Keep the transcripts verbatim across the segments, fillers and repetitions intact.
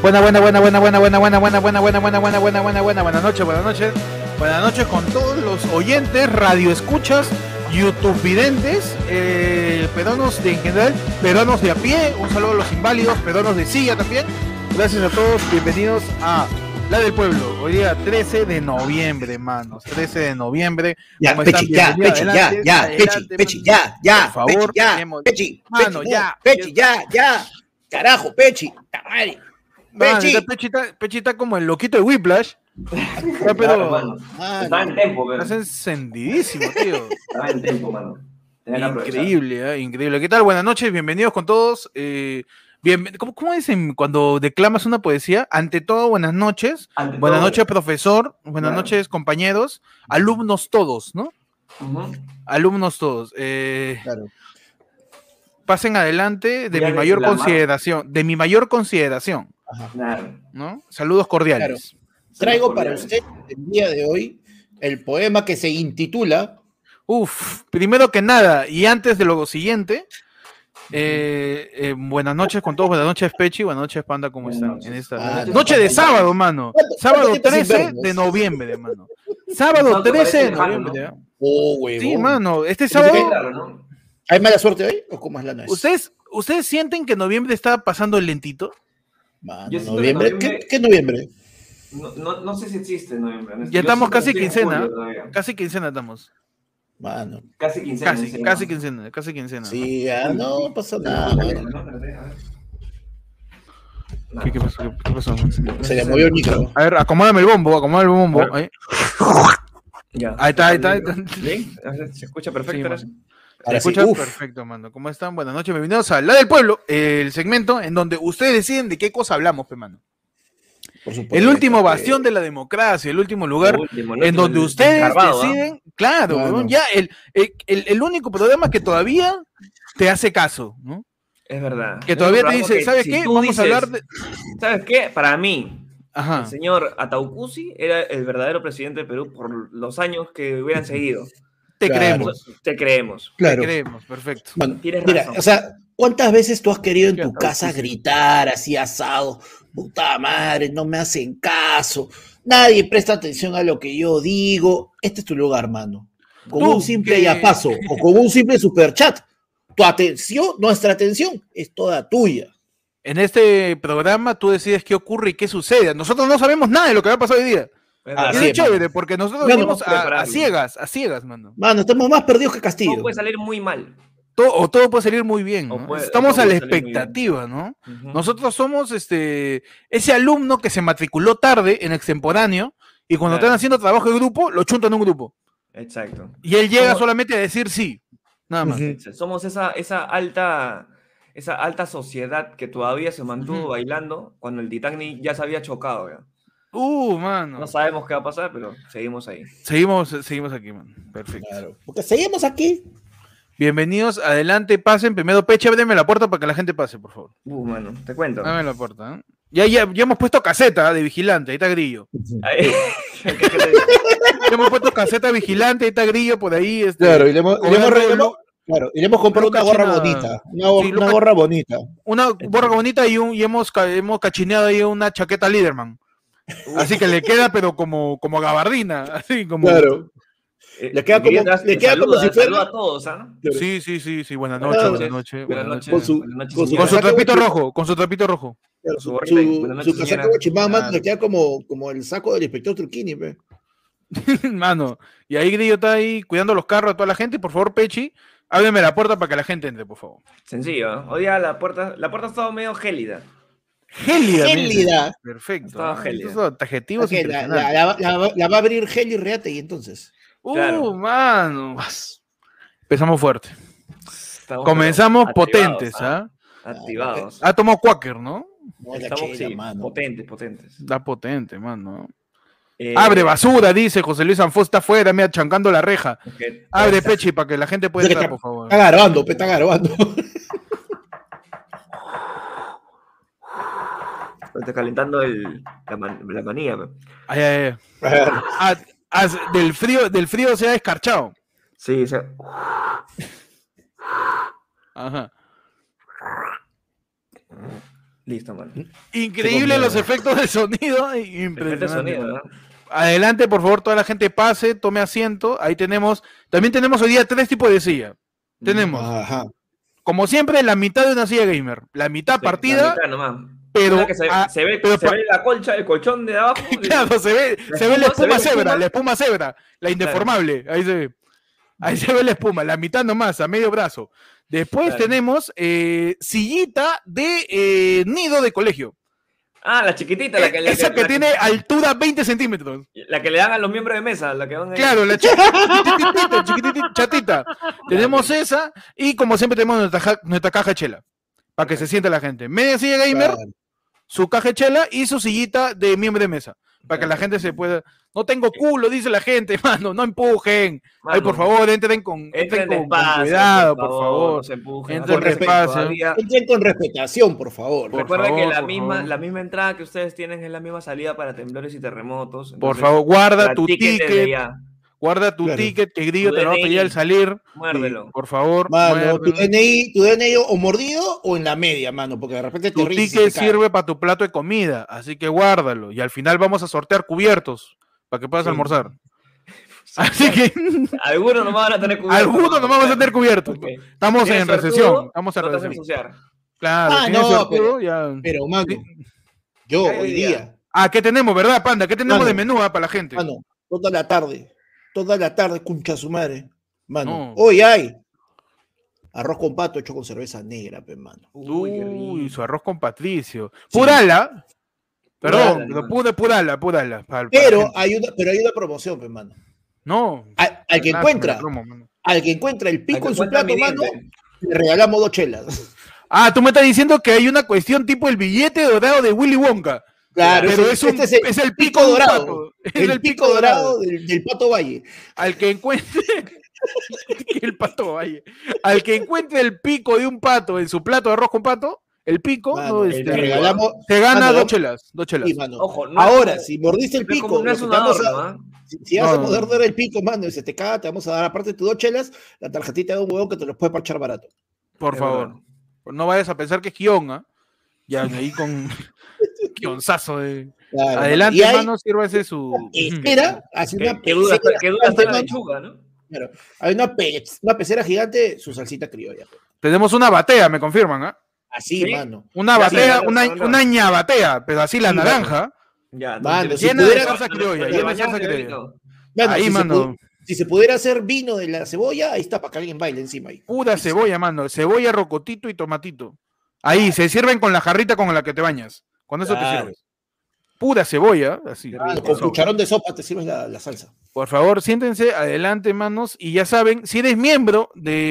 Buena, buena, buena, buena, buena, buena, buena, buena, buena, buena, buena, buena, buena, buena, buena, buenas noches, buenas noches. Buenas noches con todos los oyentes, radioescuchas, YouTube videntes, eh, peruanos de en general, peruanos de a pie, un saludo a los inválidos, peruanos de silla también. Gracias a todos, bienvenidos a La del Pueblo. Hoy día trece de noviembre, manos, trece de noviembre. Ya, Pechi, ya, Pechi, ya, ya, Pechi, Pechi, ya, ya, por favor, Pechi, ya, Pechi, mano, ya, Pechi, ya, ya, carajo, Pechi, tamari. Pechi. Pechi está, Pechi está como el loquito de Whiplash. Está, pero, claro, mano. Está en tempo, pero. Estás encendidísimo, tío. Está en tempo, mano. Increíble, ¿eh? Increíble. ¿Qué tal? Buenas noches, bienvenidos con todos. Eh, bien, ¿cómo, ¿Cómo dicen cuando declamas una poesía? Ante todo, buenas noches. Ante buenas todo, noches, profesor. Buenas claro. noches, compañeros. Alumnos todos, ¿no? Uh-huh. Alumnos todos. Eh, claro. Pasen adelante de ya mi mayor consideración. De mi mayor consideración. Ajá. Claro. ¿No? Saludos cordiales. Claro. Traigo para usted el día de hoy el poema que se intitula. Uf, primero que nada, y antes de lo siguiente, eh, eh, buenas noches con todos, buenas noches Pechi, buenas noches Panda, ¿cómo están? En esta ah, noche de sábado, mano. Sábado trece de noviembre, mano. Sábado trece de noviembre. Oh, huevón. Sí, mano, este sábado. ¿Hay mala suerte hoy o cómo es la noche? ¿Ustedes, ¿Ustedes sienten que noviembre está pasando lentito? Mano, noviembre, noviembre... ¿Qué, ¿Qué noviembre? No, no, no sé si existe noviembre. Ya estamos casi quincena. Casi quincena estamos. Mano. Casi quincena. Casi, sí, casi quincena, casi quincena. Sí, ya no pasa nada. ¿Qué, ¿Qué pasó? ¿Qué pasó? Se le movió el micro. A ver, acomódame el bombo, acomódame el bombo. Ahí. Ya. Ahí está, ahí está. Ahí está. ¿Bien? ¿Se escucha perfecto? Sí, Se escucha sí, perfecto, mano. ¿Cómo están? Buenas noches, bienvenidos a La del Pueblo, el segmento en donde ustedes deciden de qué cosa hablamos, pe, mano. El último bastión de la democracia, el último lugar el último, el en donde ustedes Carvado, deciden, ¿eh? Claro, bueno. ya el, el, el único programa que todavía te hace caso, ¿no? Es verdad. Que todavía te dice, ¿sabes si qué? Vamos dices, a hablar de... ¿Sabes qué? Para mí, Ajá. el señor Ataucusi era el verdadero presidente de Perú por los años que hubieran seguido. Te claro. creemos. Te creemos. Claro. Te creemos, perfecto. Bueno, Tienes mira, razón. O sea, ¿cuántas veces tú has querido en tu casa gritar así asado? Puta madre, no me hacen caso. Nadie presta atención a lo que yo digo. Este es tu lugar, mano. Con tú, un simple que... yapazo o con un simple superchat. Tu atención, nuestra atención, es toda tuya. En este programa tú decides qué ocurre y qué sucede. Nosotros no sabemos nada de lo que va a pasar hoy día. Ah, y es sí, chévere, mano. Porque nosotros venimos a, a ciegas, a ciegas, mano. Mano, estamos más perdidos que Castillo. Todo puede salir muy mal. Todo, o todo puede salir muy bien, ¿no? Puede, Estamos a la expectativa, ¿no? Uh-huh. Nosotros somos este ese alumno que se matriculó tarde en extemporáneo y cuando claro. están haciendo trabajo de grupo, lo chuntan en un grupo. Exacto. Y él llega somos... solamente a decir sí, nada más. Uh-huh. Somos esa, esa alta... esa alta sociedad que todavía se mantuvo uh-huh. bailando cuando el Titanic ya se había chocado, ¿ya? Uh, mano. No sabemos qué va a pasar, pero seguimos ahí. Seguimos, seguimos aquí, man. Perfecto. Claro. Porque seguimos aquí. Bienvenidos, adelante, pasen. Primero, Peche, ábreme la puerta para que la gente pase, por favor. Uh, mano, te cuento. Ábreme la puerta, ¿eh? Ya, ya, ya hemos puesto caseta de vigilante, ahí está Grillo. Ahí. Ya hemos puesto caseta de vigilante, ahí está Grillo, por ahí. Este, claro, y le hemos, y le hemos regalado. Claro, y le hemos comprado una gorra cachina, bonita. Una, sí, una gorra bonita. Una gorra bonita y, un, y hemos, hemos cachineado ahí una chaqueta Liderman. Así que le queda, pero como, como gabardina, así como. Claro. Eh, le queda como, le queda saluda, como si fuera. A todos, ¿ah? Sí, sí, sí, sí. Buenas noches, ah, buenas noches. Buenas noches. Con su, buenas noches, con su, con su trapito rojo, con su trapito rojo. Claro, su su, su casaca guachimama le queda como, como el saco del inspector Truquini, ve. Mano, y ahí Grillo está ahí cuidando los carros de toda la gente. Y por favor, Pechi, ábreme la puerta para que la gente entre, por favor. Sencillo, ¿eh? Hoy día la puerta, la puerta ha estado medio gélida. Gélida. Gélida. Perfecto. Estaba gélida. Esos adjetivos okay, la, la, la, la, la va a abrir Heli Reate y entonces. Uh, claro. mano. Empezamos fuerte. Estamos Comenzamos potentes, ¿ah? ¿eh? Activados. Ha tomado Quaker, ¿no? no Estamos chela, sí, mano. potentes, potentes. Da potente, mano. Eh, Abre basura, dice José Luis Anfos, está afuera, mira, chancando la reja. Okay. Abre, Pechi, para que la gente pueda entrar, por favor. Está grabando, está grabando. Está calentando el, la, man, la manía. Ay, ay, ay. Ah, ah, del frío, del frío se ha escarchado. Sí, se... Ajá. Listo, mano. Increíble los efectos de sonido. Impresionante. Sonido, ¿no? Adelante, por favor, toda la gente pase, tome asiento. Ahí tenemos, también tenemos hoy día tres tipos de silla. Tenemos, Ajá. como siempre, la mitad de una silla gamer. La mitad sí, partida. La mitad nomás. Pero que se, a, se, ve, pero se ve la colcha, el colchón de abajo. Claro, se ve, la se ve la espuma cebra, la espuma cebra, la indeformable. Claro. Ahí se ve. Ahí se ve la espuma, la mitad nomás, a medio brazo. Después claro. tenemos eh, sillita de eh, nido de colegio. Ah, la chiquitita, la que la Esa que, que la tiene que... altura veinte centímetros. La que le dan a los miembros de mesa, la que van ahí. Claro, la chiquitita, chiquitita, chatita. Tenemos esa, y como siempre tenemos nuestra, nuestra caja de chela, para que okay. se sienta la gente. Media silla gamer, claro. su caja de chela y su sillita de miembro de mesa, para que la gente se pueda... No tengo culo, dice la gente, mano, no empujen. Mano, ay, por favor, entren con, entren con, espacio, con cuidado, por favor. Por favor. No entren, con respeto, entren con respetación, por favor. Por Recuerden favor, que la misma, la misma entrada que ustedes tienen es la misma salida para temblores y terremotos. Entonces, por favor, guarda tu ticket. Guarda tu claro. ticket, que Grillo te lo va a pedir al salir. Muérdelo. Por favor. Mano, tu D N I, tu D N I o mordido o en la media, mano, porque de repente te tu ticket sirve para tu plato de comida, así que guárdalo. Y al final vamos a sortear cubiertos para que puedas sí. almorzar. Así que algunos no van a tener cubiertos. Algunos no vamos a tener cubiertos. Okay. Estamos en recesión. Estamos en no recesión. Claro, ah, no, pero, ya... pero mano, sí. yo hoy día. día. Ah, ¿qué tenemos, verdad, Panda? ¿Qué tenemos mano, de menú ah, para la gente? Mano, toda la tarde. Toda la tarde, concha su madre. Mano, no. hoy hay arroz con pato hecho con cerveza negra, pe, mano. Uy, Uy su arroz con Patricio. Sí. Purala. Perdón, pero pura, purala, purala. Para, pero, para hay una, pero hay una promoción, pe, mano. No. Al, al que encuentra, promo, al que encuentra el pico en su plato, mano, le regalamos dos chelas. Ah, tú me estás diciendo que hay una cuestión tipo el billete dorado de Willy Wonka. Claro, pero es, un, este es, el, es el pico, pico dorado. Es el, el pico, pico dorado del, del Pato Valle. Al que encuentre el Pato Valle. Al que encuentre el pico de un pato en su plato de arroz con pato, el pico, mano, no, este, regalamos, te gana mano, dos chelas, dos chelas. Sí, mano. Ojo, no, Ahora, no, si mordiste el pico, no es una adorno, a, ¿eh? si, si vas no, a morder el pico, mano, y se te caga, te vamos a dar aparte de tus dos chelas, la tarjetita de un huevón que te los puede parchar barato. Por es favor. Verdad. No vayas a pensar que es guión, ¿ah? ¿eh? Ya ahí con guionzazo de. Claro, adelante, hay, hermano, sírvase su. Espera, hace una que duda, que duda está la lechuga, ¿no? Claro. Hay una, pe una pecera gigante, su salsita criolla. Tenemos una batea, me confirman, ¿ah? ¿eh? Así, ¿sí? Mano. Una batea, sí, una, una ñabatea, pero así la sí, naranja. Ya, mano, llena si de salsa criolla, llena de salsa criolla. Ahí, si mano. Se si se pudiera hacer vino de la cebolla, ahí está para que alguien baile encima. Ahí. Pura cebolla, mano. Cebolla, rocotito y tomatito. Ahí, ah, se sirven con la jarrita con la que te bañas. Con eso claro. te sirves. Pura cebolla, así. Claro, con cucharón de sopa te sirves la, la salsa. Por favor, siéntense, adelante, manos. Y ya saben, si eres miembro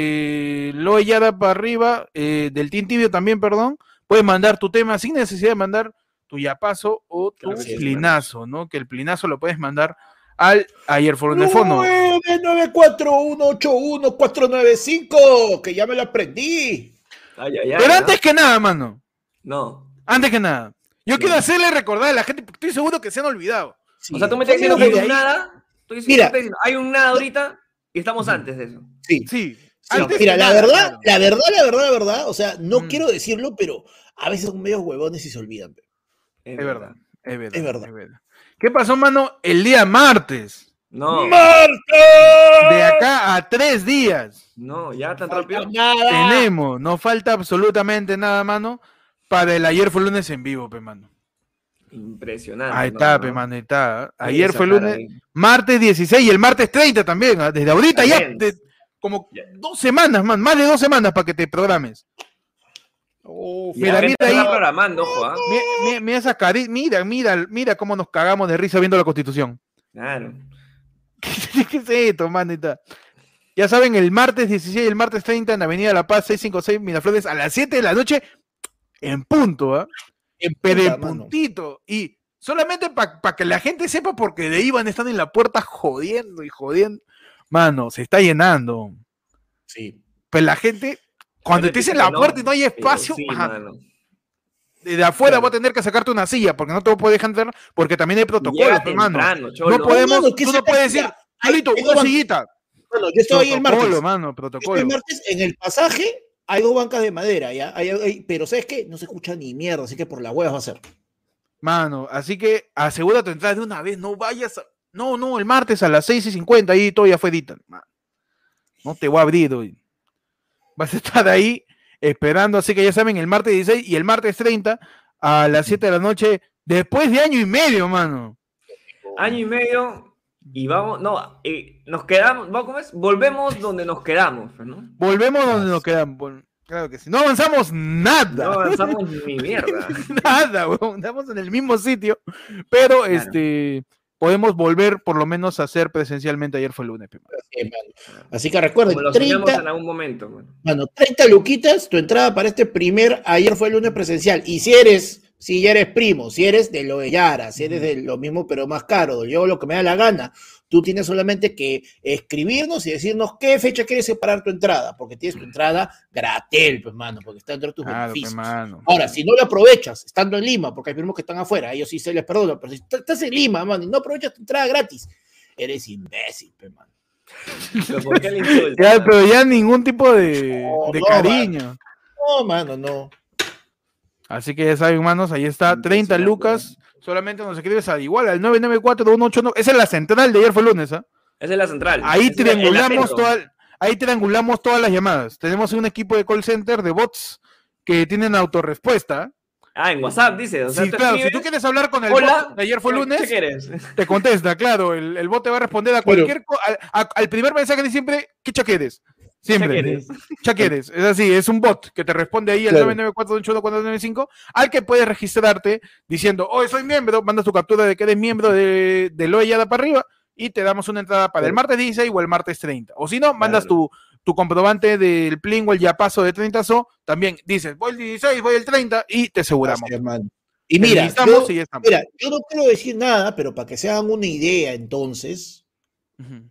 de Loe Yara para arriba, eh, del Team Tibio también, perdón, puedes mandar tu tema sin necesidad de mandar tu yapazo o tu claro, plinazo, ¿no? Que el plinazo lo puedes mandar al ayer for de fondo. nueve nueve cuatro uno ocho uno cuatro nueve cinco, que ya me lo aprendí. Ay, ay, ay, Pero ¿no? antes que nada, mano. No. Antes que nada. Yo sí. quiero hacerle recordar a la gente, porque estoy seguro que se han olvidado. Sí. O sea, tú me estás diciendo que hay un nada. Estoy diciendo, mira, diciendo, hay un nada ahorita y estamos antes de eso. Sí. Sí. sí. Antes mira, la nada, verdad, claro. la verdad, la verdad, la verdad, o sea, no mm. quiero decirlo, pero a veces son medios huevones y se olvidan. Es, es, verdad, es verdad. Es verdad. Es verdad. ¿Qué pasó, mano? El día martes. No. ¡Martes! De acá a tres días. No, ya tan rápido. Nada. Tenemos, no falta absolutamente nada, mano, para el ayer fue lunes en vivo, pe, mano. Impresionante. Ahí está, no, pe, mano, ahí está. Ayer fue lunes, ahí. martes dieciséis y el martes treinta también. ¿eh? Desde ahorita también. ya, de, como yeah. dos semanas, man, más de dos semanas para que te programes. Oh, mira, mira ahí. Programando, ojo, ¿eh? mira, mira, mira esa cari mira, mira, mira cómo nos cagamos de risa viendo la Constitución. Claro. ¿Qué es esto, manita? Ya saben, el martes dieciséis y el martes treinta en Avenida La Paz, seiscientos cincuenta y seis Miraflores, a las siete de la noche, en punto, ¿eh? En Pero en puntito. Y solamente para pa que la gente sepa, porque de ahí van a estar en la puerta jodiendo y jodiendo. Mano, se está llenando. Sí. Pero la gente, cuando estés en la no, puerta y no hay espacio, sí, de afuera sí, voy a tener que sacarte una silla porque no te puedo dejar entrar porque también hay protocolos, hermano. No podemos, no, tú no puedes decir, Cholito, una sillita. Bueno, yo estoy ahí el martes. Mano, protocolo. El martes en el pasaje hay dos bancas de madera, ¿ya? Hay, hay, pero ¿sabes qué? No se escucha ni mierda, así que por las huevas va a ser. Mano, así que asegura tu entrada de una vez, no vayas a... No, no, el martes a las seis y cincuenta, ahí todavía fue editan. No te voy a abrir hoy. Vas a estar ahí esperando, así que ya saben, el martes dieciséis y el martes treinta a las siete de la noche, después de año y medio, mano. Año y medio y vamos, no, eh, nos quedamos, ¿cómo es? Volvemos donde nos quedamos, ¿no? Volvemos donde nos quedamos. Claro que sí. No avanzamos nada. No avanzamos ni mierda. Nada, weón. Estamos en el mismo sitio, pero claro. este... podemos volver por lo menos a hacer presencialmente. Ayer fue el lunes. Sí, así que recuerden, treinta, en algún momento, bueno. Mano, treinta luquitas, tu entrada para este primer Ayer fue el lunes presencial. Y si eres, si ya eres primo, si eres de lo de Yara, si eres de lo mismo pero más caro, yo lo que me da la gana, tú tienes solamente que escribirnos y decirnos qué fecha quieres separar tu entrada, porque tienes tu entrada gratis, pues, mano, porque está dentro de tus claro, beneficios. Pues, ahora, si no lo aprovechas, estando en Lima, porque hay primos que están afuera, ellos sí se les perdona, pero si estás en Lima, mano, y no aprovechas tu entrada gratis, eres imbécil, pues, mano. ¿Pero por qué le insulta, ya, pero ya ningún tipo de, no, de no, cariño. Mano. No, mano, no. Así que ya saben, manos, ahí está, treinta lucas. Solamente nos escribes a igual al nueve nueve cuatro uno ocho nueve. Esa es la central de Ayer fue lunes, ¿ah? ¿eh? Esa es la central. Ahí Ese triangulamos toda, ahí triangulamos todas las llamadas. Tenemos un equipo de call center de bots que tienen autorrespuesta. Ah, en WhatsApp dice. O sea, sí, claro, si tú quieres hablar con el Hola, bot de Ayer fue lunes, ¿qué quieres? Te contesta, claro, el, el bot te va a responder a cualquier bueno. a, a, al primer mensaje de siempre, ¿qué chaqueres? Siempre. Chaqueres. Es así, es un bot que te responde ahí al claro. nueve nueve cuatro ocho uno cuatro nueve cinco, al que puedes registrarte diciendo, oh, soy miembro, mandas tu captura de que eres miembro de, de Lo de Yada para arriba y te damos una entrada para claro. el martes dieciséis o el martes treinta. O si no, mandas claro. tu, tu comprobante del Plin o el Yapaso de treinta So, también dices, voy el dieciséis, voy el treinta y te aseguramos. Así, hermano. Y mira, yo, y mira, yo no quiero decir nada, pero para que se hagan una idea entonces, uh-huh.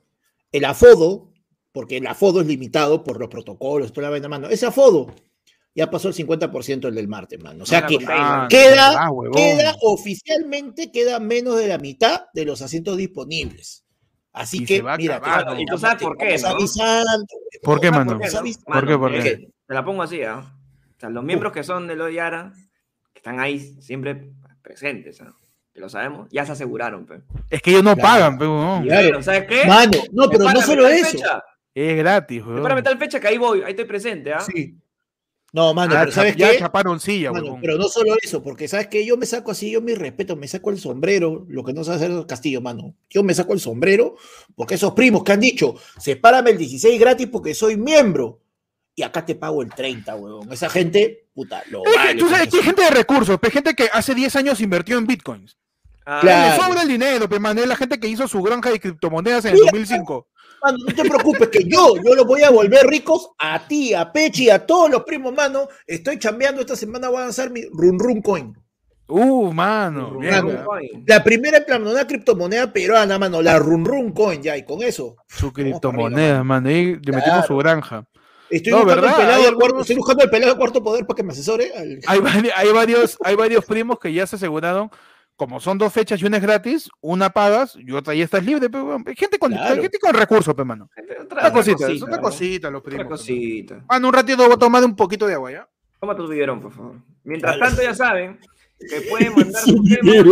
el afodo, porque el afodo es limitado por los protocolos, toda la vaina, mano. Ese afodo ya pasó el cincuenta por ciento el del martes, mano. O sea que ah, queda, ah, queda, oficialmente queda menos de la mitad de los asientos disponibles. Así y que, mira, acabar, te, y tú sabes por qué, ¿no? Avisando, ¿Por qué, mano? ¿Por qué, no? ¿Por qué? ¿Por qué? Te la pongo así, ¿eh? O sea, los miembros uh. que son de Lo de Yara, que están ahí siempre presentes, ¿eh? Que lo sabemos, ya se aseguraron, pe. Es que ellos no claro. pagan, pero no. Claro. ¿Sabes qué? Mano, no, pero no solo eso. Fecha. Es gratis, weón. Para meter fecha que ahí voy, ahí estoy presente, ¿ah? ¿eh? Sí. No, mano, ah, pero ¿sabes ya qué? chaparon silla, mano, pero no solo eso, porque ¿sabes qué? Yo me saco así, yo mi respeto, me saco el sombrero, lo que no sabe hacer Castillo, mano. Yo me saco el sombrero, porque esos primos que han dicho, sepárame el dieciséis gratis porque soy miembro. Y acá te pago el treinta, huevón. Esa gente, puta, lo es vale. Que, tú sabes que hay gente de recursos, hay gente que hace diez años invirtió en bitcoins. Ah, claro. Le sobra el dinero, pero man, es la gente que hizo su granja de criptomonedas en sí, el dos mil cinco. Mano, no te preocupes, que yo, yo los voy a volver ricos a ti, a Pechi, a todos los primos, mano. Estoy chambeando esta semana, voy a lanzar mi Run Run Coin. Uh, mano. Run, bien, mano coin. La primera en plan, una criptomoneda peruana, mano, la Run Run Coin, ya, y con eso. Su criptomoneda, mano, y le claro. metimos su granja. Estoy, no, buscando el pelado del cuarto, estoy buscando el pelado del cuarto poder para que me asesore. Al... Hay, hay, varios, hay varios primos que ya se aseguraron. Como son dos fechas y una es gratis, una pagas y otra ya estás libre. Pero, gente, con, claro. gente con recursos, pe, mano. Otra, otra cosita, cosita, es otra ¿no? cosita, los primos. Otra cosita. Mano, un ratito voy a tomar un poquito de agua, ¿ya? Toma tu biberón, por favor. Mientras vale. tanto, ya saben que pueden mandar tu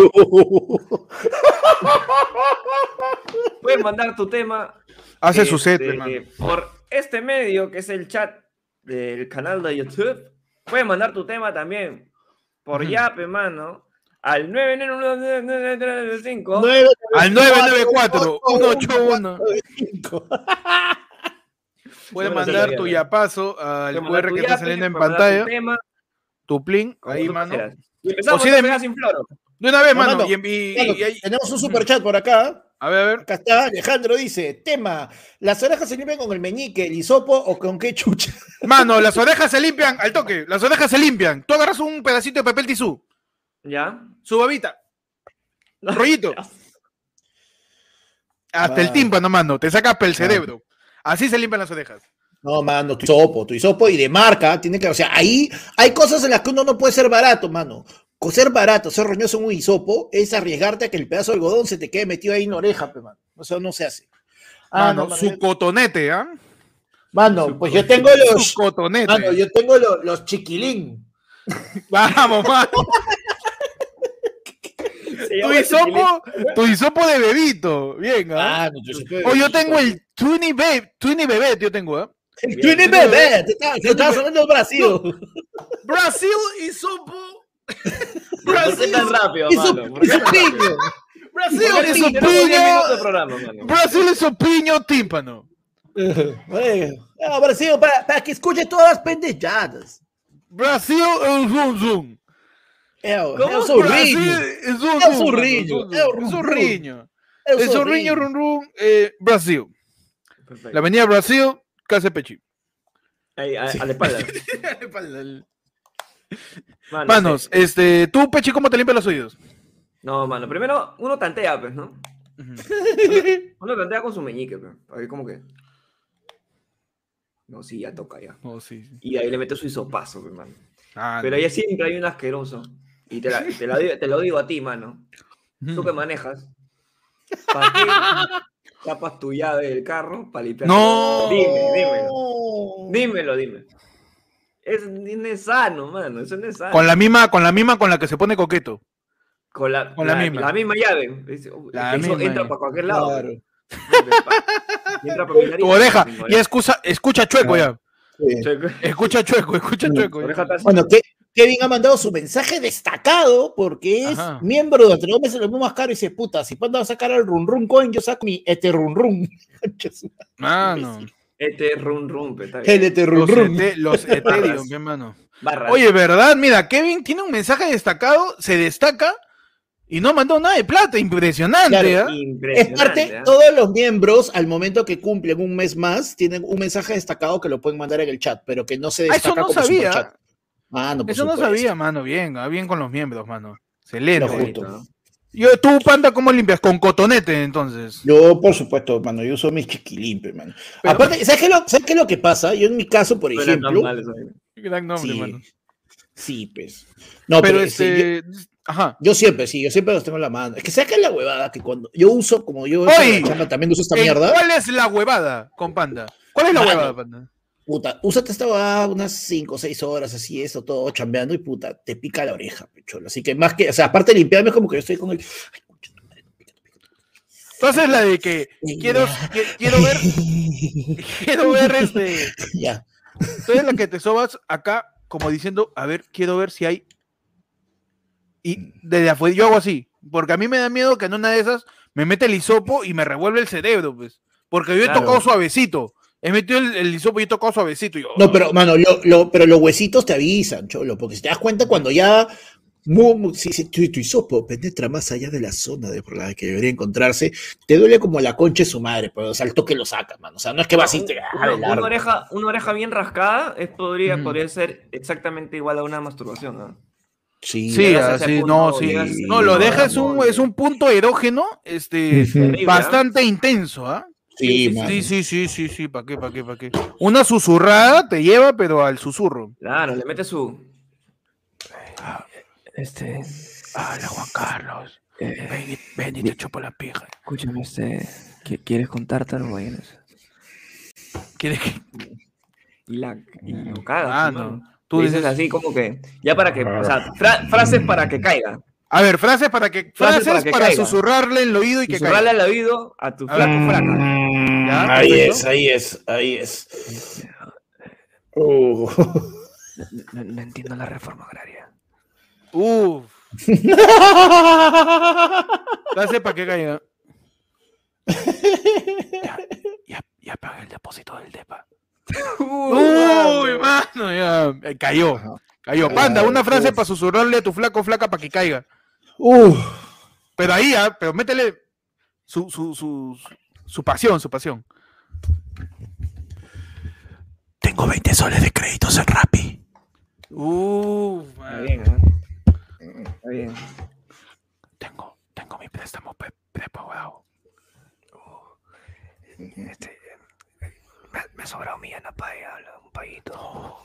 tema. Pueden mandar tu tema. Hace este, su set, hermano. Por este medio, que es el chat del canal de YouTube. Pueden mandar tu tema también por uh-huh. Yap, hermano. Al nueve nueve nueve cinco al nueve nueve cuatro uno ocho uno Puedes mandar tu yapazo al Q R que está saliendo en pantalla. Tu, tema, tu plin, ahí, mano. Y empezamos o si de, sin floro. De una vez, no, mano. mano. Y, y, claro, y, y, tenemos un superchat por acá. A ver, a ver. Acá está, Alejandro dice, tema, ¿las orejas se limpian con el meñique, el hisopo o con qué chucha? Mano, las orejas se limpian, al toque, las orejas se limpian. Tú agarras un pedacito de papel tisú. ¿Ya? Su babita. Rollito. Hasta ah. el tímpano, mano. Te sacas pel cerebro. Así se limpian las orejas. No, mano, tu hisopo, tu hisopo y de marca. Tiene que, o sea, ahí hay cosas en las que uno no puede ser barato, mano. Ser barato, ser roñoso en un hisopo es arriesgarte a que el pedazo de algodón se te quede metido ahí en la oreja, pe, mano. O sea, no se hace. Ah, mano, no, su mano, cotonete, ¿ah? ¿eh? Mano, pues yo tengo los. Cotonete. Mano, yo tengo los, los chiquilín. Vamos, mano. Tu hisopo, tu hisopo de bebito. Bien, ¿ah? Ah, no, yo, O yo tengo el Twinny Babe, Twinny Bebé, yo tengo, ¿ah? El Twinny Bebé. Te estabas hablando de Brasil. Brasil hisopo. ¿Por qué tan rápido, mano? Hisopiño. Brasil hisopiño. Brasil hisopiño tímpano. Bueno, no, Brasil, para, para que escuche todas las pendejadas. Brasil é o zum zum. É o, é o sorrinho. É o zum, é o sorrinho. É o sorrinho. É o sorrinho, rum rum, eh, Brasil. Perfecto. La avenida Brasil, Casa Pechi. Ahí, a, a la espalda. A la espalda. Mano, Manos, sí. este, tú, Pechi, ¿cómo te limpias los oídos? No, mano, primero uno tantea, pues, ¿no? Uh-huh. Uno tantea con su meñique, pues, para ver como que... No, sí, ya toca ya. Oh, sí, sí. Y ahí le mete su hisopazo, pues, mano. Ah, pero no. ahí siempre hay un asqueroso. Y te, la, te, la, te lo digo a ti, mano. Tú que manejas. ¿Para qué tapas tu llave del carro para limpiar? No. Dime, dímelo. Dímelo, dime. Es, no es sano, mano. Eso no es sano. Con la misma, con la misma con la que se pone coqueto. Con la, con la, la misma. La misma llave. La eso misma entra llave. para cualquier lado. Claro. Entra por mi nariz, tu oreja. mi Ya escucha, escucha chueco ya. Sí. Escucha chueco, escucha chueco. Bueno, que Kevin ha mandado su mensaje destacado porque es Ajá. miembro de Entre Hombres lo más caro y dice, puta, si Panda va a sacar el run run coin, yo saco mi este run run. Mano. Este run run, el este run run. Los, ete, los Ethereum, mi hermano. Barras. Oye, ¿verdad? Mira, Kevin tiene un mensaje destacado, se destaca y no mandó nada de plata, impresionante. Claro, ¿eh? impresionante es parte, ¿eh? Todos los miembros, al momento que cumplen un mes más, tienen un mensaje destacado que lo pueden mandar en el chat, pero que no se destaca. Ah, eso no como sabía. Superchat. Ah, no, eso supuesto. no sabía, mano, bien, bien con los miembros, mano. Excelente. Justo. Yo, tú, Panda, ¿cómo limpias? Con cotonete, entonces. Yo, por supuesto, mano, yo uso mis chiquilimpios, mano. Pero, aparte, ¿sabes qué, lo, ¿sabes qué es lo que pasa? Yo en mi caso, por ejemplo... Mal, gran nombre, sí, mano. Sí, pues. No, pero, pero este... sí, yo, Ajá. Yo siempre, sí, yo siempre los tengo en la mano. Es que ¿sabes qué es la huevada? Que cuando yo uso, como yo Oye, chamba, también uso esta mierda. ¿Cuál es la huevada con Panda? ¿Cuál es la mano, huevada, Panda? Puta, úsate esta huevada unas cinco o seis horas, así, eso, todo chambeando, y puta, te pica la oreja, pecholo. Así que más que, o sea, aparte de limpiarme, es como que yo estoy con el... Ay, pucha, entonces la de que quiero, que, quiero ver, quiero ver este... Ya. Entonces la que te sobas acá, como diciendo, a ver, quiero ver si hay... Y desde afuera yo hago así, porque a mí me da miedo que en una de esas me mete el hisopo y me revuelve el cerebro, pues. Porque yo he claro. tocado suavecito. He metido el, el hisopo y he tocado suavecito. Y yo, no, pero, mano, lo, lo, pero los huesitos te avisan, cholo, porque si te das cuenta cuando ya mu, mu, si, si tu, tu hisopo penetra más allá de la zona de por la que debería encontrarse, te duele como la concha de su madre, pero o sea, al toque lo sacas, mano. O sea, no es que vas y te... Una, una, oreja, una oreja bien rascada es, podría, mm. podría ser exactamente igual a una masturbación, ¿no? Sí, sí, así, no, sí. sí. No, lo deja es un, es un punto erógeno, este, terrible, bastante ¿eh? intenso, ¿ah? ¿eh? Sí, sí, sí, sí, sí, sí, ¿para qué, para qué, para qué? Una susurrada te lleva, pero al susurro. Claro, le mete su... Ah, este... Hola, Juan Carlos. Eh, ven, ven y te chupo la pija. Escúchame, este... ¿Quieres contarte algo, Inés? ¿Quieres que...? Y la... Y lo cagas, ah, no. Mano. Tú dices así como que, ya para que, o sea, fra frases para que caiga. A ver, frases para que, frases, frases para, que para susurrarle en el oído y que caiga. Susurrarle al oído a tu flaco mm, fraca. ¿Ya? Ahí es, ahí es, ahí es. Uh. No, no, no entiendo la reforma agraria. Uff. Frase para que caiga. Ya, ya, ya pagué el depósito del depa. Uy, Uy mano, ya. Cayó. Cayó. Panda, una frase para susurrarle a tu flaco flaca para que caiga. Uh. Pero ahí, ¿eh? Pero métele su, su, su, su pasión, su pasión. Tengo veinte soles de créditos en Rappi. Uh, está bien, ¿eh? Está bien. Tengo, tengo mi préstamo prepagado. Uh, este. Me, me ha sobrado mi llana para un paguito. Oh.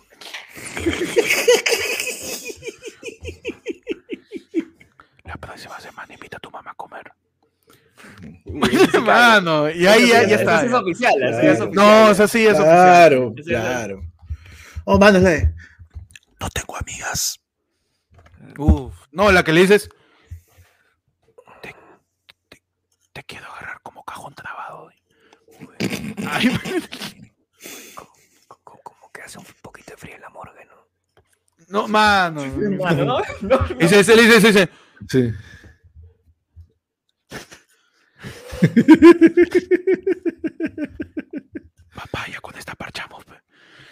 La próxima semana invita a tu mamá a comer. Mano, y ahí ya, ya está. Eso es oficial, Claro. eso ya es oficial. No, eso sí es Claro, oficial. claro. Oh, mano, es la de, no tengo amigas. Uf, no, la que le dices. Te, te, te quiero agarrar como cajón trabado. Ay, Como, como que hace un poquito de frío en la morgue, ¿no? no, mano. Mano, no, no, no. Dice, dice, dice, dice. Sí. Papá, ya con esta parchamos. Pe.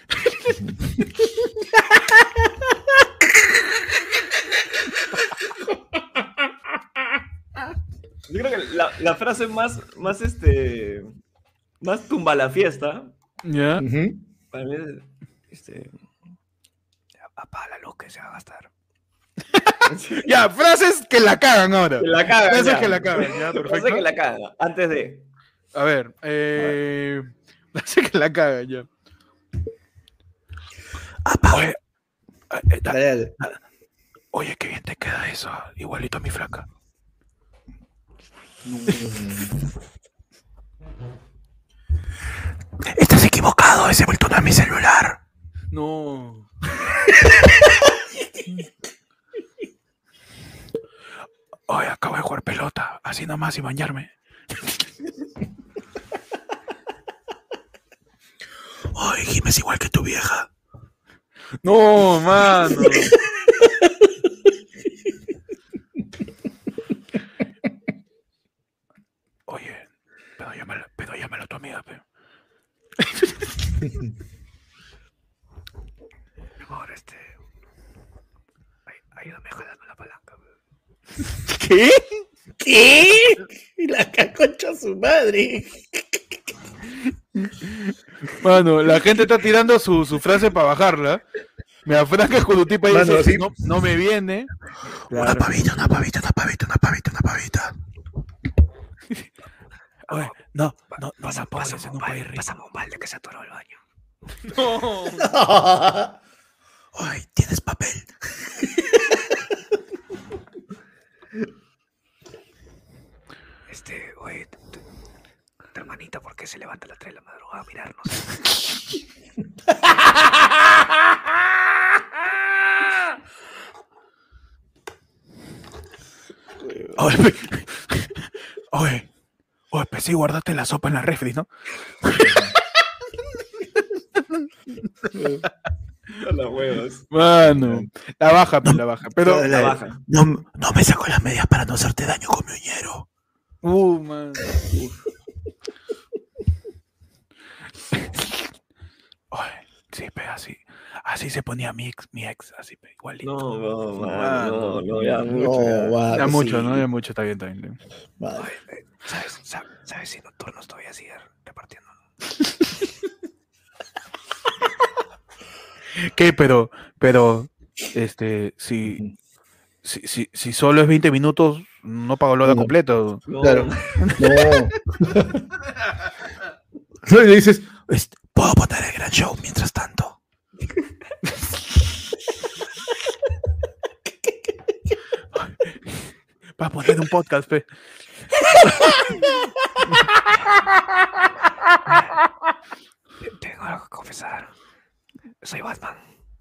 Yo creo que la, la frase más, más este, más tumba la fiesta, ¿Ya? Ujú. para mí es, este, Apaga la luz que se va a gastar. Ya, frases que la cagan ahora. que la caga. Frases ya. que la cagan, ya, Frase perfecto. que la caga, antes de. A ver, eh. Frases que la cagan, ya. Oye, eh, da- Dale, dale. oye, qué bien te queda eso, igualito a mi flaca. Estás equivocado, ese vuelto no es mi celular. No. Oye, acabo de jugar pelota, así nomás y bañarme. Oye, Jim es igual que tu vieja. No, mano. Oye, pero llámala, pero llámala a tu amiga, pe. Mejor, este... Ay, ayúdame a jalarme la palanca. ¿Qué? ¿Qué? Y la caconcha a su madre. Mano, la gente está tirando su, su frase para bajarla. Me afranca con tu tipo y Mano, dice, sí. no, no me viene. Una pavita, una pavita, una pavita, una pavita, una pavita. Oye, no, no, no, Pasa, no pongas pásame en un un balde, país rico. pásame un balde que se atoró el baño. No. Ay, ¿tienes papel? Este, oye, tu, tu- tu hermanita, ¿por qué se levanta a las tres de la madrugada a mirarnos? Oye, pe- oye, oye, pues sí, guardaste la sopa en la refri, ¿no? A las huevas. Mano, la baja, pues la baja. Pero, La baja. No, no me saco las medias para no hacerte daño con mi uñero. uh, man. Oye, sí, pe, así, así se ponía mi ex, mi ex, así, pe, igualito. No, no, Ah, mano, no, no, ya No, mucho. ya. va, Ya sí. mucho, ¿no? Ya mucho, está bien, está bien. Vale. Oye, eh, ¿sabes, sabes, sabes si Nocturnos todavía sigue repartiendo? ¿Qué? Pero, pero, este, si, si, si, si solo es veinte minutos, no pago la hora No. completa. No, Claro. No. No, y le dices, Este, Puedo poner el gran show mientras tanto. Va a poner un podcast, pe. Te- Tengo algo que confesar. Soy Batman.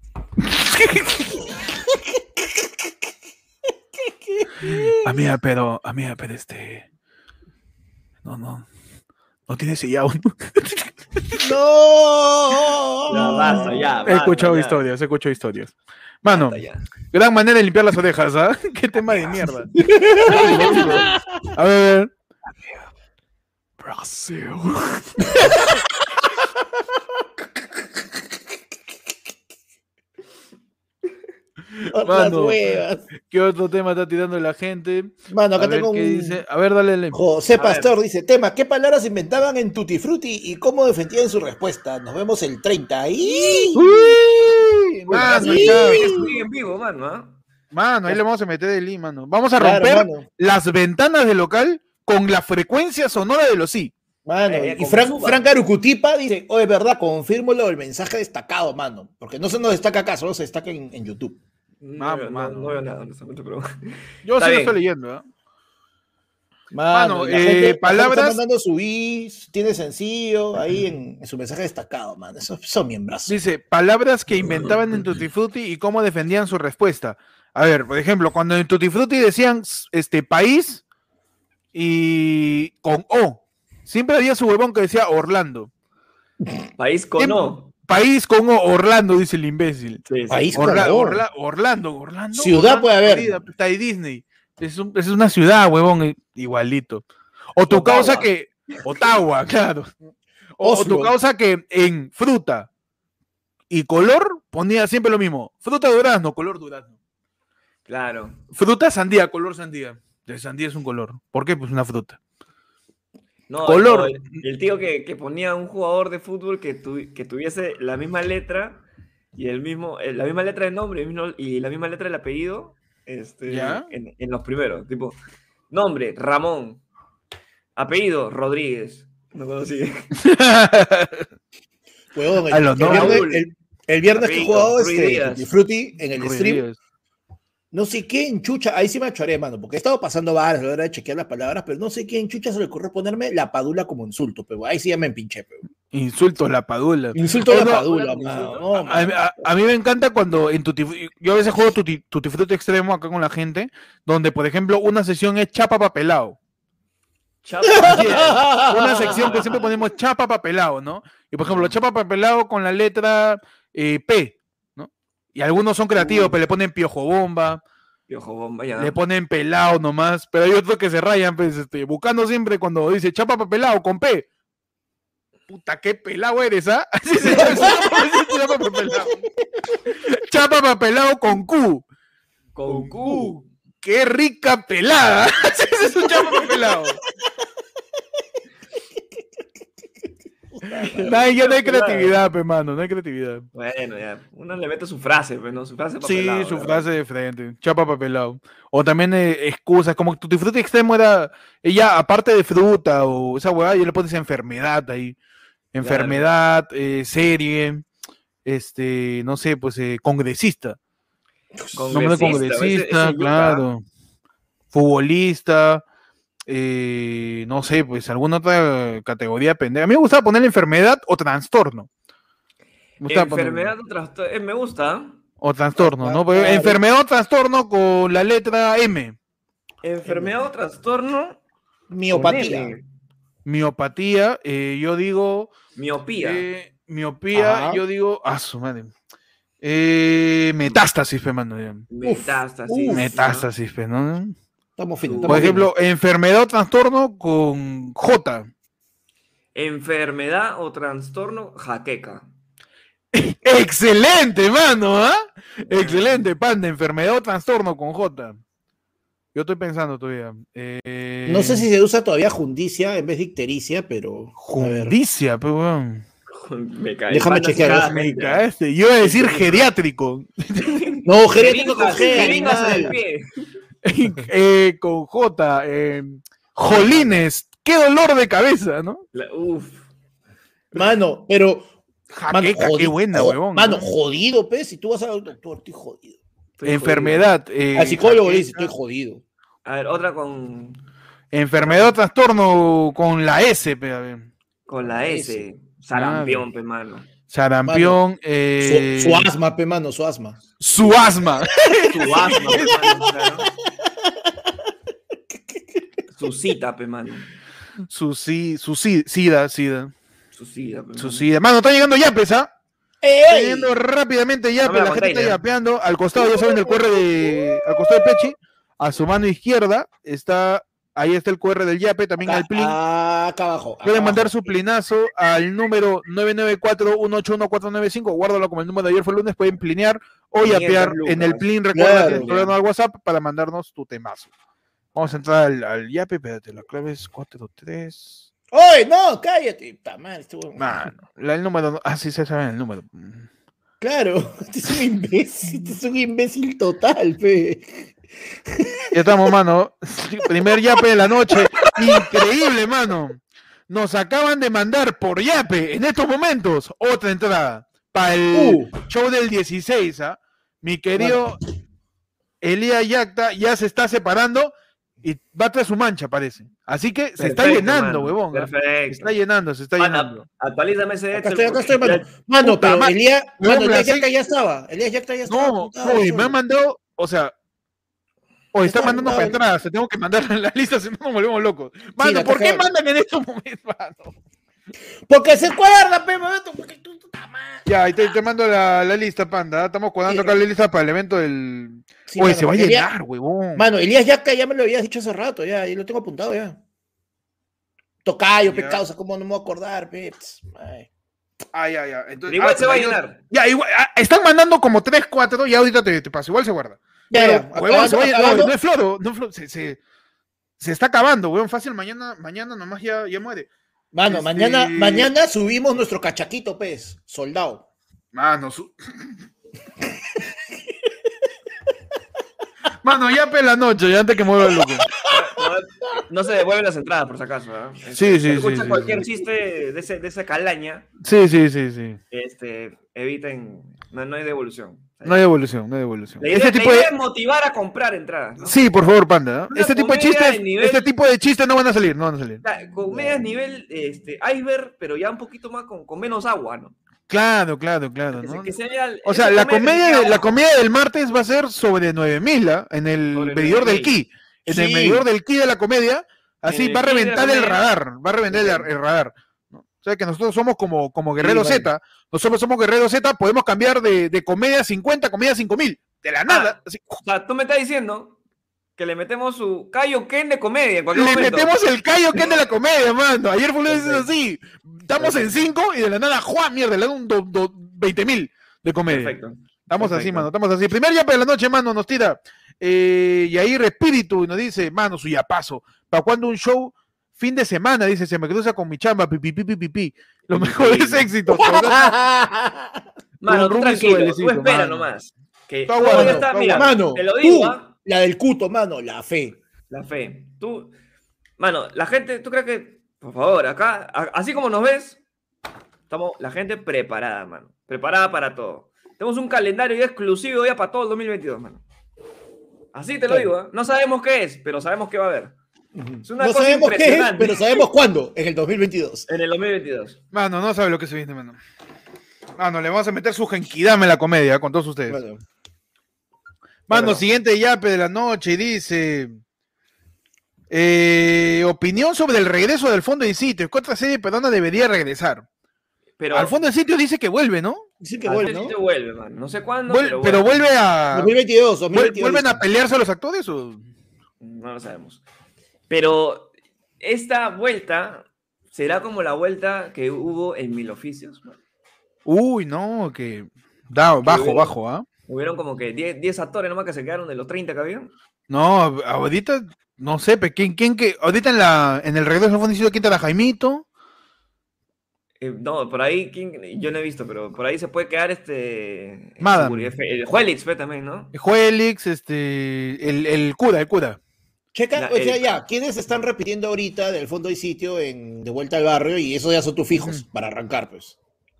Amiga, pero, amiga, pero este. No, no. No tiene silla aún. no. Ya, basta, ya. He escuchado basta, ya. historias, he escuchado historias. Mano, Basta, ya. gran manera de limpiar las orejas, ¿ah? Qué tema de mierda. A ver, a ver. Brasil. Las Mano. huevas. ¿Qué otro tema está tirando la gente? Mano, A acá ver tengo qué un. dice. A ver, dale. dale. José A ver. Pastor dice, tema, ¿qué palabras inventaban en Tutti Frutti y cómo defendían su respuesta? Nos vemos el treinta. ¡Ih! Uy, mano, sí. ya. Estoy en vivo, mano, ¿ah? Mano, ahí le vamos a meter de Lee, mano. Vamos a Claro, romper mano. las ventanas del local con la frecuencia sonora de los sí. Mano, Eh, y con Frank, Suba. Frank Arucutipa dice, oye, verdad, confírmalo el mensaje destacado, mano. Porque no se nos destaca acá, solo se destaca en, en YouTube. No, Mano, veo- no, mano. no veo nada, honestamente, pero. Yo Está sí lo bien. estoy leyendo, ¿eh? Mano, Mano, la eh, gente, la palabras- gente está mandando su I, tiene sencillo, ahí en, en su mensaje destacado, man. Esos son miembros. Dice, palabras que inventaban en Tutti Frutti y cómo defendían su respuesta. A ver, por ejemplo, cuando en Tutti Frutti decían este país y con O, siempre había su huevón que decía Orlando. País con Siempre- O. País con O, Orlando, dice el imbécil. Sí, sí. País Orla- con O. Orla- Orlando, Orlando. Ciudad Orlando, puede haber. Florida, está ahí Disney. Es, un- es una ciudad, huevón, i- igualito. O tu Ottawa. causa que. Ottawa, claro. O, o tu Oslo. causa que en fruta y color ponía siempre lo mismo. Fruta durazno, color durazno. Claro. Fruta sandía, color sandía. De sandía es un color. ¿Por qué? Pues una fruta. No, Color. no, el, el tío que, que ponía un jugador de fútbol que, tu- que tuviese la misma letra y el mismo, eh, la misma letra de nombre y, el mismo- y la misma letra del apellido este, ¿Ya? en, en los primeros. Tipo, nombre, Ramón. Apellido, Rodríguez. No conocí. Huevón, el, A los el nombres. viernes, el- el viernes que he Apellido, jugado Ruiz este, Díaz. Tutti Frutti en el Ruiz stream, Díaz. no sé qué en chucha, ahí sí me choré, mano, porque he estado pasando varias a la hora de chequear las palabras, pero no sé qué en chucha se le ocurrió ponerme la padula como insulto, pero ahí sí ya me empinché, pero. Insulto la padula. Insulto a Oye, la no, padula, una- mano. a- No, A, mano. a- a mí me encanta cuando en Tutti, yo a veces juego Tutti, Tutti Frutti extremo acá con la gente, donde por ejemplo una sesión es chapa papelado. Chapa. Así es, una sección que siempre ponemos chapa papelado, ¿no? Y por ejemplo, chapa papelado con la letra eh, P, ¿no? Y algunos son creativos, Uh. pero le ponen piojo bomba, Piojo bomba, ya. le ponen pelado nomás, pero hay otros que se rayan, pues, este, buscando siempre cuando dice chapa papelado con P. Puta, qué pelado eres, ¿ah? Así se llama, chapa papelado. Chapa papelado con Q. Con Q. ¡Qué rica pelada! Ese es un chapa papelado. No hay- ya no hay creatividad, pe, mano, no hay creatividad. Bueno, ya. Uno le mete su frase, pues, ¿no? Su frase Sí, papelado, su ¿verdad? frase de frente, chapa papelado. O también eh, excusas, como Tutti Frutti extremo era, ella aparte de fruta o esa hueá, ya le pones enfermedad ahí. Enfermedad, eh, serie, este, no sé, pues eh, congresista. Nombre de Congresista, ese- congresista, ese yuca. claro. Futbolista, eh, no sé, pues alguna otra categoría pendeja. A mí me gustaba poner enfermedad o trastorno. Me gustaba poner- Enfermedad o trastorno. Eh, me gusta. o trastorno, ¿no? Porque Claro. enfermedad o trastorno con la letra M. Enfermedad o trastorno. Miopatía. con M. Miopatía, eh, yo digo. Miopía. eh, miopía, Ajá. yo digo. Ah, su madre. Eh, metástasis, pe, mano. ya. Metástasis. uf, Metástasis, pe, ¿no? Estamos finos. Por Por estamos ejemplo, enfermedad o trastorno con J. Enfermedad o trastorno, jaqueca. Excelente, mano, ¿ah? Excelente, panda, enfermedad o trastorno con J. Yo estoy pensando todavía. Eh, finos. No sé si se usa todavía jundicia en vez de ictericia, pero. A ver. Jundicia, pues, weón. Me cae. Déjame Panda chequear, cada déjame Me gente. cagaste. Yo iba a decir geriátrico. No, geriátrico con Jeringas, G, jeringas en el animal. pie. Eh, con J. eh, Jolines. Qué dolor de cabeza, ¿no? La- Uf. Mano, pero. Mano, Jaqueca, qué jodido, buena, jo- huevón. Mano, ¿no? jodido, pe. Si tú vas al doctor, estoy jodido. Estoy Enfermedad. eh, Al psicólogo le jaqueca. dice, estoy jodido. A ver, otra con, Enfermedad o trastorno con la S, pe, a ver. con la S. Sarampión, pe, mano. Sarampión. Su, eh, su asma, pe, mano, su asma. su asma. Su asma, pe, mano, claro. Su cita, pe, mano. Su, si, su si- sida, sida. Su sida, pe, Su mano. sida. Mano, está llegando yapes, ¿ah? Está ¡Ey! llegando rápidamente yapes. Dame la La gente está container. yapeando. Al costado, ya saben, el Q R de. Al costado de Pechi. A su mano izquierda está. Ahí está el Q R del yape. También al plin. Acá, acá abajo. acá Pueden mandar abajo. su plinazo al número nueve nueve cuatro, uno ocho uno, cuatro nueve cinco. Guárdalo como el número de ayer fue el lunes. Pueden plinear o quinientas yapear lucas. en el plin. Recuerda Claro. tienes que hablarnos al WhatsApp para mandarnos tu temazo. Vamos a entrar al, al yape. Espérate, la clave es cuatro tres. ¡Oye, no! ¡Cállate! Puta madre, este huevón. Mano, la- el número. no- Ah, sí, se sabe el número. Claro, este es un imbécil, este es un imbécil total, pe. Ya estamos, mano. Primer yape de la noche. Increíble, mano. Nos acaban de mandar por yape en estos momentos otra entrada para el Uh. show del dieciséis. ¿Ah? Mi querido Elías Yacta ya se está separando. y va tras su mancha, parece. Así que se Perfecto, está llenando, mano. huevón. ¿ah? Perfecto. Se está llenando, se está Mano, llenando. actualízame ese Acá Excel, estoy, acá porque estoy, mano. ya- Mano, Puta pero ma- Elías, huevón, mano, Elías la Yacta sé- ya estaba. Elías Yacta ya estaba. No, apuntado, uy, solo. me ha mandado, o sea, o está Está mandando para apuntado. atrás, te tengo que mandar en la lista, si no nos volvemos locos. Mano, la ¿por está qué cagando. mandan en estos momentos, mano? Porque se cuerda, pe, momento, porque tú, tú, puta madre. Ya, ahí te, te mando la, la lista, panda. Estamos cuadrando Sí. acá la lista para el evento del. Sí, Oye, mano, se va a porque Elías- llenar, huevón. Mano, Elías Yacta ya me lo habías dicho hace rato, ya, y lo tengo apuntado ya. Tocayo, pe, Ya. causa, ¿cómo no me voy a acordar, pe? Pss, ay. Ah, ya, ya. Entonces, Pero igual ah, se va a ya, llenar. Ya, igual. ah, están mandando como tres, cuatro, y ahorita te, te paso. Igual se guarda. Ya, Pero, ya, huevón, acabando- se va a llenar. acabando- No, no es floro, no es floro. Se, se, se está acabando, huevón. Fácil, mañana, mañana nomás ya, ya muere. Mano, Este- mañana, mañana subimos nuestro cachaquito, pez, soldado. Mano, su... Mano, ya pe la noche, ya antes que mueva el loco. No se devuelven las entradas, por si acaso. ¿eh? Sí, Este, sí, si sí, escuchan sí, cualquier sí. chiste de, ese, de esa calaña, Sí, sí, sí, sí. este, eviten. No, no hay devolución. No hay evolución, no hay evolución. La idea, Ese la tipo idea de... es motivar a comprar entradas. ¿no? Sí, por favor, panda. Una Este tipo de comedia chistes, de nivel- este tipo de chistes no van a salir, no van a salir. La comedia es nivel este, iceberg, pero ya un poquito más con, con menos agua, ¿no? Claro, claro, claro. Que se- ¿no? que se vea- O sea, esa la comedia, que de- sea la ojo. comedia del martes va a ser sobre nueve mil, ¿ah? En el Sobre medidor del nueve mil. ki. En el Sí. medidor del ki de la comedia, así el va a ki de la reventar el comedia. radar, va a reventar el, Ok. el radar. ¿no? O sea que nosotros somos como, como Guerrero vale. Z, nosotros somos Guerrero Z, podemos cambiar de, de comedia cincuenta a comedia cinco mil, de la nada. así, O sea, tú me estás diciendo que le metemos su Kaioken de comedia en cualquier le momento. metemos el Kaioken de la comedia, mano. Ayer fue Perfecto. así. Estamos en Perfecto. cinco y de la nada, ¡juan! Mierda, le dan un do- do- veinte mil de comedia. Perfecto. Estamos así, Perfecto. mano, estamos así. Primer yape de la noche, mano, nos tira. Eh, y ahí Espíritu y nos dice, mano, su yapazo. ¿Para cuándo un show? Fin de semana, dice, se me cruza con mi chamba, pipi, pipi, pipi. Lo Pipi, mejor pipi. es éxito. Mano, Un tú Rumi tranquilo, tú suavecito, espera mano. nomás. Que Está todo bueno, ya está, está mira, Mano, te lo digo, tú, ¿ah? la del cuto, mano, la fe. La fe. Tú, mano, la gente, ¿tú crees que, por favor, acá, a- así como nos ves, estamos la gente preparada, mano. Preparada para todo. Tenemos un calendario ya exclusivo ya para todo el dos mil veintidós, mano. Así te lo Claro. digo, ¿eh? No sabemos qué es, pero sabemos qué va a haber. Es una No cosa sabemos qué es, impresionante. pero sabemos cuándo, en el dos mil veintidós. En el dos mil veintidós. Mano, no sabe lo que se viene, mano. Mano, le vamos a meter su genkidame en la comedia con todos ustedes. Bueno, Mano, Bueno. siguiente yape de la noche y dice. eh, opinión sobre el regreso del fondo de sitio. ¿Qué otra serie peruana debería regresar? Pero Al fondo de sitio dice que vuelve, ¿no? dicen que al vuelve, fin ¿no? te vuelve, mano. No sé cuándo, Vuel- pero, pero vuelve. vuelve a. dos mil veintidós, vuel- dos mil veintidós. ¿Vuelven a dicen. pelearse los actores o.? No lo sabemos. Pero esta vuelta será como la vuelta que hubo en Mil Oficios. mano. Uy, no, que. Da, bajo, hubiera- bajo, ¿ah? Hubieron como que diez actores nomás que se quedaron de los treinta que habían. No, ahorita. No sé, pe, ¿quién, quién que. Ahorita en la en el regreso del fondo de sitio, ¿quién está? Jaimito. Eh, no, por ahí, ¿quién? Yo no he visto, pero por ahí se puede quedar este. Madame. seguridad- El Juelix fue también, ¿no? Juelix, este. El, el cura, el cura. Checa, La- o sea, el- ya, ¿quiénes están repitiendo ahorita del fondo y sitio en De Vuelta al Barrio? Y eso ya son tus fijos Ujú. para arrancar, pues.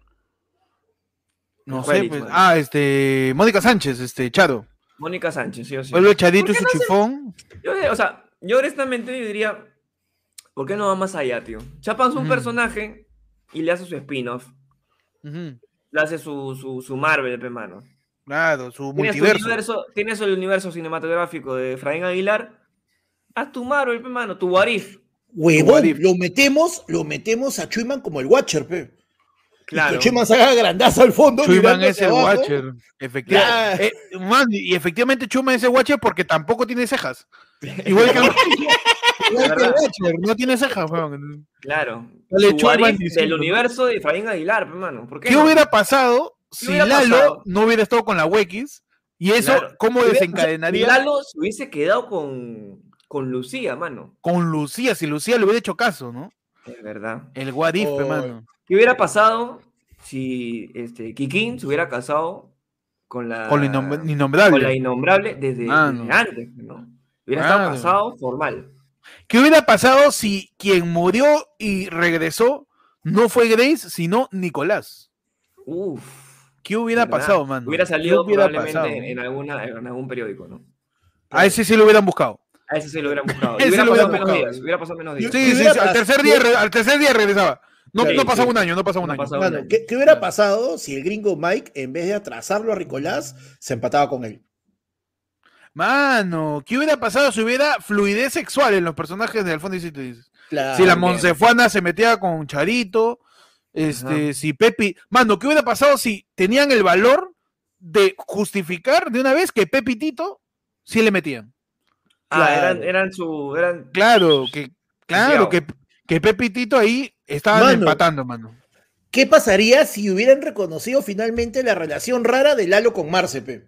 No sé, Juelix, pues. mano. Ah, este. Mónica Sánchez, este, Charo. Mónica Sánchez, sí o sí. Vuelve Chadito y ¿Por su qué no se- chifón. Yo, o sea, yo honestamente yo diría, ¿por qué no va más allá, tío? Chapan un Ujú. personaje y le hace su spin-off. Ujú. Le hace su, su, su Marvel, pe, mano. Claro, su Tienes tu multiverso. universo, tienes el universo cinematográfico de Efraín Aguilar. Haz tu Marvel, pe, mano, tu What If. Huevón, What if. lo metemos, lo metemos a Chuyman como el Watcher, pe. Claro. Y que Chuyman salga grandazo al fondo. Chuyman mirando es hacia el abajo. Watcher. Efectivamente. Eh, man, y efectivamente Chuyman es el Watcher porque tampoco tiene cejas. Igual que el, igual que el verdad. Watcher, no tiene cejas, weón. Claro. Dale, Su What Chuyman If diciendo, del ¿no? universo de Efraín Aguilar, pe, mano. ¿Por qué, ¿Qué no? hubiera pasado si hubiera Lalo pasado? no hubiera estado con la Wekis? Y eso, Claro. ¿cómo Hubiera- desencadenaría Lalo se hubiese quedado con, con Lucía, mano. con Lucía? Si Lucía le hubiera hecho caso, ¿no? Es verdad. El What If, pe, Oh. mano. ¿Qué hubiera pasado si este, Kikín se hubiera casado con la, Con la inom- con la innombrable. innombrable desde, Mano. desde antes? ¿no? Hubiera Claro. estado casado formal. ¿Qué hubiera pasado si quien murió y regresó no fue Grace, sino Nicolás? Uf. ¿Qué hubiera ¿verdad? pasado, mano? Hubiera ¿Qué salido hubiera probablemente pasado? en, en alguna, en algún periódico, ¿no? A ese sí lo hubieran buscado. A ese sí lo hubieran buscado. Y Ese hubiera lo pasado hubieran menos buscado. días. Hubiera pasado menos días. Sí, sí, sí, al tercer día, re- al tercer día regresaba. No, Sí, no pasaba sí. un año, no pasaba un No año. pasaba un Mano, año. ¿qué, qué hubiera pasado si el gringo Mike, en vez de atrasarlo a Ricolás, se empataba con él? Mano, ¿qué hubiera pasado si hubiera fluidez sexual en los personajes de Al fondo y si te dices? Claro. Si la también. Monsefuana se metía con Charito, este, Ajá. si Pepi, mano, ¿qué hubiera pasado si tenían el valor de justificar de una vez que Pepi y Tito sí le metían? Ah, Claro. eran, eran su. Eran... Claro, que, claro, Confiado. que, que Pepi y Tito ahí estaban Mano. empatando, mano. ¿Qué pasaría si hubieran reconocido finalmente la relación rara de Lalo con Marce, pe?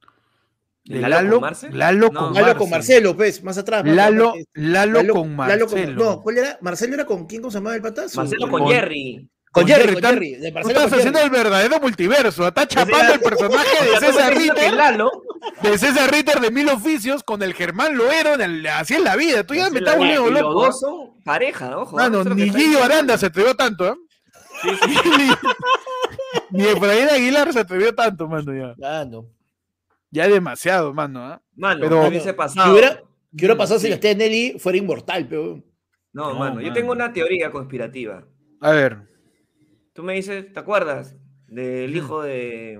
De ¿Lalo Lalo, con Marce? Lalo No. con Lalo Marce. con Marcelo, pues, más atrás. más Lalo, atrás, este. Lalo, con Lalo con- Marcelo. no, ¿cuál era? ¿Marcelo era con quién? ¿Cómo se llamaba el pata? Su- Marcelo el- con con- Jerry. Con con Jerry, Jerry, con tan- Jerry. De Tú Marcelo estás con haciendo Jerry. el verdadero multiverso. Está Ese chapando era- el personaje O de sea, tú me César estás diciendo que Ritter, Lalo. de César Ritter de Mil Oficios con el Germán Loero. en el- Así es la vida. Tú ya Así me es la estás vida, volviendo y los loco. dos son pareja, ojo. Mano, eso es lo que ni está Gillo diciendo. Aranda se atrevió tanto, ¿eh? Sí, sí. Ni, ni Efraín Aguilar se atrevió tanto, mano, ya. Ah, no. Ya demasiado, mano, ¿ah? Mano, Pero- ¿qué hubiese ¿Qué pasado? hubiera, qué hubiera pasado si Sí. la tía Nelly fuera inmortal, pero No, No, mano, mano. yo tengo una teoría conspirativa. A ver. Tú me dices, ¿te acuerdas del hijo de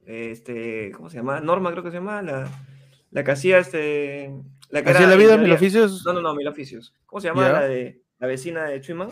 este, ¿cómo se llama? Norma, creo que se llama, la, la que hacía este, la que ¿Así era es la vida, en Mil teoría- Oficios? No, no, no, Mil Oficios. ¿Cómo se llama Ya. la de la vecina de Chuyman?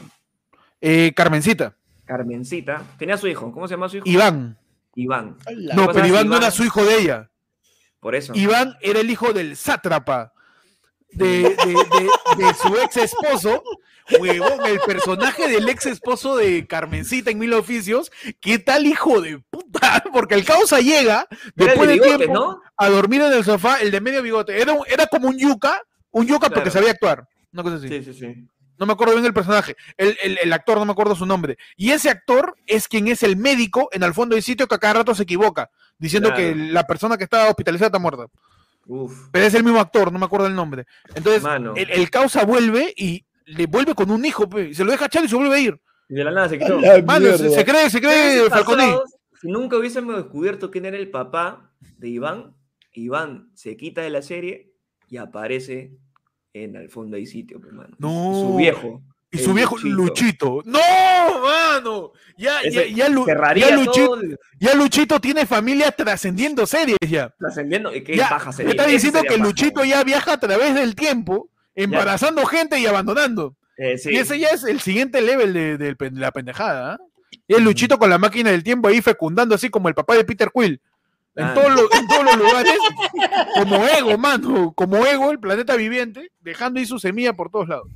Eh, Carmencita. Carmencita. Tenía su hijo. ¿Cómo se llama su hijo? Iván. Iván. ¡Hala! No, pasa pero si Iván no Iván- era su hijo de ella. Por eso. Iván era el hijo del sátrapa, de, de, de- de su ex esposo. Huevón, el personaje del ex esposo de Carmencita en Mil Oficios. ¿Qué tal hijo de puta? Porque el causa llega Era el después de de bigotes, tiempo ¿no? a dormir en el sofá, el de medio bigote. Era, un- era como un yuca, un yuca porque Claro. sabía actuar. Una cosa así. Sí, sí, sí. No me acuerdo bien el personaje. El, el- el actor, no me acuerdo su nombre. Y ese actor es quien es el médico en el fondo del sitio que a cada rato se equivoca, diciendo Claro. que la persona que está hospitalizada está muerta. Uf. Pero es el mismo actor, no me acuerdo el nombre. Entonces, Mano. el, el causa vuelve y le vuelve con un hijo, pe, y se lo deja echar y se vuelve a ir. Y de la nada se quitó. ¡A la Mano, se, mierda! se cree, se ¿Qué cree hubiese Falconi. pasado si nunca hubiésemos descubierto quién era el papá de Iván? Iván se quita de la serie y aparece en el fondo hay sitio, pe, mano. No. Su viejo. Y el su viejo Luchito. ¡No, mano! Ya, ya, Ese ya, Lu- cerraría ya Luchito, todo ya Luchito tiene familia trascendiendo series ya. trascendiendo. ¿Y qué Ya, paja me sería? está Ese diciendo sería que paja. Luchito ya viaja a través del tiempo, embarazando gente y abandonando. Eh, sí. Y ese ya es el siguiente level de, de pe- la pendejada. ¿ah? Y el Luchito con la máquina del tiempo ahí fecundando así como el papá de Peter Quill. En, Ah. todos los, en todos los lugares, como Ego, mano, como Ego, el planeta viviente, dejando ahí su semilla por todos lados.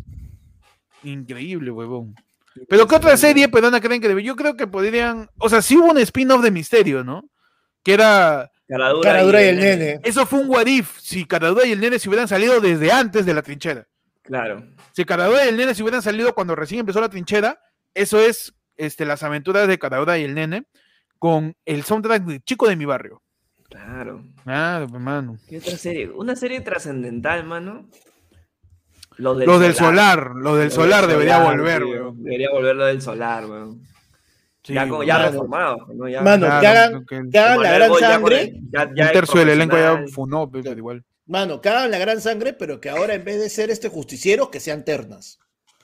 Increíble, huevón. Pero ¿qué otra serie pedana creen que debe? Yo creo que podrían, o sea, sí hubo un spin-off de Misterio, ¿no? Que era, Caradura, Caradura y el nene. eso fue un what if, si Caradura y el nene se hubieran salido desde antes de la trinchera. Claro. Si Caradura y el nene se hubieran salido cuando recién empezó la trinchera, eso es este, las aventuras de Caradura y el nene con el soundtrack de Chico de mi barrio. Claro. Ah, hermano. ¿Qué otra serie? Una serie trascendental, mano. Lo del Lo del solar, lo del Lo solar del debería solar, volver, tío. weón. Debería volver lo del solar, weón. Sí, ya con, weón. ya Mano. reformado, ¿no? Ya, Mano, Claro, que hagan, que el- que hagan la Manuel gran Gol ya con sangre. el- ya- ya un es tercio del elenco ya profesional. funó, pe, pero igual. Mano, que hagan la gran sangre, pero que ahora en vez de ser este justiciero, que sean ternas.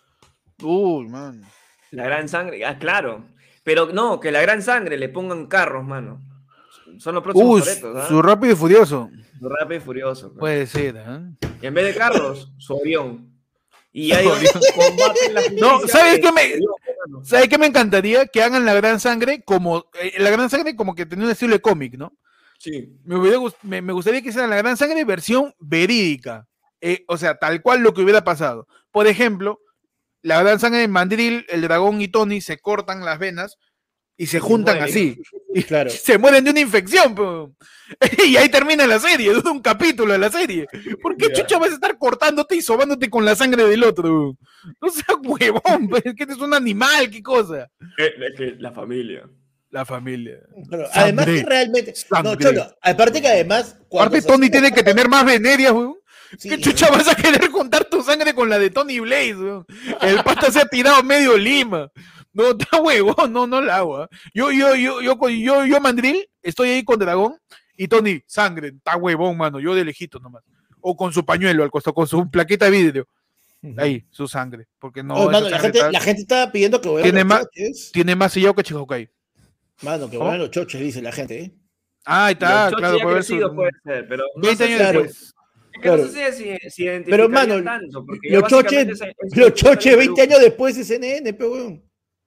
Uy, man. La gran sangre, ah, claro. Pero no, que la gran sangre le pongan carros, mano. Son los próximos Uy, Torettos, ¿ah? su rápido y furioso. Su Rápido y Furioso. pues. Puede ser, ¿eh? Y en vez de carros, su avión. Y ahí combaten la justicia. No, ¿sabes de qué me- su avión, mano. ¿Sabes qué me encantaría? Que hagan la gran sangre como. eh, la gran sangre como que tenía un estilo de cómic, ¿no? Sí. Me, hubiera gust- me, me gustaría que hicieran la gran sangre versión verídica. Eh, o sea, tal cual lo que hubiera pasado. Por ejemplo, la gran sangre de Mandrill, el dragón y Tony se cortan las venas y se Y se juntan mueren. así. Y Claro. se mueren de una infección, po. Y ahí termina la serie, dura un capítulo de la serie. ¿Por qué Ya. chucha vas a estar cortándote y sobándote con la sangre del otro? No seas huevón, pues, es que eres un animal, qué cosa. Eh, es que la familia. La familia. Claro, Sangre. además que realmente. No, Sangre. Cholo, aparte que además. cuando Aparte, se Tony hace- tiene que tener más venerias, weón. Sí, ¿Qué chucha vas a querer juntar tu sangre con la de Tony Blaze, weón? El pata se ha tirado medio Lima. No, está huevón, no, no la hago. ¿ah? Yo, yo, yo, yo, yo, yo, yo, Mandril, estoy ahí con Dragón y Tony, sangre, está huevón, mano, yo de lejito nomás. o con su pañuelo al costado, con su plaqueta de vidrio. Ahí, su sangre. Porque no. Oh, mano, la, gente, está... la gente está pidiendo que vuelvan tiene los más, choches. Tiene más sellado que Chihokai. Mano, que vuelvan los choches, dice la gente, ¿eh? Ah, ahí está, los claro. Ya crecido, su... puede ser, pero no veinte años claro. después. Es que claro. No sé si, si pero, mano, tanto, los choches, los choches veinte años después es N N, pero weón.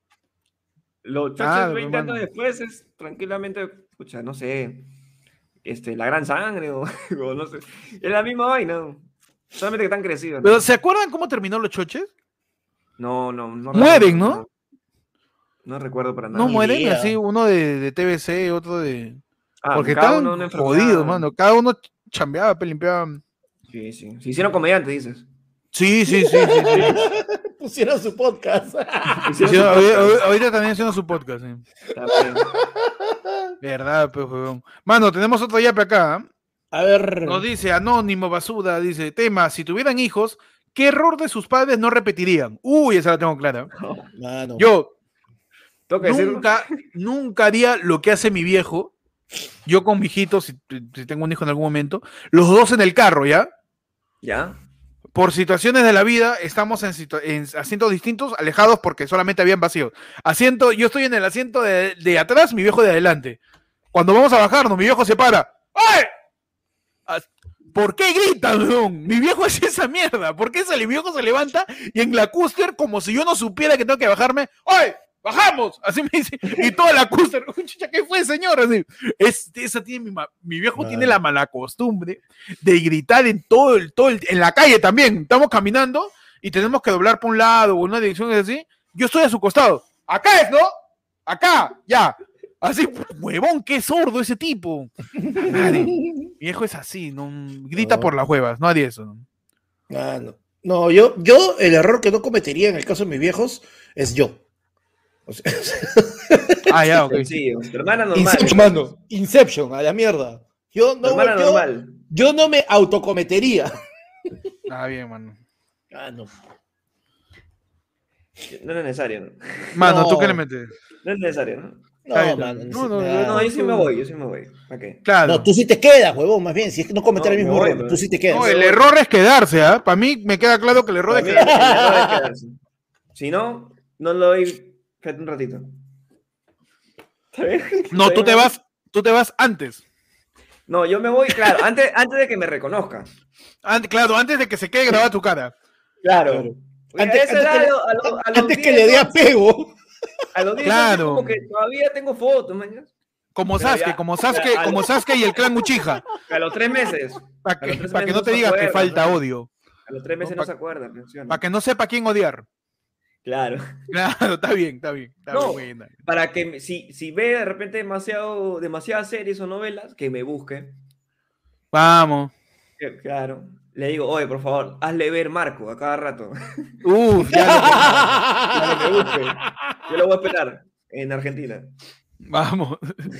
Los choches ah, veinte años después es tranquilamente, escucha, no sé, este, la gran sangre o, o no sé. Es la misma vaina, solamente que están crecidos. ¿Pero ¿no? ¿Se acuerdan cómo terminó los choches? No, no, no. Mueren, ¿no? No, no recuerdo para nada. No mueren, yeah. Así, uno de, de T V C, otro de... Ah, porque estaban jodidos, mano. Cada uno chambeaba, limpiaba. Sí, sí. Se hicieron comediantes, dices. Sí, sí, sí, sí, sí. Pusieron su podcast. Hicieron su podcast. Ahorita, ahorita también haciendo su podcast, sí. Verdad, pues, weón. Mano, tenemos otro yape acá. ¿eh? A ver. Nos dice Anónimo Basuda, dice, tema, si tuvieran hijos, ¿qué error de sus padres no repetirían? Uy, esa la tengo clara. Oh, mano. Yo nunca, nunca haría lo que hace mi viejo. Yo con mi hijito, si, si tengo un hijo en algún momento, los dos en el carro, ¿ya? ¿Ya? Por situaciones de la vida, estamos en, en asientos distintos, alejados porque solamente habían vacíos. Asiento, yo estoy en el asiento de, de atrás, mi viejo de adelante. Cuando vamos a bajarnos, mi viejo se para. ¡Ay! ¿Por qué gritan, weón? Mi viejo hace esa mierda. ¿Por qué sale? Mi viejo se levanta y en la cúster, como si yo no supiera que tengo que bajarme, ¡ay! ¡Bajamos! Así me dice. Y toda la cúster, chucha, ¿qué fue, señor? Así. Es, esa tiene mi, mi viejo Man. tiene la mala costumbre de gritar en todo el, todo el, en la calle también. Estamos caminando y tenemos que doblar por un lado o una dirección así. Yo estoy a su costado. Acá es, ¿no? Acá, ya. Así, huevón, qué sordo ese tipo. Madre, mi viejo es así, no grita no. por las huevas, no haría eso. ¿no? Ah, no. no, yo, yo el error que no cometería en el caso de mis viejos es yo. O sea, ah, ya, ok. Sí, tu hermana normal. Inception, mano. Inception, a la mierda. Yo no, hermana yo, normal. yo no me autocometería. Ah, bien, mano. Ah, no. No es necesario, ¿no? Mano, no. ¿tú qué le metes? No es necesario, ¿no? No, mano, no, no, no, no, yo sí me voy, yo sí me voy. ¿Para qué? Claro. No, tú sí te quedas, huevón, más bien. Si es que no cometer no, el mismo error, tú sí te quedas. No, el error es quedarse, ¿ah? ¿eh? Para mí me queda claro que el error, es mí, quedarse. el error es quedarse. Si no, no lo doy. Fíjate un ratito. No, tú te vas, tú te vas antes. No, yo me voy, claro, antes, antes de que me reconozca. Antes, claro, antes de que se quede grabada tu cara. Claro. claro. Antes, antes, que, a lo, a lo, a antes que le dé apego. A los diez claro. como que todavía tengo fotos, man. Como Sasuke, ya, como Sasuke, ya, como Sasuke y el clan Uchiha. A los tres meses. Para que, pa que no te digas que falta ¿no? odio. A los tres meses no, no se acuerdan. Para que no sepa quién odiar. Claro. Claro, está bien, está bien. Está no, bien, bien. Para que si, si ve de repente demasiado, demasiadas series o novelas, que me busque. Vamos. Que, claro. Le digo, oye, por favor, hazle ver Marco a cada rato. Uf, ya lo que me busque. Yo lo voy a esperar en Argentina. Vamos.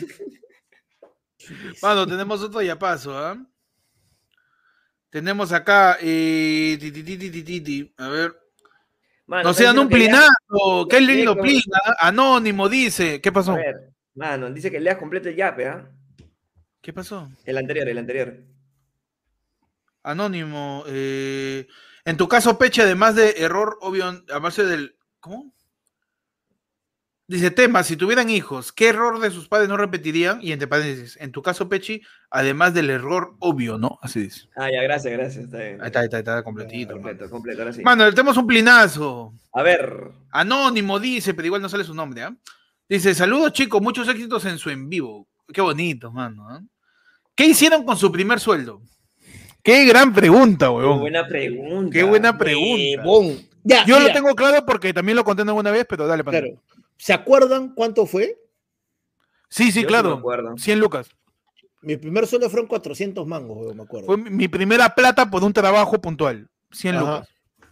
Bueno, tenemos otro ya paso, ¿ah? ¿eh? Tenemos acá, eh, ti, ti, ti, ti, ti, ti. A ver. Mano, nos sean un plinazo, ya... qué lindo como... plina, Anónimo dice, ¿qué pasó? A ver, mano, dice que leas completo el yape, ¿ah? ¿eh? ¿Qué pasó? El anterior, el anterior. Anónimo, eh, en tu caso, Peche, además de error obvio, a base del, ¿cómo? Dice, tema, si tuvieran hijos, ¿qué error de sus padres no repetirían? Y entre paréntesis, en tu caso, Pechi, además del error obvio, ¿no? Así dice. Ah, ya, gracias, gracias. Está bien. Ahí está, ahí está, está completito. Ya, completo, completo, ahora sí. Mano, le tenemos un plinazo. A ver. Anónimo dice, pero igual no sale su nombre, ¿ah? ¿eh? Dice, saludos chicos, muchos éxitos en su en vivo. Qué bonito, mano. ¿eh? ¿Qué hicieron con su primer sueldo? Qué gran pregunta, weón. Qué buena pregunta. Qué buena pregunta. Bon. Ya, Yo mira. lo tengo claro porque también lo conté alguna vez, pero dale, para claro. ¿Se acuerdan cuánto fue? Sí, sí, Yo claro. Sí cien lucas. Mi primer sueldo fueron cuatrocientos mangos, weón, me acuerdo. Fue mi primera plata por un trabajo puntual. cien Ajá. lucas.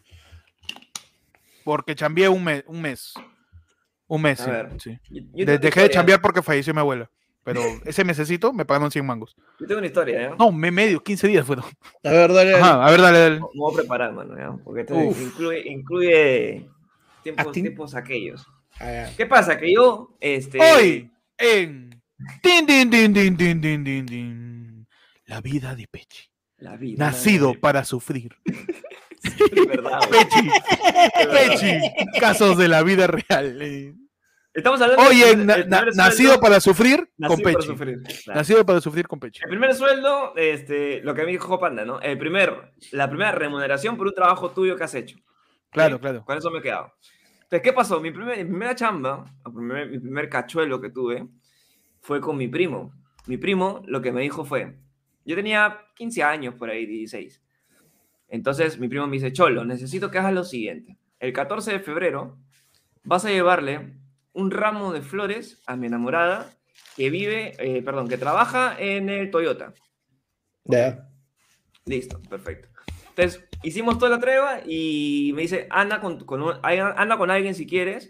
Porque chambeé un mes. Un mes, un mes sí, ver, sí. Yo, yo de, dejé de chambear porque falleció mi abuela. Pero ese mesecito me pagaron cien mangos. Yo tengo una historia, ¿eh? No, me medio, quince días fueron. A ver, dale, dale. Ajá, a ver, dale, dale. Me voy a preparar, mano, ¿ya? Porque esto incluye, incluye tiempos, tiempos aquellos. Ah, ¿Qué pasa? Que yo, este... Hoy, en... Din, din, din, din, din, din, din, din. La vida de Pechi. La vida. Nacido La vida. para sufrir. Es verdad, güey. Pechi, Pechi, casos de la vida real. eh. Estamos hablando Oye, del na- el na- primer nacido sueldo, para sufrir nacido con para Pechi. sufrir. Claro. Nacido para sufrir con Pechi. El primer sueldo, este, lo que me dijo Panda, ¿no? El primer, la primera remuneración por un trabajo tuyo que has hecho. Claro, ¿Sí? claro. Con eso me he quedado. Entonces, ¿qué pasó? Mi, primer, mi primera chamba, el primer- mi primer cachuelo que tuve, fue con mi primo. Mi primo lo que me dijo fue, yo tenía quince años por ahí, dieciséis. Entonces mi primo me dice, Cholo, necesito que hagas lo siguiente. El catorce de febrero vas a llevarle un ramo de flores a mi enamorada que vive, eh, perdón, que trabaja en el Toyota. Ya. Listo, perfecto. Entonces, hicimos toda la tregua y me dice, anda con, con un- anda con alguien si quieres.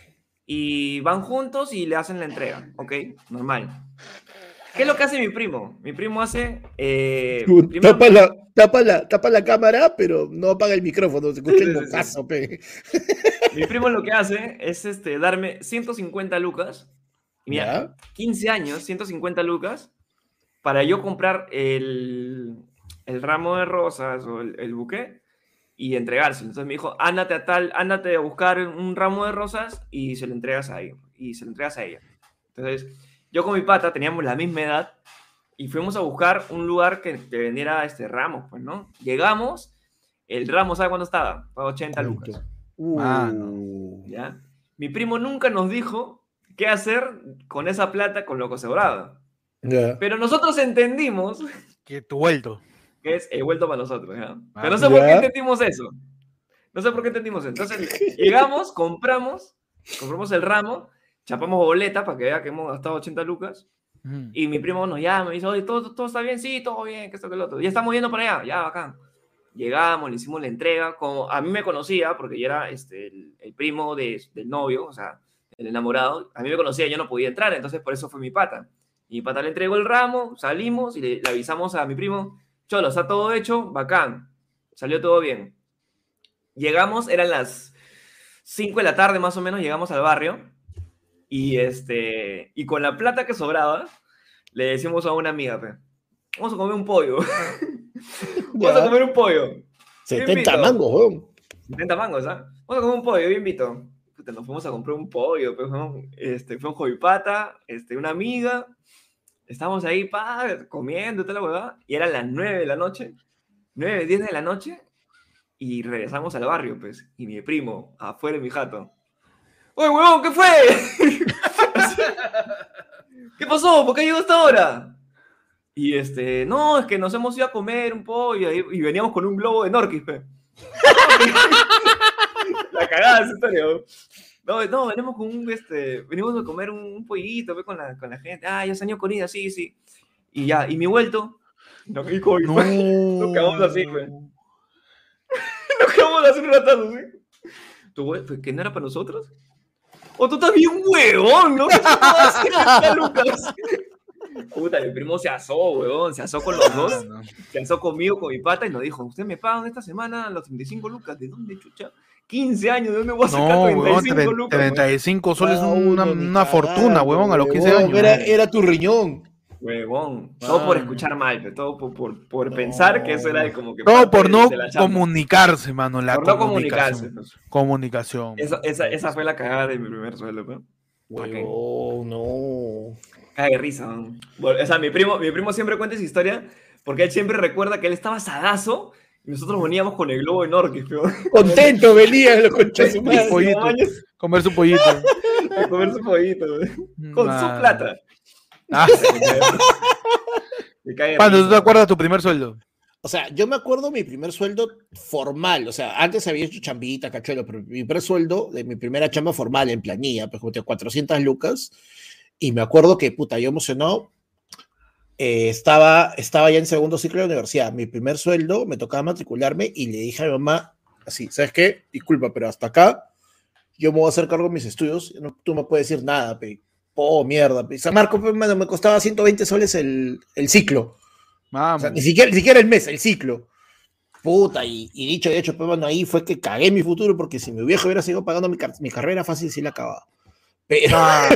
Y van juntos y le hacen la entrega, ¿ok? Normal. ¿Qué es lo que hace mi primo? Mi primo hace... eh, Tú primero- Tapa la, tapa, la, tapa la cámara, pero no apaga el micrófono, se escucha Sí, el sí, sí. bocazo, pe. Mi primo lo que hace es este, darme ciento cincuenta lucas. Y mira, ¿Ya? quince años, ciento cincuenta lucas, para yo comprar el, el ramo de rosas o el, el buqué y entregárselo. Entonces me dijo, ándate a tal, ándate a buscar un ramo de rosas y se lo entregas a ella. Y se lo entregas a ella. Entonces, yo con mi pata teníamos la misma edad y fuimos a buscar un lugar que te vendiera este ramo, pues, ¿no? Llegamos, el ramo, ¿sabe cuánto estaba? Fue ochenta lucas. Uh, Mano. ¿Ya? Mi primo nunca nos dijo qué hacer con esa plata con lo que sobraba. ya. Pero nosotros entendimos Que tu vuelto. que es el vuelto para nosotros. ¿Ya? Ah, Pero no sé por qué ya. entendimos eso. No sé por qué entendimos eso. Entonces llegamos, compramos, compramos el ramo, chapamos boleta para que vea que hemos gastado ochenta lucas. Mm. Y mi primo nos llama y dice, oye, ¿todo, todo está bien? Sí, todo bien, que esto, que lo otro. Ya estamos yendo para allá, ya, bacán. Llegamos, le hicimos la entrega, como a mí me conocía, porque yo era este, el, el primo de, del novio, o sea, el enamorado, a mí me conocía, yo no podía entrar, entonces por eso fue mi pata. Y mi pata le entregó el ramo, salimos y le, le avisamos a mi primo, Cholo, está todo hecho, bacán, salió todo bien. Llegamos, eran las cinco de la tarde más o menos, llegamos al barrio, y, este, y con la plata que sobraba, le decimos a una amiga, pe, vamos a comer un pollo. Vamos a comer un pollo. setenta mangos, weón. setenta mangos, ¿ah? Vamos a comer un pollo, yo invito. Puta, nos fuimos a comprar un pollo, pues, ¿no? Este, fue un jovipata, este, una amiga. Estábamos ahí, pa, comiendo y toda la huevada. Y eran las nueve de la noche, nueve, diez de la noche. Y regresamos al barrio, pues. Y mi primo, afuera de mi jato. ¡Oye, huevón, qué fue! ¿Qué pasó? ¿Por qué llegó hasta ahora? Y este, no, es que nos hemos ido a comer un pollo y, y veníamos con un globo de Norquis, pe. La cagada de esa historia, ¿no? No, no, venimos con un, este, venimos a comer un, un pollito, pe, con la, con la gente. Ah, ya se han ido comida, sí, sí. Y ya, y mi vuelto, no, y con- No. nos quedamos así, pe. Nos quedamos así un ratazo, ¿sí? ¿Tu vuelto, que no era para nosotros? O tú estás bien huevón, ¿no? ¿Qué te vas a hacer acá, Lucas? Puta, mi primo se asó, huevón, se asó con los dos, Ah, no. se asó conmigo, con mi pata, y nos dijo, ¿ustedes me pagan esta semana los treinta y cinco lucas? ¿De dónde, chucha? quince años, ¿de dónde voy a sacar No, treinta y huevón, cinco lucas? treinta y cinco soles es Cada una, uno, ni una fortuna, cagando, huevón, a los quince huevón, años. Era, era tu riñón. Huevón, todo por Ah. escuchar mal, pero todo por, por, por No. pensar que eso era como que... Todo parte por de- no de la chamba. comunicarse, mano. La Por no comunicarse. comunicación. Pues. Comunicación. Esa, esa, esa fue la cagada de mi primer sueldo, ¿no? Huevón, no. Cae de risa, ¿no? Bueno, o sea, mi primo, mi primo siempre cuenta esa historia porque él siempre recuerda que él estaba sadazo y nosotros veníamos con el globo de Norquis, pero Contento venían los conchas de su madre. madre. Pollito. Comer su pollito. A comer su pollito, güey. Con su Mano. plata. Ah, Me cae de Pando, ¿tú risa. te acuerdas de tu primer sueldo? O sea, yo me acuerdo mi primer sueldo formal. O sea, antes había hecho chambita, cachuelo, pero mi primer sueldo de mi primera chamba formal en planilla, pues como tenía cuatrocientas lucas. Y me acuerdo que, puta, yo emocionado, eh, estaba, estaba ya en segundo ciclo de la universidad. Mi primer sueldo, me tocaba matricularme y le dije a mi mamá, así, ¿sabes qué? Disculpa, pero hasta acá yo me voy a hacer cargo de mis estudios. No, tú no me puedes decir nada, pe. Oh, mierda. Pe. San Marcos, pe, mano, me costaba ciento veinte soles el, el ciclo. Vamos. O sea, ni siquiera, ni siquiera el mes, el ciclo. Puta, y, y dicho y hecho, pues, bueno, ahí fue que cagué mi futuro, porque si mi viejo hubiera seguido pagando mi, car- mi carrera, fácil sí la acababa. Pero, Ah,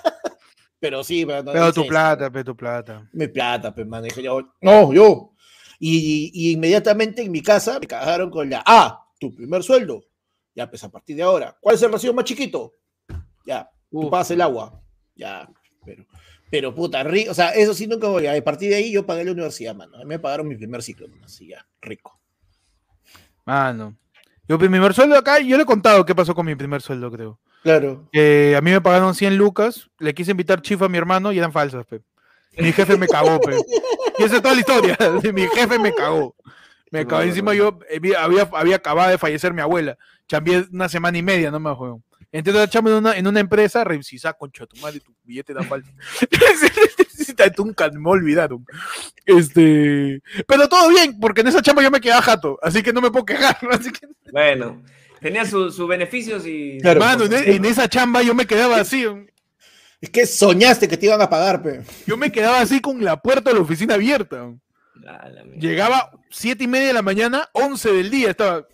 pero sí, pero, no, pero no tu sé, plata, pero tu plata. mi plata, pues, man. Dije yo, no, yo, Y, y, y inmediatamente en mi casa me cagaron con la, ah, tu primer sueldo. Ya, pues a partir de ahora, ¿cuál es el recibo más chiquito? Ya, tú Uf. pagas el agua. Ya, pero, pero puta, rico. O sea, eso sí nunca voy a. A partir de ahí yo pagué la universidad, mano. A mí me pagaron mi primer ciclo, mano. Así ya, rico. Mano. Yo, mi primer sueldo acá, yo le he contado qué pasó con mi primer sueldo, creo. Claro. Eh, a mí me pagaron cien lucas, le quise invitar chifa a mi hermano y eran falsas, pe. Mi jefe me cagó, pe. Y esa es toda la historia. Mi jefe me cagó. Me cagó. Encima yo eh, había, había acabado de fallecer mi abuela. Chambié una semana y media, no me acuerdo. Entonces la chamba en una, en una empresa, revisá, concha tu madre, tu billete da falta. Nunca me olvidaron. Este, pero todo bien, porque en esa chamba yo me quedaba jato, así que no me puedo quejar. Así que... Bueno, tenía sus su beneficios y. Claro, mano, en, en esa chamba yo me quedaba así. Es que soñaste que te iban a pagar, pe. Yo me quedaba así con la puerta de la oficina abierta. Ah, la Llegaba siete y media de la mañana, once del día, estaba.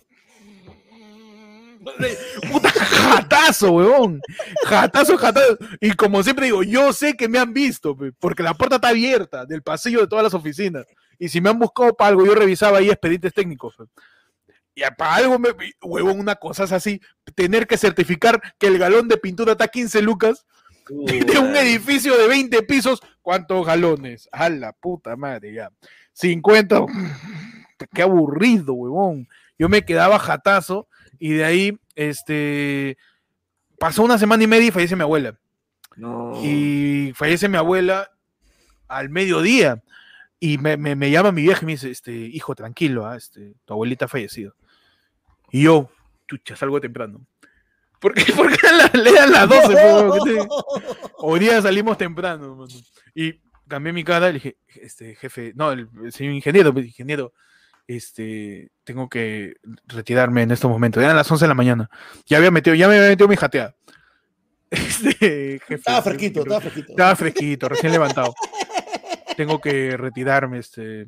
Puta, jatazo, weón. Jatazo, jatazo. Y como siempre digo, yo sé que me han visto, pe, porque la puerta está abierta del pasillo de todas las oficinas. Y si me han buscado para algo, yo revisaba ahí expedientes técnicos. Pe. Y para algo, me, huevón, una cosa es así, tener que certificar que el galón de pintura está quince lucas. Uh, de un edificio de veinte pisos, ¿cuántos galones? A la puta madre, ya. cincuenta. Qué aburrido, huevón. Yo me quedaba jatazo y de ahí, este, pasó una semana y media y fallece mi abuela. No. Y fallece mi abuela al mediodía y me, me, me llama mi vieja y me dice, este, hijo, tranquilo, ¿eh? este, tu abuelita ha fallecido. Y yo, chucha, salgo temprano. ¿Por qué? Porque le dan las doce. No. Hoy día salimos temprano, mano. Y cambié mi cara y le dije, este, jefe, no, el, el señor ingeniero, ingeniero, este, tengo que retirarme en estos momentos. Eran las once de la mañana. Ya había metido, ya me había metido mi jateada. Este, jefe, estaba fresquito, estaba fresquito. Estaba fresquito, recién levantado. Tengo que retirarme, este.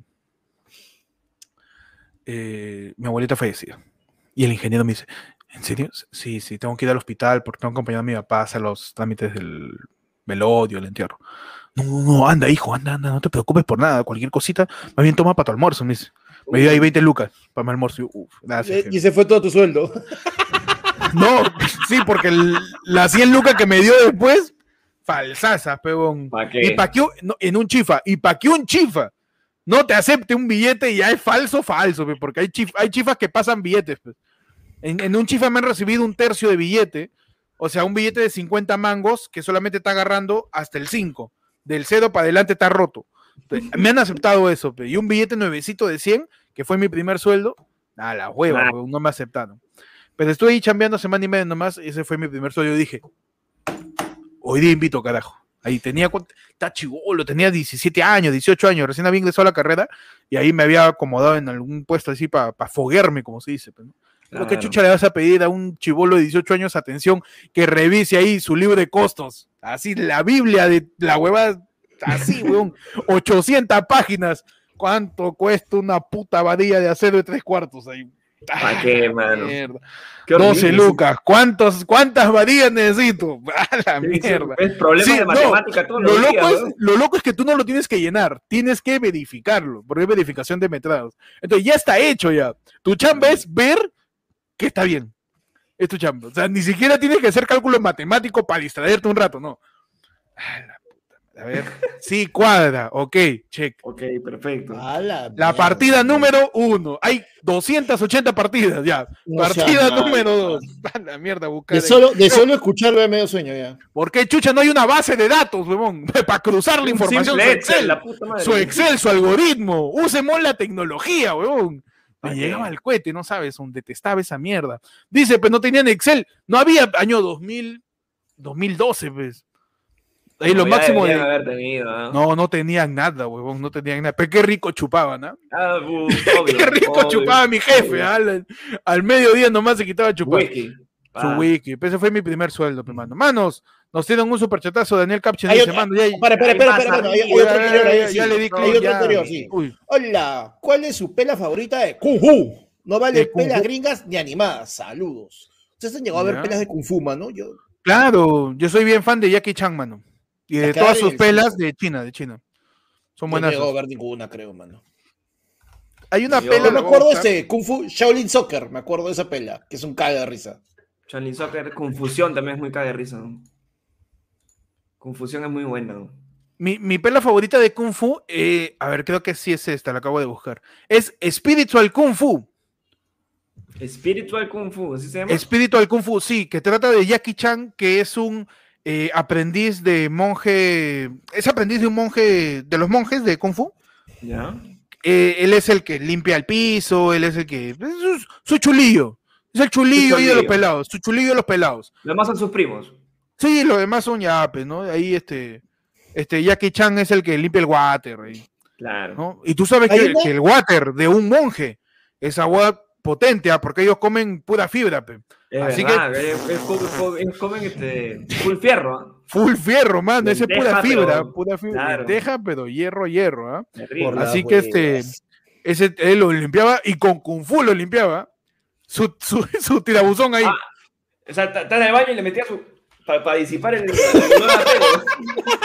Eh, mi abuelita falleció. Y el ingeniero me dice, ¿en serio? Sí, sí, tengo que ir al hospital porque tengo que acompañar a mi papá a hacer los trámites del velodio, el entierro. No, no, no, anda, hijo, anda, anda, no te preocupes por nada, cualquier cosita, más bien toma para tu almuerzo, me dice. Me dio ahí veinte lucas para mi almuerzo. Uf, gracias, y ese fue todo tu sueldo. No, sí, porque el, las cien lucas que me dio después, falsazas, pegón. ¿Para qué? Y pa' que, no, en un chifa, y para que un chifa no te acepte un billete y ya es falso, falso, pe, porque hay, chif, hay chifas que pasan billetes. Pe. En, en un chifa me han recibido un tercio de billete, o sea, un billete de cincuenta mangos que solamente está agarrando hasta el cinco. Del cero para adelante está roto. Entonces, me han aceptado eso, pe. Y un billete nuevecito de cien, que fue mi primer sueldo, a la hueva, ah. no me aceptaron. Pero estuve ahí chambeando semana y media nomás, y ese fue mi primer sueldo. Yo dije, hoy día invito, carajo. Ahí tenía, está chibolo, tenía diecisiete años, dieciocho años, recién había ingresado a la carrera, y ahí me había acomodado en algún puesto así para pa foguearme, como se dice. ¿No? Claro. ¿Qué chucha le vas a pedir a un chibolo de dieciocho años, atención, que revise ahí su libro de costos? Así, la Biblia de la hueva, así, weón, ochocientas páginas. ¿Cuánto cuesta una puta varilla de acero de tres cuartos ahí? ¿Para qué, mano? Qué doce lucas. ¿Cuántos, ¿Cuántas varillas necesito? A la sí, mierda. Es problema sí, de matemática no, todos lo los loco días, es, ¿no? Lo loco es que tú no lo tienes que llenar, tienes que verificarlo, porque es verificación de metrados. Entonces ya está hecho ya. Tu chamba es ver que está bien. Es tu chamba. O sea, ni siquiera tienes que hacer cálculo matemático para distraerte un rato, no. A la A ver, sí, cuadra, ok, check. Ok, perfecto. La, la partida número uno. Hay doscientas ochenta partidas, ya. No partida sea, número dos. A la mierda, buscar. De solo, de solo escucharlo de medio sueño, ya. ¿Por qué, chucha, no hay una base de datos, huevón? Para cruzar la información. Su Excel, la puta madre. Su Excel, su algoritmo. Usemos la tecnología, huevón. Me okay. Llegaba al cohete, no sabes, un detestaba esa mierda. Dice, pues no tenían Excel. No había año dos mil, dos mil doce, pues. Ahí no, lo máximo de... haber tenido, ¿no? no, no tenían nada, huevón, no tenían nada. Pero qué rico chupaban, ¿no? Ah, uh, obvio, qué rico obvio, chupaba mi jefe, ¿ah? al, al mediodía nomás se quitaba chupar. Wiki. Su ah. wiki. Ese fue mi primer sueldo, hermano. Manos, nos tienen un superchatazo. Daniel Capchen dice, mano, ya... Espera, espera, espera, espera. Hay otro anterior, ya le di clic. Hay otro anterior, sí. Hola, ¿cuál es su pela favorita de Kung Fu? No vale pelas gringas ni animadas. Saludos. Ustedes han llegado a ver pelas de Kung Fu, mano. Yo... Claro, yo soy bien fan de Jackie Chan, mano. Y de todas sus pelas de China, de China. Son buenas. No he llegado a ver ninguna, creo, mano. Hay una Yo- pela. Yo me la acuerdo de voy a buscar. ese Kung Fu Shaolin Soccer, me acuerdo de esa pela, que es un caga de risa. Shaolin Soccer, Confusión también es muy caga de risa. ¿no? Confusión es muy buena. ¿no? Mi, mi pela favorita de Kung Fu, eh, a ver, creo que sí es esta, la acabo de buscar. Es Spiritual Kung Fu. Spiritual Kung Fu, ¿así se llama? Spiritual Kung Fu, sí, que trata de Jackie Chan, que es un eh, aprendiz de monje, es aprendiz de un monje, de los monjes de Kung Fu. Ya. Eh, él es el que limpia el piso, él es el que, es su, su chulillo, es el chulillo, Su ahí de los chulillo. pelados, su chulillo de los pelados. Lo demás son sus primos. Sí, los demás son yapes, ¿no? Ahí este, este Jackie Chan es el que limpia el water, ahí, Claro. ¿no? Y tú sabes Hay que, una- que el water de un monje es agua potente, ¿ah? Porque ellos comen pura fibra, pe. Es Así verdad, es, es, co- es- comen este, full fierro. ¿ah? Full fierro, mano, ese es pura Lenteja, fibra, pero- pura fibra, claro. lenteja, pero hierro, hierro, ¿ah? Terrible. Por las Así que este, huevas. ese él lo limpiaba y con Kung Fu lo limpiaba. Su, su, su tirabuzón ahí. Ah, O sea, está está en el baño y le metía su. Para disipar el. el olor a pelo.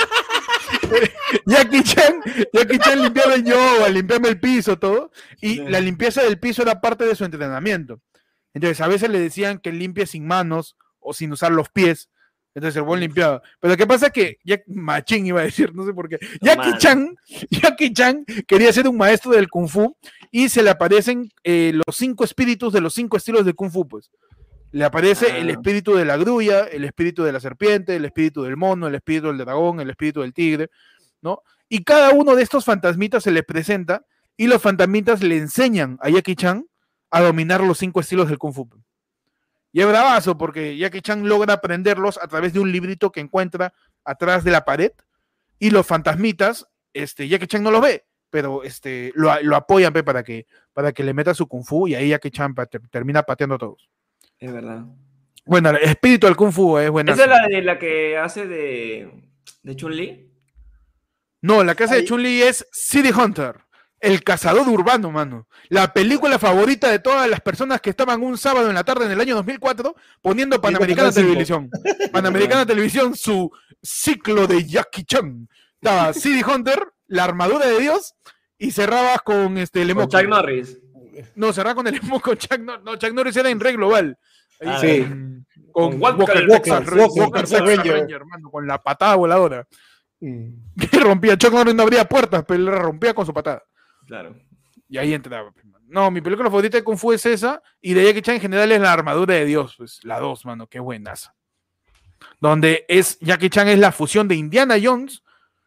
Jackie Chan, Jackie Chan limpiaba el yoga, limpiaba el piso, todo. Y Sí. la limpieza del piso era parte de su entrenamiento. Entonces, a veces le decían que limpie sin manos o sin usar los pies. Entonces el buen limpiaba. Pero ¿qué pasa? Que Jack, Machín iba a decir, no sé por qué. Jackie mano. Chan, Jackie Chan quería ser un maestro del Kung Fu y se le aparecen eh, los cinco espíritus de los cinco estilos de Kung Fu, pues. Le aparece Ah. el espíritu de la grulla, el espíritu de la serpiente, el espíritu del mono, el espíritu del dragón, el espíritu del tigre, ¿no? Y cada uno de estos fantasmitas se les presenta y los fantasmitas le enseñan a Jackie Chan a dominar los cinco estilos del Kung Fu. Y es bravazo porque Jackie Chan logra aprenderlos a través de un librito que encuentra atrás de la pared y los fantasmitas, este, Jackie Chan no los ve, pero este, lo, lo apoyan pe, para, que, para que le meta su Kung Fu y ahí Jackie Chan pa- te- termina pateando a todos. Es verdad. Bueno, el espíritu del Kung Fu es buena. ¿Esa es la de la que hace de. de Chun-Li? No, la casa de Ahí- Chun-Li es City Hunter, el cazador urbano, mano. La película favorita de todas las personas que estaban un sábado en la tarde en el año dos mil cuatro poniendo Panamericana Canal cinco. Televisión. Panamericana Televisión, su ciclo de Jackie Chan. Estaba City Hunter, la armadura de Dios, y cerrabas con este el Con emoji. Chuck Norris. No, cerraba con el emoji con Chuck Norris. No, Chuck Norris era en Red Global. Ahí Ah, sí. con, con Con Walker, Walker, Texas, Walker, Walker, Walker, Texas Texas Ranger, Ranger. mano, con la patada voladora. Mm. Que rompía. Chuck Norris no abría puertas, pero él la rompía con su patada. Claro. Y ahí entraba. pues, mano. No, mi película favorita de Kung Fu es esa. Y de Jackie Chan en general es La Armadura de Dios. Pues, la dos, mano. Qué buenaza. Donde es Jackie Chan es la fusión de Indiana Jones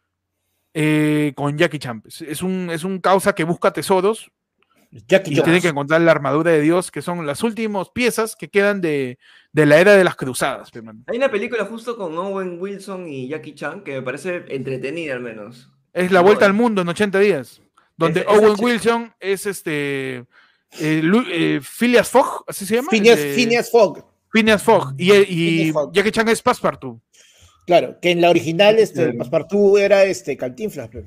eh, con Jackie Chan. pues. Es un, es un causa que busca tesoros Jackie y Chan. tiene que encontrar la armadura de Dios, que son las últimas piezas que quedan de, de la era de las cruzadas. pues, mano. Hay una película justo con Owen Wilson y Jackie Chan que me parece entretenida al menos. Es la No, vuelta es- al mundo en ochenta días. Donde Esa- esa Owen chi- Wilson es este. eh, Lu- eh, Phileas Fogg, así se llama. Phineas, El de- Phineas Fogg. Phineas Fogg. Y, y Phineas Fogg. Jackie Chan es Passepartout. Claro, que en la original este, Claro. Passepartout era este, Cantinflas. pe.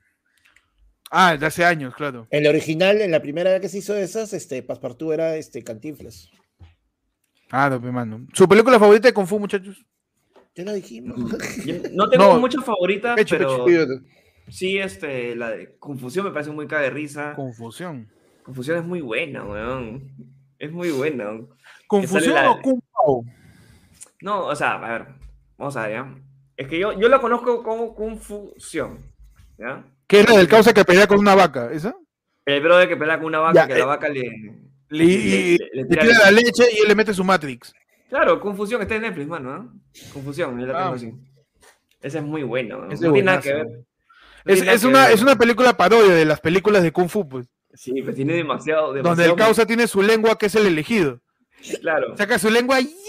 Ah, de hace años, claro. En la original, en la primera vez que se hizo esas, este, Passepartout era este, Cantinflas. Ah, no, pe, mano. ¿Su película favorita de Kung Fu, muchachos? Ya lo dijimos. Yo no tengo No. muchas favoritas, Pecho, pero pecho. sí, este, la de Confusión me parece muy caga de risa. Confusión. Confusión es muy buena, weón. Es muy buena. weón. ¿Confusión la- o Kung Pao? No, o sea, a ver, vamos a ver, ¿ya? Es que yo, yo la conozco como Confusión, ¿ya? ¿Qué es la del causa que pelea con una vaca? ¿Esa? El brother que pelea con una vaca, Ya, que eh, la vaca le... Le, y- le- le le tira tira el- la leche y él le mete su Matrix. Claro, Confusión, está en Netflix, mano, ¿no? Confusión, yo la tengo Ah. así. Esa es muy buena, weón. Es No tiene nada que buenazo. ver. No Es, tiene nada es que una, ver. es una película parodia de las películas de Kung Fu, pues. Sí, pero tiene demasiado, Donde demasiado... el causa tiene su lengua, que es el elegido. Claro. Saca su lengua y...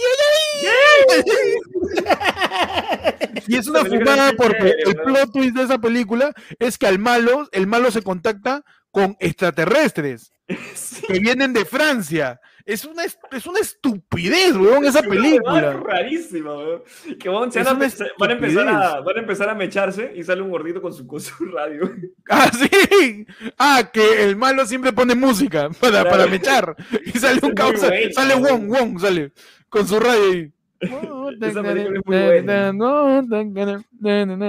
Y es una Esa película fumada es muy porque chévere, el ¿no? plot twist de esa película es que al malo, el malo se contacta con extraterrestres Sí. que vienen de Francia. Es una, es es una estupidez, weón, esa Es película. rarísima, weón. Que van, se Es van, a, una empe- van a empezar a, estupidez. van a empezar a mecharse y sale un gordito con su, con su radio. Ah, sí. Ah, que el malo siempre pone música para, Claro. para mechar. Y sale Es un muy causa, buena, sale weón. Wong, Wong, sale con su radio ahí. Esa película es muy buena.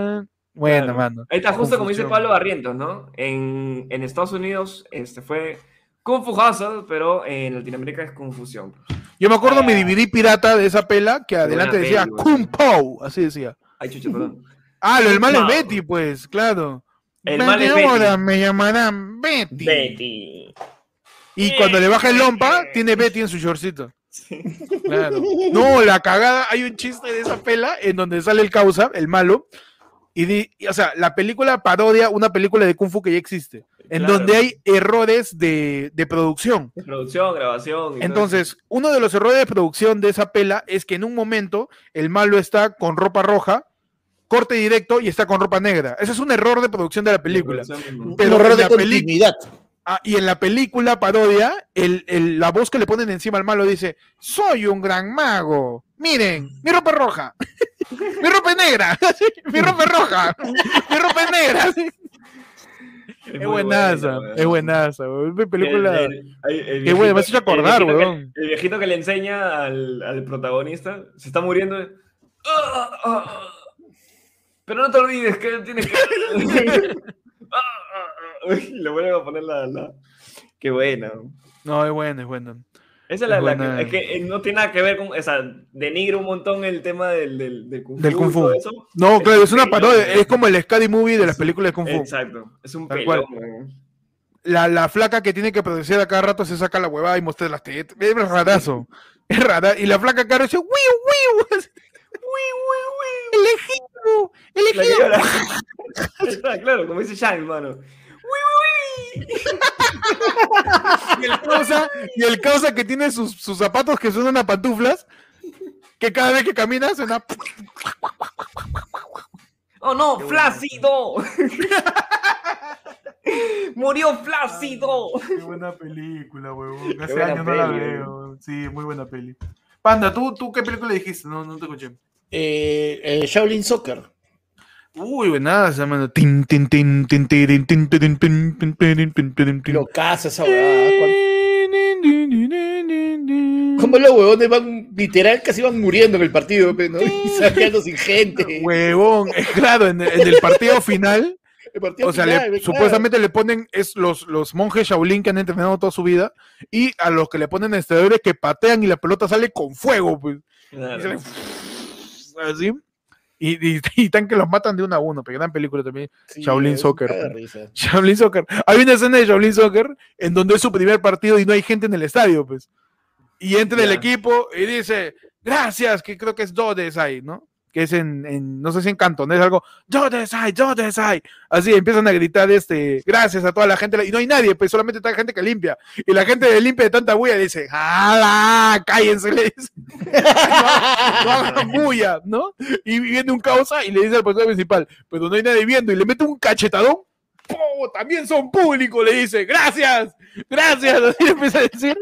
Bueno, Claro. mano. Ahí está, justo como dice Confusión. Pablo Barrientos, ¿no? En, en Estados Unidos este, fue Kung Fu Hustle, pero en Latinoamérica es Confusión. Yo me acuerdo Ah. mi D V D pirata de esa pela que adelante buena decía peli, güey. Kung Po, así decía. Ay, chucha, perdón. Ah, lo del mal es Kung Pao. Betty, pues, claro. El mal es Veinte horas Betty. me llamarán Betty. Betty. Y cuando le baja el lompa, tiene Betty en su shortcito. Claro. No, la cagada, hay un chiste de esa pela en donde sale el causa, el malo, y, di- y, o sea, la película parodia una película de Kung Fu que ya existe, en Claro. donde hay errores de, de producción. Producción, grabación. y todo Entonces, uno de los errores de producción de esa pela es que en un momento el malo está con ropa roja, corte directo y está con ropa negra. Ese es un error de producción de la eso. película. Producción mismo. Pero un error en de la peli- continuidad. Ah, y en la película parodia, el, el- la voz que le ponen encima al malo dice: soy un gran mago. Miren, mi ropa es roja. Mi ropa es negra. Mi ropa es roja. Mi ropa es negra. Es Es muy buenaza, buena, es weón. buenaza, weón. Mi película. El- el- el- el Qué bueno, me has viejito- hecho acordar, el viejito que- weón. El viejito que le enseña al, al protagonista, se está muriendo. "Ah, ah, ah". Pero no te olvides que tienes que. Ah, ah, ah. Y le vuelven a poner la. la... Qué buena. No, es bueno, es bueno. Esa es la, Es la buena. que, es que eh, no tiene nada que ver con. O sea, denigra un montón el tema del, del, del Kung Fu. Del Kung y Fu. todo eso. No, Es claro, un es una pelón, parodia. weón. Es como el Scary Movie de las Es un- películas de Kung Fu. Exacto. Es un Tal pelón. cual. weón. La, la flaca que tiene que producir a cada rato se saca la huevada y muestra las tetas. Es rarazo. Es rara. Y la flaca cara dice: ¡Wiu, wiu! ¡Wiu, wiu, wiu! ¡Elegido! La que ¡Elegido! llora. Está claro, como dice Shang, mano. Y el causa, y el causa que tiene sus, sus zapatos que suenan a pantuflas, que cada vez que camina suena. ¡Oh no! ¡Flácido! ¡Murió Flácido! Qué buena película, huevón. Hace buena años no la peli, veo. Sí, muy buena peli. Panda, ¿tú, tú qué película dijiste? No, no te escuché. Eh, eh, Shaolin Soccer. Uy, buenaza, mano. Tin, tin, tin, tin, tin, tin, tin, tin, tin, tin, tin, tin, tin, tin, tin. Lo caza esa huevada. Como los huevones van, literal, casi van muriendo en el partido, pe, ¿no? Y saqueando sin gente. Huevón, es claro, en, en el partido final, El partido o sea, final, le- pe, claro. supuestamente le ponen es los, los monjes Shaolin que han entrenado toda su vida y a los que le ponen esteroides que patean y la pelota sale con fuego, pues. Y Claro. sale así. Y, y, y tan que los matan de uno a uno, pero gran película también. Sí, Shaolin es un Soccer, caga de pe. risa. Shaolin Soccer. Hay una escena de Shaolin Soccer en donde es su primer partido y no hay gente en el estadio, pues. Y entra el Ya. equipo y dice, gracias, que creo que es Dodesai, ¿no? Que es en, en, no sé si en cantonés, algo, Dodesai, Dodesai. Así empiezan a gritar, este, gracias a toda la gente. Y no hay nadie, pues solamente está gente que limpia. Y la gente de limpia de tanta bulla dice, ¡hala! ¡Cállense! Le dice. No, no hagan bulla, ¿no? Y viene un causa y le dice al profesor principal, pero no hay nadie viendo, y le mete un cachetadón. ¡Oh, también son públicos! Le dice, ¡gracias! ¡Gracias! Así empieza a decir.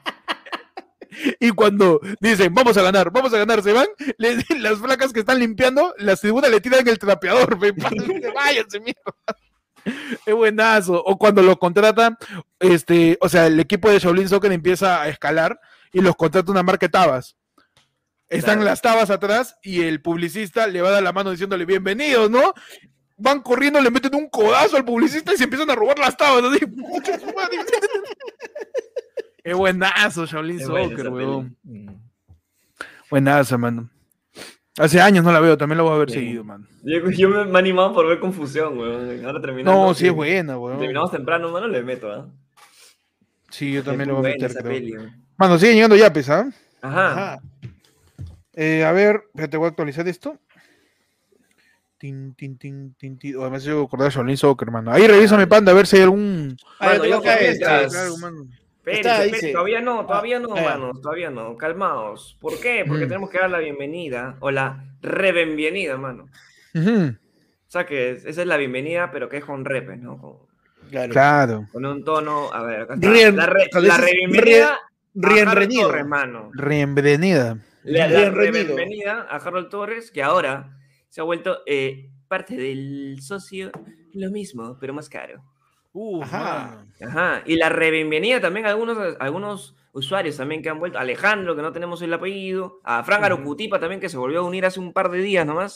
Y cuando dicen, vamos a ganar, vamos a ganar, se van, le- las flacas que están limpiando, las tribunas le tiran el trapeador, pe, váyanse, mierda. Es buenazo. O cuando lo contratan, este, o sea, el equipo de Shaolin Soccer empieza a escalar y los contrata una marca de tabas. Están Claro. las tabas atrás y el publicista le va a dar la mano diciéndole bienvenidos, ¿no? Van corriendo, le meten un codazo al publicista y se empiezan a robar las tabas. Así. ¡Pucha su madre! Es buenazo, Shaolin Es buena Soccer, esa weón. Mm. Buenazo, mano. Hace años no la veo, también la voy a ver Sí. seguido, mano. Yo, yo me me he animado por ver Confusión, weón. Ahora terminando. No, sí es buena, weón. Terminamos temprano, mano, le meto, ¿ah? Sí, yo Es también muy lo voy a buena meter, esa creo. peli, weón. Mano, sigue llegando ya, pues, ¿ah? Ajá. Ajá. Eh, a ver, espérate, voy a actualizar esto. Tin, tin, tin, tin, tin. Oh, me hace acordar de Shaolin Soccer, mano. Ahí revisa mi panda a ver si hay algún. Ah, Mano, yo yo tengo acá creo que esta. estás- Algo, mano. Espérense, Está, espérense, dice- todavía no, todavía no, Ah, manos, todavía no, calmaos. ¿Por qué? Porque Mm. tenemos que dar la bienvenida, o la rebenvenida, mano. Ujú, O sea que es- esa es la bienvenida, pero que es con repes, ¿no? Con, Claro. Claro. con un tono, a ver, acá está. Rien- la re, cuando la dices rebienvenida a Rien Harold reñido. Torres, mano. Bienvenida. La, la Rien reñido. rebienvenida a Harold Torres, que ahora se ha vuelto eh, parte del socio, lo mismo, pero más caro. Uh, Ajá. mano. Ajá, y la rebienvenida también a algunos, a algunos usuarios también que han vuelto. Alejandro, que no tenemos el apellido. A Fran Ujú. Arucutipa también, que se volvió a unir hace un par de días nomás.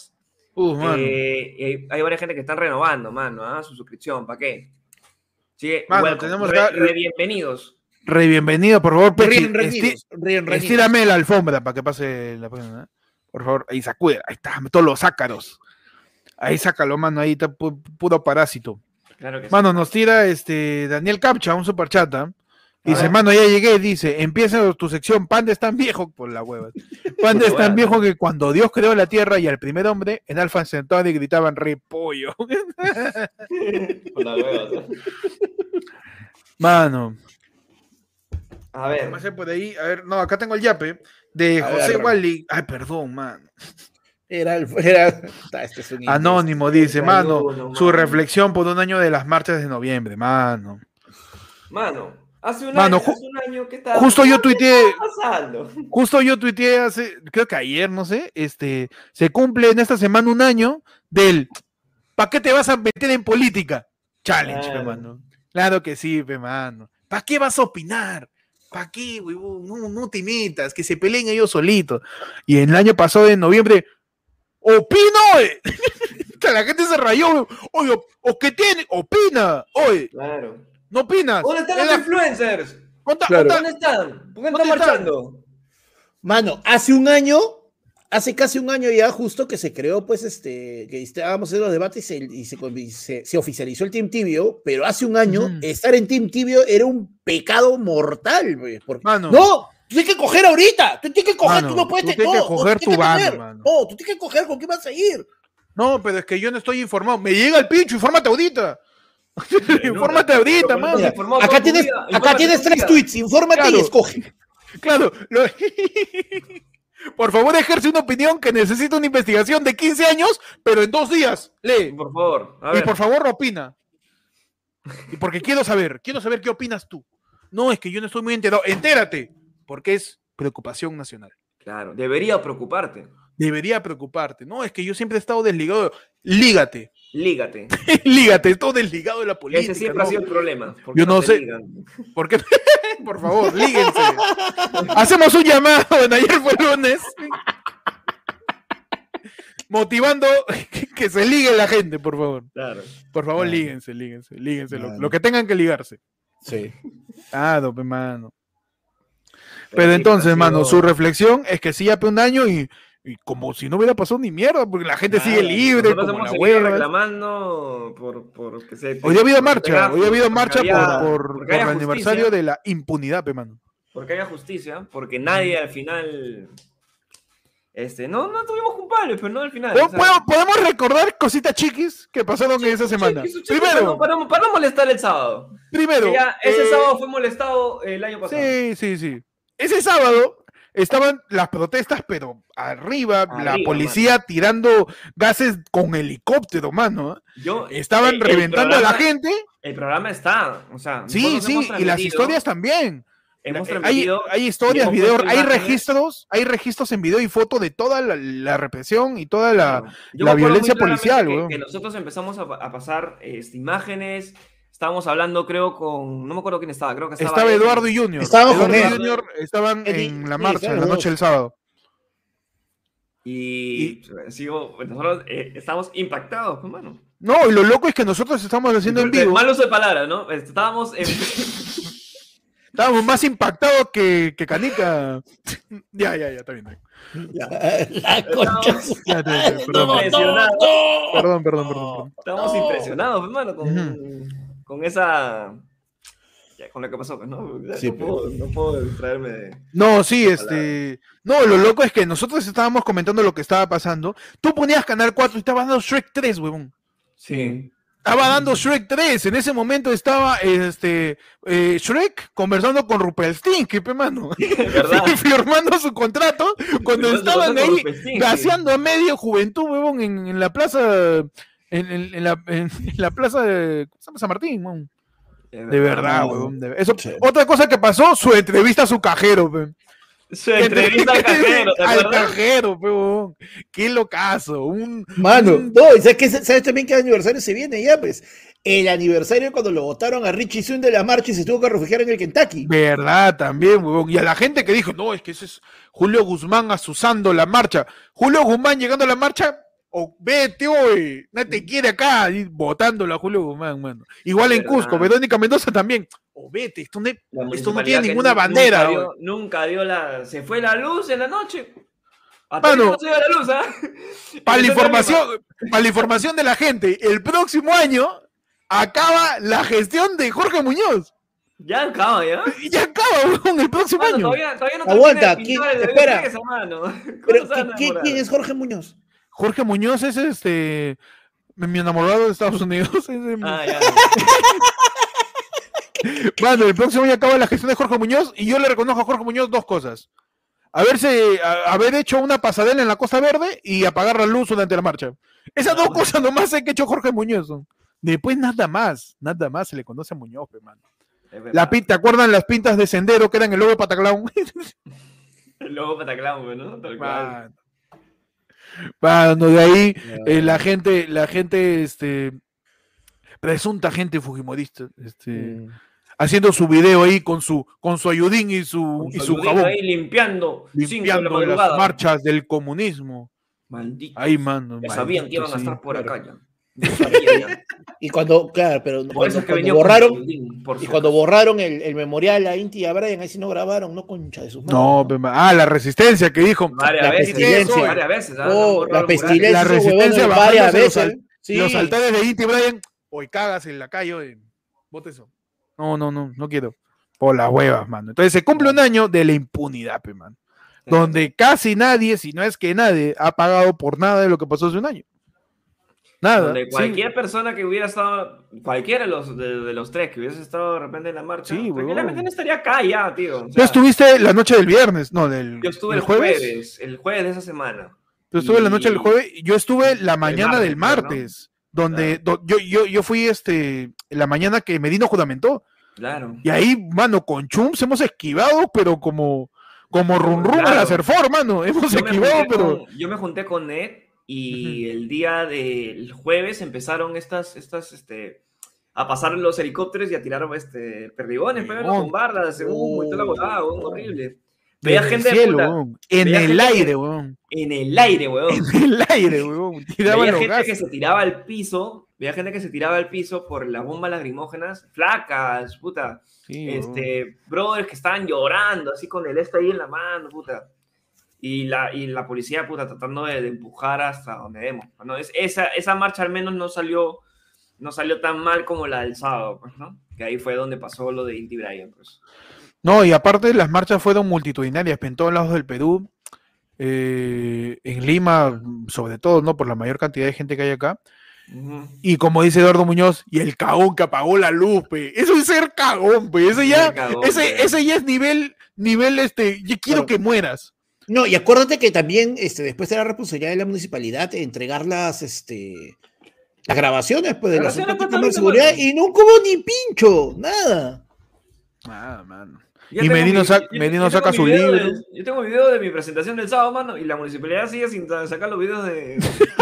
Uh, mano. Eh, hay, hay varias gente que están renovando, mano, ¿ah? Su suscripción, ¿para qué? Sigue, Mano, welcome. tenemos re, acá- re bienvenidos. Re bienvenido, por favor, Pechi. Ríen esti- reñidos, ríen reñidos. Estírame la alfombra para que pase la página, ¿eh? Por favor, ahí sacude, ahí está, todos los ácaros. Ahí sácalo, mano, ahí está pu- puro parásito. Claro que sí. Mano, nos tira este Daniel Capcha, un superchat. ¿eh? Dice, ver. mano, ya llegué, dice, empieza tu sección, Panda es tan viejo, por la hueva. Panda es la tan hueva, viejo ¿no? que cuando Dios creó la tierra y al primer hombre, en Alfa Centauri gritaban repollo. Por la hueva, ¿no? Mano, A ver. no sé por ahí, a ver, no, acá tengo el yape de A José ver. Wally. Ay, perdón, mano. Era, el- era... Ah, este es un Anónimo dice, Saludo, mano, su mano. reflexión por un año de las marchas de noviembre, mano. Mano, hace un Mano, año, ju- hace un año que estaba Justo yo tuiteé, pasando. justo yo tuiteé hace, creo que ayer, no sé, este, se cumple en esta semana un año del ¿para qué te vas a meter en política? Challenge, Claro. pe, mano. Claro que sí, pe, mano. ¿Para qué vas a opinar? ¿Para qué, huevón? No, no te metas, que se peleen ellos solitos. Y en el año pasado, de noviembre, ¡opino! eh! La gente se rayó, oye, o, o que tiene, opina, oye, Claro. no opinas. ¿Dónde están Es los la- influencers? ¿Dónde- Claro. dónde- ¿Dónde están? ¿Por qué no ¿Dónde están están? marchando? Mano, hace un año, hace casi un año ya justo que se creó, pues, este, que estábamos en los debates y, se, y se, y se- se oficializó el Team Tibio, pero hace un año Ujú. estar en Team Tibio era un pecado mortal, pues, porque, Mano. no, tú tienes que coger ahorita, tú tienes que coger, Mano, tú no puedes, tú te- tienes no, que no, coger tú tu tienes que bando, coger, mano. no, tú tienes que coger, ¿con qué vas a ir? No, pero es que yo no estoy informado. Me llega el pincho, infórmate ahorita. Infórmate no, ahorita, no, mano. Mira, informado toda acá tu tienes, vida, acá infórmate tienes toda tu tres vida. tweets, infórmate Claro. y escoge. Claro, lo- por favor, ejerce una opinión que necesita una investigación de quince años, pero en dos días. Lee. Por favor, a Y ver. por favor, opina. Y porque quiero saber, quiero saber qué opinas tú. No, es que yo no estoy muy enterado. Entérate, porque es preocupación nacional. Claro, debería preocuparte. Debería preocuparte. No, es que yo siempre he estado desligado. Lígate. Lígate. Lígate, todo desligado de la política. Ese siempre ¿no? ha sido el problema. ¿Por Yo qué no te sé. ligan? ¿Por qué? Por favor, líguense. Hacemos un llamado, bueno, ayer fue lunes. Motivando que, que se ligue la gente, por favor. Claro. Por favor, Claro. líguense, líguense, líguense. Lo, Claro. lo que tengan que ligarse. Sí. Ah, dope, mano. Pero Pero sí, entonces, ha mano, sido- su reflexión es que sí, ya pe un año y, y como si no hubiera pasado ni mierda, porque la gente sigue Claro, libre, nosotros como hemos la seguido hueva. reclamando por, por que se... Hoy ha habido porque marcha, tenga- hoy ha habido porque marcha haya- por, por, porque por haya el justicia, aniversario de la impunidad, pe, mano. Porque haya justicia, porque nadie al final... Este, no, no tuvimos culpables, pero no al final. ¿Puedo- o sea, puedo- ¿Podemos recordar cositas chiquis que pasaron en esa semana? chiquis, chiquis, Primero, para, no- para no molestar el sábado. primero. Que ya ese eh, sábado fue molestado el año pasado. Sí, sí, sí. Ese sábado estaban las protestas, pero arriba, la Arriba, policía tirando gases con helicóptero, mano. Yo, Estaban el- el reventando a la programa- gente. El programa está, o sea, Sí, nosotros sí, hemos y las transmitido- historias también. hemos Eh, Hay, transmitido hay y historias, hemos videos, puesto hay imágenes. registros, hay registros en video y foto de toda la, la represión y toda la, Yo la me acuerdo violencia muy claramente policial, que, weón. que nosotros empezamos a, a pasar este, imágenes, estábamos hablando creo con, no me acuerdo quién estaba, creo que estaba, Estaba Eddie. Eduardo y Junior. Estábamos Eduardo con y él. Junior estaban Eddie, en la sí, marcha, estaban en la los noche dos. del sábado. Y, sigo, pues, nosotros eh, estamos impactados, pues, mano. No, y lo loco es que nosotros estamos haciendo en Disculpe, vivo. mal uso de palabras, ¿no? Estábamos en... Estábamos más impactados que, que Canica. ya, ya, ya, está bien. Está bien. La concha. de su- Ya, está bien, está bien, perdón, No, no, Impresionado. no. perdón, perdón, perdón, perdón. Estamos No. impresionados, hermano, con, Ujú. con esa... ya, con lo que pasó, pues, ¿no? Ya, Sí, no, pero- puedo, no puedo distraerme de... No, sí, Qué este. No, lo loco es que nosotros estábamos comentando lo que estaba pasando. Tú ponías Canal cuatro y estaba dando Shrek tres, huevón. Sí. Estaba dando Shrek tres. En ese momento estaba este eh, Shrek conversando con Rupelstein, que pe mano. ¿Verdad? Firmando su contrato cuando Firmando su estaban contrato con ahí Rupelstein, gaseando a medio juventud, huevón, en, en la plaza. En, en- en la, en la plaza de ¿cómo se llama? San Martín, huevón. De verdad, no. huevón. de- Eso, Sí. Otra cosa que pasó, su entrevista a su cajero, pe. Su entrevista al cajero, ¿te Al acuerdas? cajero, pe, huevón. Qué locazo. Un, Mano, un- no, ¿y ¿sabes, qué, ¿sabes también qué aniversario se viene ya? Pues el aniversario cuando lo votaron a Richie Sun de la marcha y se tuvo que refugiar en el Kentucky. Verdad, también, huevón. Y a la gente que dijo, no, es que ese es Julio Guzmán asusando la marcha. Julio Guzmán llegando a la marcha, o vete, hoy, nadie te quiere acá, y botándolo a Julio Guzmán, mano. Igual en Cusco, Verónica Mendoza también, o vete, esto no, esto no tiene ninguna bandera. Nunca dio, nunca dio la, se fue la luz en la noche. Hasta mano, no se dio la luz, ¿eh? Para la información, para la información de la gente, el próximo año acaba la gestión de Jorge Muñoz. Ya acaba, ¿ya? Ya acaba, weón, el próximo mano, año. Todavía, todavía no Aguanta, ¿quién, espera. Esa, mano. Pero, ¿quién, ¿quién es Jorge Muñoz? Jorge Muñoz es este mi enamorado de Estados Unidos. Ah, ya. Mano, el próximo año acaba la gestión de Jorge Muñoz y yo le reconozco a Jorge Muñoz dos cosas. Haberse, a, haber hecho una pasadela en la Costa Verde y apagar la luz durante la marcha. Esas no, dos cosas nomás sé que ha hecho Jorge Muñoz. Después nada más, nada más se le conoce a Muñoz, mano. La pinta, ¿te acuerdan las pintas de Sendero que eran el logo de Pataclown? El logo de Pataclown, ¿no? Tal cual. Bueno, de ahí eh, la gente, la gente, este, presunta gente fujimorista, este, mm. haciendo su video ahí con su, con su ayudín y su, con y su, su jabón, ahí limpiando, limpiando de las marchas del comunismo. Maldito. Ahí, mano. Ya sabían que iban a estar sí, por acá ya. Y cuando, claro, pero por cuando, eso es que cuando borraron Yudin, por y cuando borraron el, el memorial a Inti y a Brian, ahí sí no grabaron, no concha de sus manos. No, ¿no? Ah, la resistencia que dijo. Varias la veces, pestilencia. Varias veces, ¿ah? Oh, no la pestilencia. La resistencia varias veces. Los, sí. los altares de Inti y Brian, hoy cagas en la calle, hoy, bote eso. No, no, no, no quiero. Por las huevas, mano. Entonces se cumple un año de la impunidad, pe, man. Donde casi nadie, si no es que nadie, ha pagado por nada de lo que pasó hace un año. Nada. Donde cualquier sí. persona que hubiera estado, cualquiera de los, de, de los tres que hubiese estado de repente en la marcha, sí, tranquilamente no estaría acá ya, tío. O sea, tú estuviste la noche del viernes, no, del Yo estuve el jueves, jueves, el jueves de esa semana. Tú estuve y... la noche del jueves, yo estuve la mañana martes, del martes, ¿no? Donde claro. do, yo, yo, yo fui este, la mañana que Medina juramentó. Claro. Y ahí, mano, con Chums hemos esquivado, pero como, como run run claro. a la Serfor, mano, hemos yo esquivado, pero... Con, yo me junté con Ned. Y uh-huh. el día del jueves empezaron estas, estas, este, a pasar los helicópteros y a tirar este, perdigones, pero las bombardas, humo y toda la botada, horrible. Veía gente cielo, puta, weón. En veía el aire, weón. En el aire, weón. En el aire, weón. Veía gente gas. que se tiraba al piso, veía gente que se tiraba al piso por las bombas lacrimógenas, flacas, puta. Sí, este, weón. Brothers que estaban llorando, así con el este ahí en la mano, puta. Y la, y la policía, puta, tratando de, de empujar hasta donde demos, ¿no? Es, esa, esa marcha al menos no salió, no salió tan mal como la del sábado, pues, ¿no? Que ahí fue donde pasó lo de Inti Brian, pues. No, y aparte las marchas fueron multitudinarias en todos lados del Perú, eh, en Lima, sobre todo, ¿no? Por la mayor cantidad de gente que hay acá. Uh-huh. Y como dice Eduardo Muñoz, y el cagón que apagó la luz, pe. Eso es ser cagón, pe. Ese ya, cagón, ese, ese ya es nivel, nivel, este, yo quiero claro. que mueras. No, y acuérdate que también este, después de la responsabilidad de la municipalidad entregar las, este, las grabaciones pues, de la Cámara de Seguridad y no hubo ni pincho, nada. Nada, mano. Y Medino, sa Medino saca su libro. De, yo tengo video de mi presentación del sábado, mano, y la municipalidad sigue sin sacar los videos de...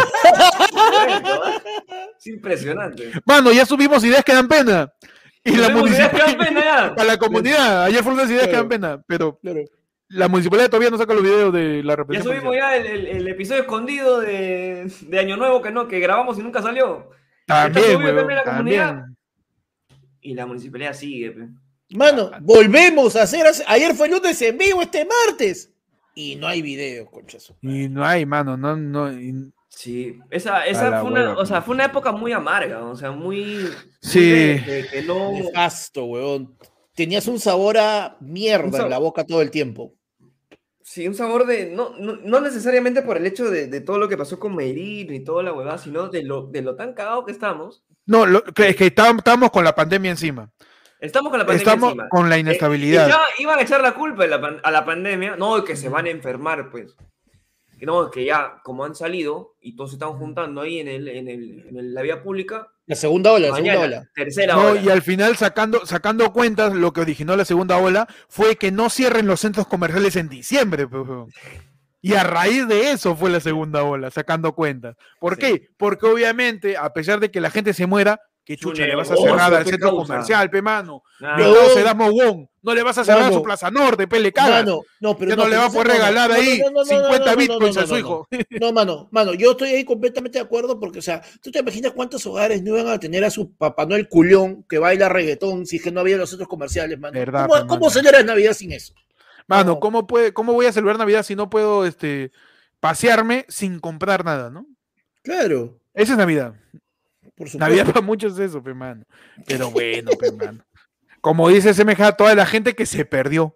Es impresionante. Mano, ya subimos ideas que dan pena. Y la municipalidad... Para la comunidad, ayer fueron las ideas claro. que dan pena, pero... Claro. La municipalidad todavía no saca los videos de la representación. Ya subimos ya el, el, el episodio escondido de, de Año Nuevo que no, que grabamos y nunca salió. También, weón, también, la comunidad. Y la municipalidad sigue. Pe. Mano, ah, volvemos a hacer. Ayer fue lunes en vivo, este martes. Y no hay video, conchazo. Y no hay, mano, no, no. Y... Sí, esa, esa fue, una, o sea, fue una época muy amarga, o sea, muy. Sí. Muy de, de, que no... Nefasto, weón. Tenías un sabor a mierda un sabor... en la boca todo el tiempo. Sí, un sabor de, no, no, no necesariamente por el hecho de, de todo lo que pasó con Merino y toda la huevada, sino de lo, de lo tan cagado que estamos. No, lo, que, es que estábamos con la pandemia encima. Estamos con la pandemia estamos encima. con la inestabilidad. Eh, ya iban a echar la culpa a la, a la pandemia, no, que se van a enfermar, pues. No, que ya, como han salido y todos se están juntando ahí en, el, en, el, en la vía pública. La segunda ola, la mañana, segunda ola. Tercera no, ola. Y al final, sacando, sacando cuentas, lo que originó la segunda ola fue que no cierren los centros comerciales en diciembre. Pues. Y a raíz de eso fue la segunda ola, sacando cuentas. ¿Por sí. qué? Porque obviamente, a pesar de que la gente se muera, ¿Qué chucha le vas a cerrar al centro causa? comercial, pe, mano? Nah. Mercado Sedamo Wong. No le vas a cerrar Mano. su Plaza Norte, pe, le cagas. Mano, no, pero Ya no, no le pero va a no, poder no, regalar no, ahí no, no, no, cincuenta no, no, bitcoins no, a su no, hijo. No, mano, mano, yo estoy ahí completamente de acuerdo porque, o sea, tú te imaginas cuántos hogares no iban a tener a su Papá Noel culión que baila reggaetón si es que no había los otros comerciales, mano. Verdad, ¿Cómo, pe, ¿cómo mano. celebras Navidad sin eso? Mano, No. ¿cómo, puede, ¿cómo voy a celebrar Navidad si no puedo este, pasearme sin comprar nada, no? Claro, Esa es Navidad. por supuesto. Navidad para muchos es eso, pe, mano. Pero bueno, pe, mano. Como dice S M J, toda la gente que se perdió.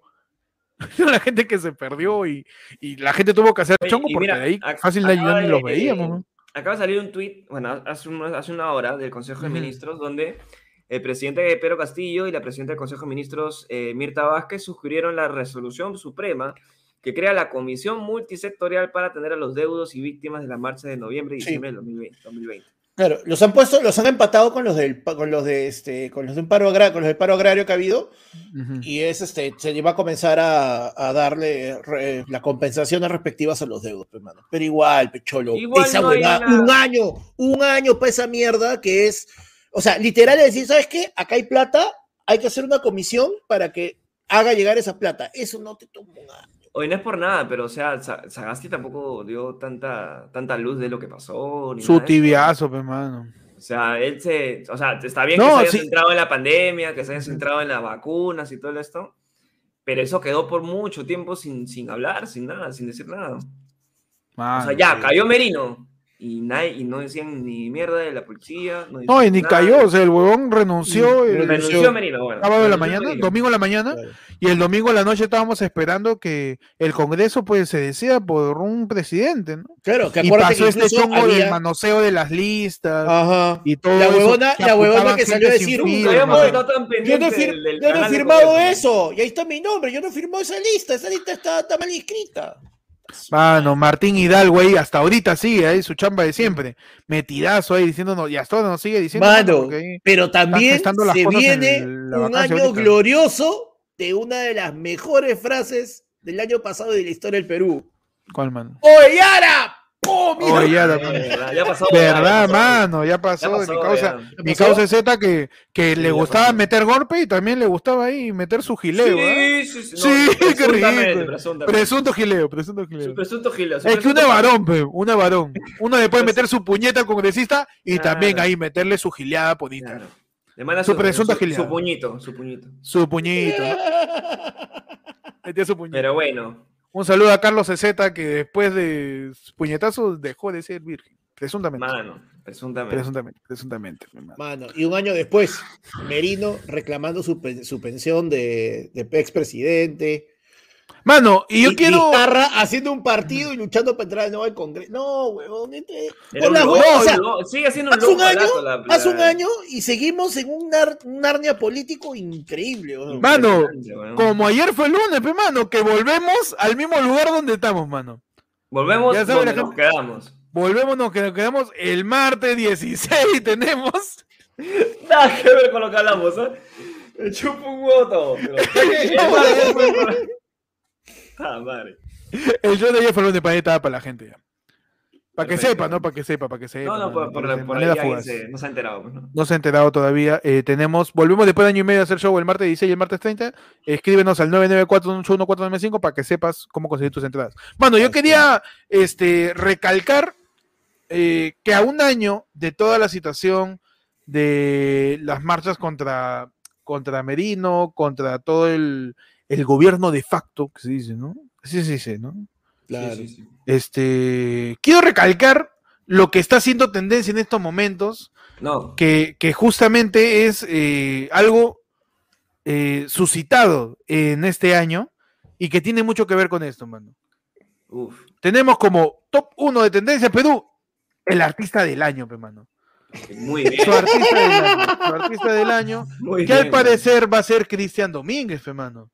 La gente que se perdió y, y la gente tuvo que hacer Oye, chongo y porque mira, de ahí ac- fácil acaba ya ni de- los veíamos, ¿no? Acaba de salir un tuit, bueno, hace, un- hace una hora del Consejo de Ujú. Ministros, donde el presidente Pedro Castillo y la presidenta del Consejo de Ministros, eh, Mirta Vázquez, suscribieron la resolución suprema que crea la Comisión Multisectorial para atender a los deudos y víctimas de la marcha de noviembre y Sí. diciembre del dos mil veinte. Claro, los han puesto, los han empatado con los del pa- con los de este, con los de un paro agrario, con los del paro agrario que ha habido, Ujú. y es este, se va a comenzar a, a darle re- las compensaciones respectivas a los deudos, pe, mano. Pero igual, pecholo, Igual esa no hay huevada, nada. un año, un año para esa mierda que es, o sea, literal es decir, ¿sabes qué? Acá hay plata, hay que hacer una comisión para que haga llegar esa plata. Eso no te toma un año. Hoy no es por nada, pero o sea, Sa- Sagasti tampoco dio tanta, tanta luz de lo que pasó. Ni Su nada de eso. tibiazo, pe, mano. O sea, él se, o sea, está bien No, que se haya sí. centrado en la pandemia, que se haya centrado en las vacunas y todo esto, pero eso quedó por mucho tiempo sin, sin hablar, sin nada, sin decir nada. O Mano, sea, ya, sí. cayó Merino y, nadie, y no decían ni mierda de la policía. No, No, y decían ni nada. cayó, o sea, el huevón renunció Mm, el renunció. Renunció Merino, bueno. sábado de la renunció mañana, Merino. domingo en la mañana, Claro. y el domingo en la noche estábamos esperando que el Congreso pues se decida por un presidente, ¿no? Claro, que Y acuérdate pasó que este incluso chongo del había- manoseo de las listas Ajá. y todo La eso, huevona, que la huevona apuntaban que salió a gente sin decir, firma. Nunca habíamos "Oye, estado tan yo no he, pendientes fir- del, del yo no he canal de firmado Congreso". eso, y ahí está mi nombre, yo no he firmado esa lista, esa lista está, está mal inscrita. Mano, Martín Hidalgo ahí hasta ahorita sigue ahí su chamba de siempre, metidazo ahí diciéndonos, y hasta ahora nos sigue diciendo, mano, Mano, porque ahí pero también gestando las se cosas en viene la un vacancia año ahorita. glorioso de una de las mejores frases del año pasado de la historia del Perú. ¿Cuál, mano? ¡Oye, Yara! ¡Oh, mira! Oye, ya, la- Eh, ya pasó. verdad, ya pasó. mano, ya pasó, Ya de pasó, mi causa, ya. mi pasó? causa Z que, que Sí, le ya gustaba pasó. meter golpe y también le gustaba ahí meter su gileo, ¿ah? Sí, sí, sí. Sí, no, qué presuntamente, rico. presuntamente. Presunto gileo, presunto Su gileo. presunto gileo. su Es que presunto uno es pan. varón, pe, uno es varón. Uno le puede Pues- meter su puñeta al congresista y Claro. también ahí meterle su gileada bonita. Claro. Le manda Su su, presunta su, gileada. su puñito, su puñito. Su puñito, ¿no? Metía su puñito. Pero bueno, Un saludo a Carlos Cezeta que después de su puñetazo dejó de ser virgen. Presuntamente. mano, presuntamente. Presuntamente, presuntamente. mi hermano. Mano, y un año después, Merino reclamando su, pe- su pensión de, de expresidente. Mano, y yo Y quiero. Vizcarra haciendo un partido y luchando para entrar de nuevo al Congreso. No, huevón. Este, Era con un las loco, huevas, o sea, lo- sigue siendo un hace un loco año, alato la- la- hace un año y seguimos en un, nar- un Narnia político increíble. huevón. Mano, Impresionante, weón. como ayer fue el lunes, pe, mano, que volvemos al mismo lugar donde estamos, mano. Volvemos Ya sabe donde la nos gente- quedamos. Volvemos, nos qued- quedamos el martes dieciséis, tenemos. Nada que ver con lo que hablamos, ¿eh? Me chupo un huevo todo. Pero... Ah, madre. El show de ayer fue el lunes para estaba para la gente ya. Para que Perfecto. sepa, ¿no? Para que sepa, para que sepa. No, no, mano, por, por, de por ahí manera alguien fugaz. se- no se ha enterado. Pues, ¿no? No se ha enterado todavía. Eh, tenemos, volvemos después de año y medio a hacer show el martes dieciséis y el martes treinta. Escríbenos al nueve nueve cuatro ocho uno cuatro nueve cinco para que sepas cómo conseguir tus entradas. Mano, yo Así quería este, recalcar eh, que a un año de toda la situación de las marchas contra, contra Merino, contra todo el, el gobierno de facto, que se dice, ¿no? Así se dice, ¿no? Claro. Sí, sí, sí. Este, quiero recalcar lo que está haciendo tendencia en estos momentos, No, que, que justamente es eh, algo eh, suscitado en este año y que tiene mucho que ver con esto, mano. uff. Tenemos como top uno de tendencia Perú, el artista del año, pe, mano. Muy bien. Su artista del año, su artista del año, Muy que al bien, parecer va a ser Cristian Domínguez, pe, mano.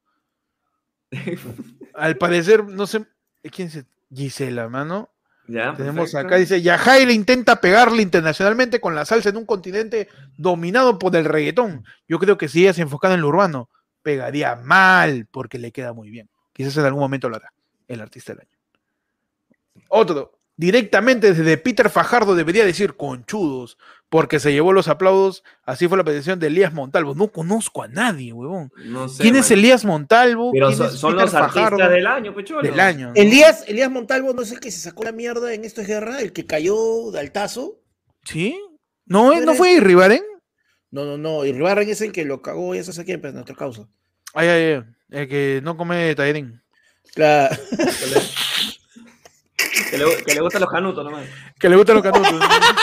Al parecer, no sé, ¿quién es? Gisela, mano. Ya, Tenemos perfecto. acá, dice, Yajaira intenta pegarle internacionalmente con la salsa en un continente dominado por el reggaetón. Yo creo que si ella se enfocara en lo urbano, pegaría mal, porque le queda muy bien. Quizás en algún momento lo hará, el artista del año. Otro, Directamente desde Peter Fajardo debería decir conchudos, porque se llevó los aplausos. Así fue la petición de Elías Montalvo. No conozco a nadie, huevón. No sé, ¿Quién man. es Elías Montalvo? Pero ¿Quién son, es son Peter los artistas Fajardo? del año, pecholo. Del año, ¿no? Elías, Elías Montalvo no es el que se sacó la mierda en Esto es Guerra, el que cayó de altazo. ¿Sí? ¿No, ¿No ¿no era fue ese? Irribarren? No, no, no. Y Ribarren es el que lo cagó, ya se quién, pues, nuestra causa. Ay, ay, ay. El que no come tallarín. Claro. Que le, que le, que le gustan los canutos nomás. Que le gustan los canutos.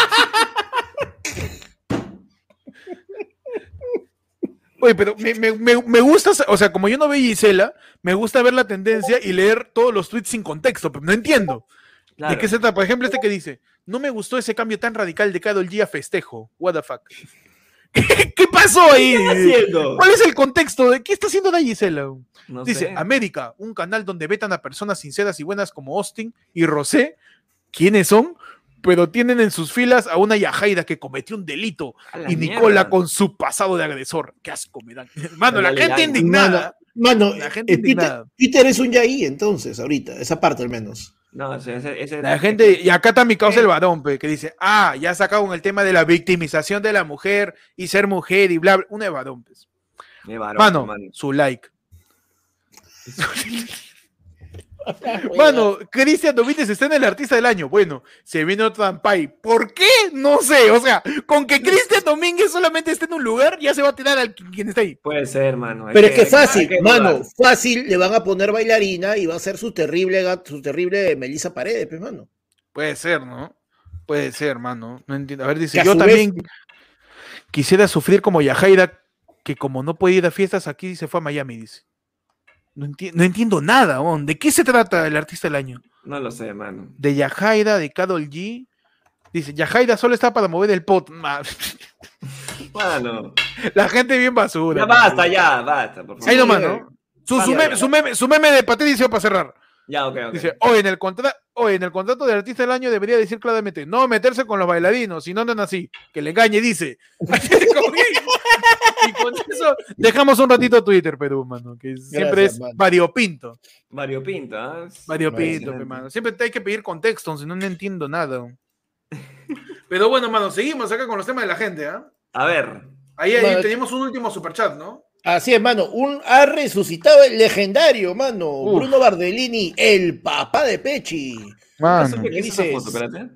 Oye, pero me, me, me, me gusta, o sea, como yo no veo Gisela, me gusta ver la tendencia y leer todos los tweets sin contexto, pero no entiendo. Claro. ¿De qué se trata? Por ejemplo, este que dice, no me gustó ese cambio tan radical de Karol G a festejo. What the fuck. ¿Qué, qué pasó ahí? ¿Qué está haciendo? ¿Cuál es el contexto? ¿De qué está haciendo la Gisela? No Dice, sé. América, un canal donde vetan a personas sinceras y buenas como Austin y Rosé. ¿Quiénes son? Pero tienen en sus filas a una Yajaira que cometió un delito A la y mierda. Nicola con su pasado de agresor. Qué asco me dan. Mano, la Dale, gente dale. indignada. Mano, La gente eh, Twitter, indignada. Twitter es un yaí, entonces, ahorita, esa parte al menos. No, ese, ese, ese- La gente, y acá está mi causa el varón, pe, que dice, ah, ya sacaron el tema de la victimización de la mujer y ser mujer y bla, bla. Una de varón, pues. Mi varón, Mano, mano. su like. Mano, Cristian Domínguez está en el artista del año. Bueno, se viene otro Ampay. ¿Por qué? No sé. O sea, con que Cristian Domínguez solamente esté en un lugar, ya se va a tirar al quien está ahí. Puede ser, mano. Hay Pero es que hay fácil, hay que mano, dudar. fácil, le van a poner bailarina y va a ser su terrible gat- su terrible Melissa Paredes, pues, mano. Puede ser, ¿no? Puede ser, mano. No entiendo. A ver, dice, Que a yo su también vez- quisiera sufrir como Yajaira, que como no puede ir a fiestas aquí, se fue a Miami, dice. No, enti- no entiendo nada, weón. ¿De qué se trata el artista del año? No lo sé, mano. De Yajaira, de Karol G. Dice, Yajaira solo está para mover el pot. Ma- Mano. La gente bien basura. Ya mano. basta, ya, basta, por favor. Ahí nomás, ¿no? Su, su, Vale, meme, vale. su, meme, su meme de Patricio para cerrar. Ya, ok, ok. Dice, hoy en el contra hoy en el contrato del artista del año debería decir claramente, no meterse con los bailarinos, si no andan así, que le engañe, dice. Así es como que- y con eso dejamos un ratito Twitter, Perú, mano, que siempre Gracias, es mano. variopinto. Mario Pinto, ¿ah? Variopinto, pe, mano. Siempre te hay que pedir contexto, si no, no entiendo nada. Pero bueno, mano, seguimos acá con los temas de la gente, ¿ah? A ver. Ahí, ahí Mano, teníamos un último superchat, ¿no? Así es, mano, un ha resucitado el legendario, mano, Uf. Bruno Bardellini, el papá de Pechi. Mano. ¿Qué ¿qué es esa dices? foto? Espérate.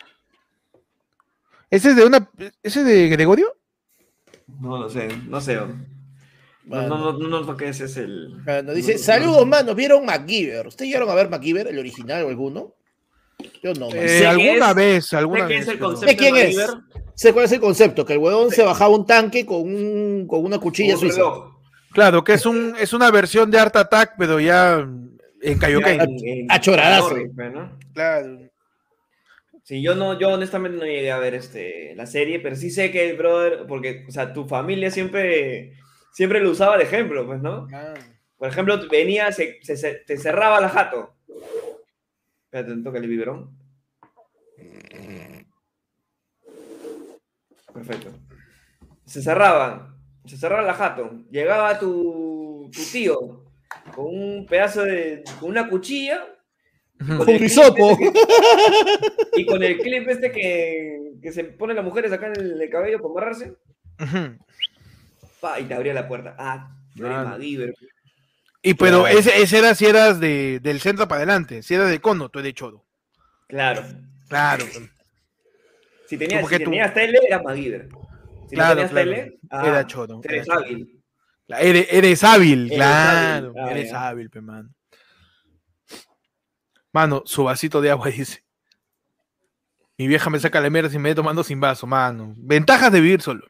¿Ese es de una. ¿Ese es de Gregorio? No lo sé, no sé. No, Mano. no, no, no, porque ese es el. Mano, dice, no, no, saludos, manos, ¿vieron MacGyver? ¿Ustedes llegaron a ver MacGyver, el original o alguno? Yo no, mano. Eh, Sé que alguna es- vez, alguna sé que vez. es el pero- concepto ¿De quién de es? MacGyver. Sé cuál es el concepto, que el huevón se bajaba un tanque con, un, con una cuchilla Un suiza. reloj. Claro, que es, un, es una versión de Art Attack, pero ya en Kaioken. Ya, en- en- A choradazo. Norris, pues, ¿no? Claro. Sí, yo no, yo honestamente no llegué a ver este, la serie, pero sí sé que el brother, porque, o sea, tu familia siempre, siempre lo usaba de ejemplo, pues, ¿no? Por ejemplo, venía, se, se- se- te cerraba la jato. Espérate, toca el biberón. Perfecto. Se cerraba, se cerraba la jato. Llegaba tu, tu tío con un pedazo de, con una cuchilla. Ujú. Con Con el hisopo. clip este que- y con el clip este que, que se ponen las mujeres acá en el, el cabello para amarrarse. Ujú. Pa, y te abría la puerta. Ah, yo era Claro. MacGyver. Y pero Claro. ese, ese era si eras de, del centro para adelante, si eras de cono, tú eres de choro. Claro. Claro. Si tenías, Como que si tú- tenías tele, era MacGyver. Si Claro, no tenías claro. tele, ah, Era choro, eres era choro. hábil. Eres, eres hábil, Eres claro. hábil. Ah, eres ya. hábil, pe, mano. Mano, su vasito de agua dice. Mi vieja me saca la mierda si me ve tomando sin vaso, mano. Ventajas de vivir solo.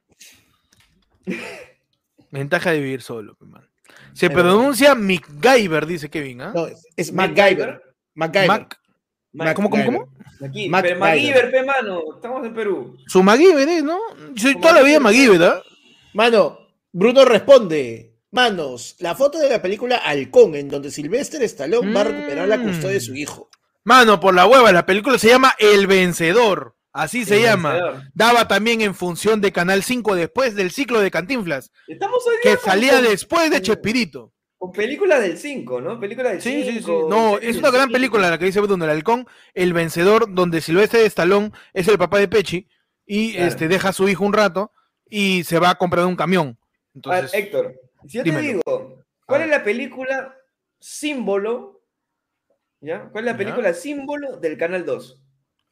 Ventaja de vivir solo, pe, mano. Se Es verdad. pronuncia MacGyver, dice Kevin, ¿ah? No, es MacGyver. MacGyver. Mac- Mac- ¿Cómo, cómo, cómo? Aquí, Mac- pero MacGyver, pe, mano. Estamos en Perú. Su MacGyver, ¿eh? ¿No? Yo soy Como toda la vida MacGyver. MacGyver, ¿ah? Mano, Bruno responde. Manos, la foto de la película Halcón, en donde Sylvester Stallone va a recuperar la custodia de su hijo. Mano, por la hueva, la película se llama El Vencedor. Así se El llama. Vencedor. Daba también en función de Canal cinco después del ciclo de Cantinflas, Estamos hoy que día salía con- después de Chespirito. con películas del cinco, ¿no? Películas del Sí, cinco. sí, sí. No, es una gran película la que dice Bruno, El Halcón, El Vencedor, donde Silvestre de Stallone es el papá de Pechi y Claro. este, deja a su hijo un rato y se va a comprar un camión. Entonces, A ver, Héctor, si yo dímelo. te digo, ¿cuál es la película símbolo? ¿Ya? ¿Cuál es la película ¿Ya? símbolo del Canal dos?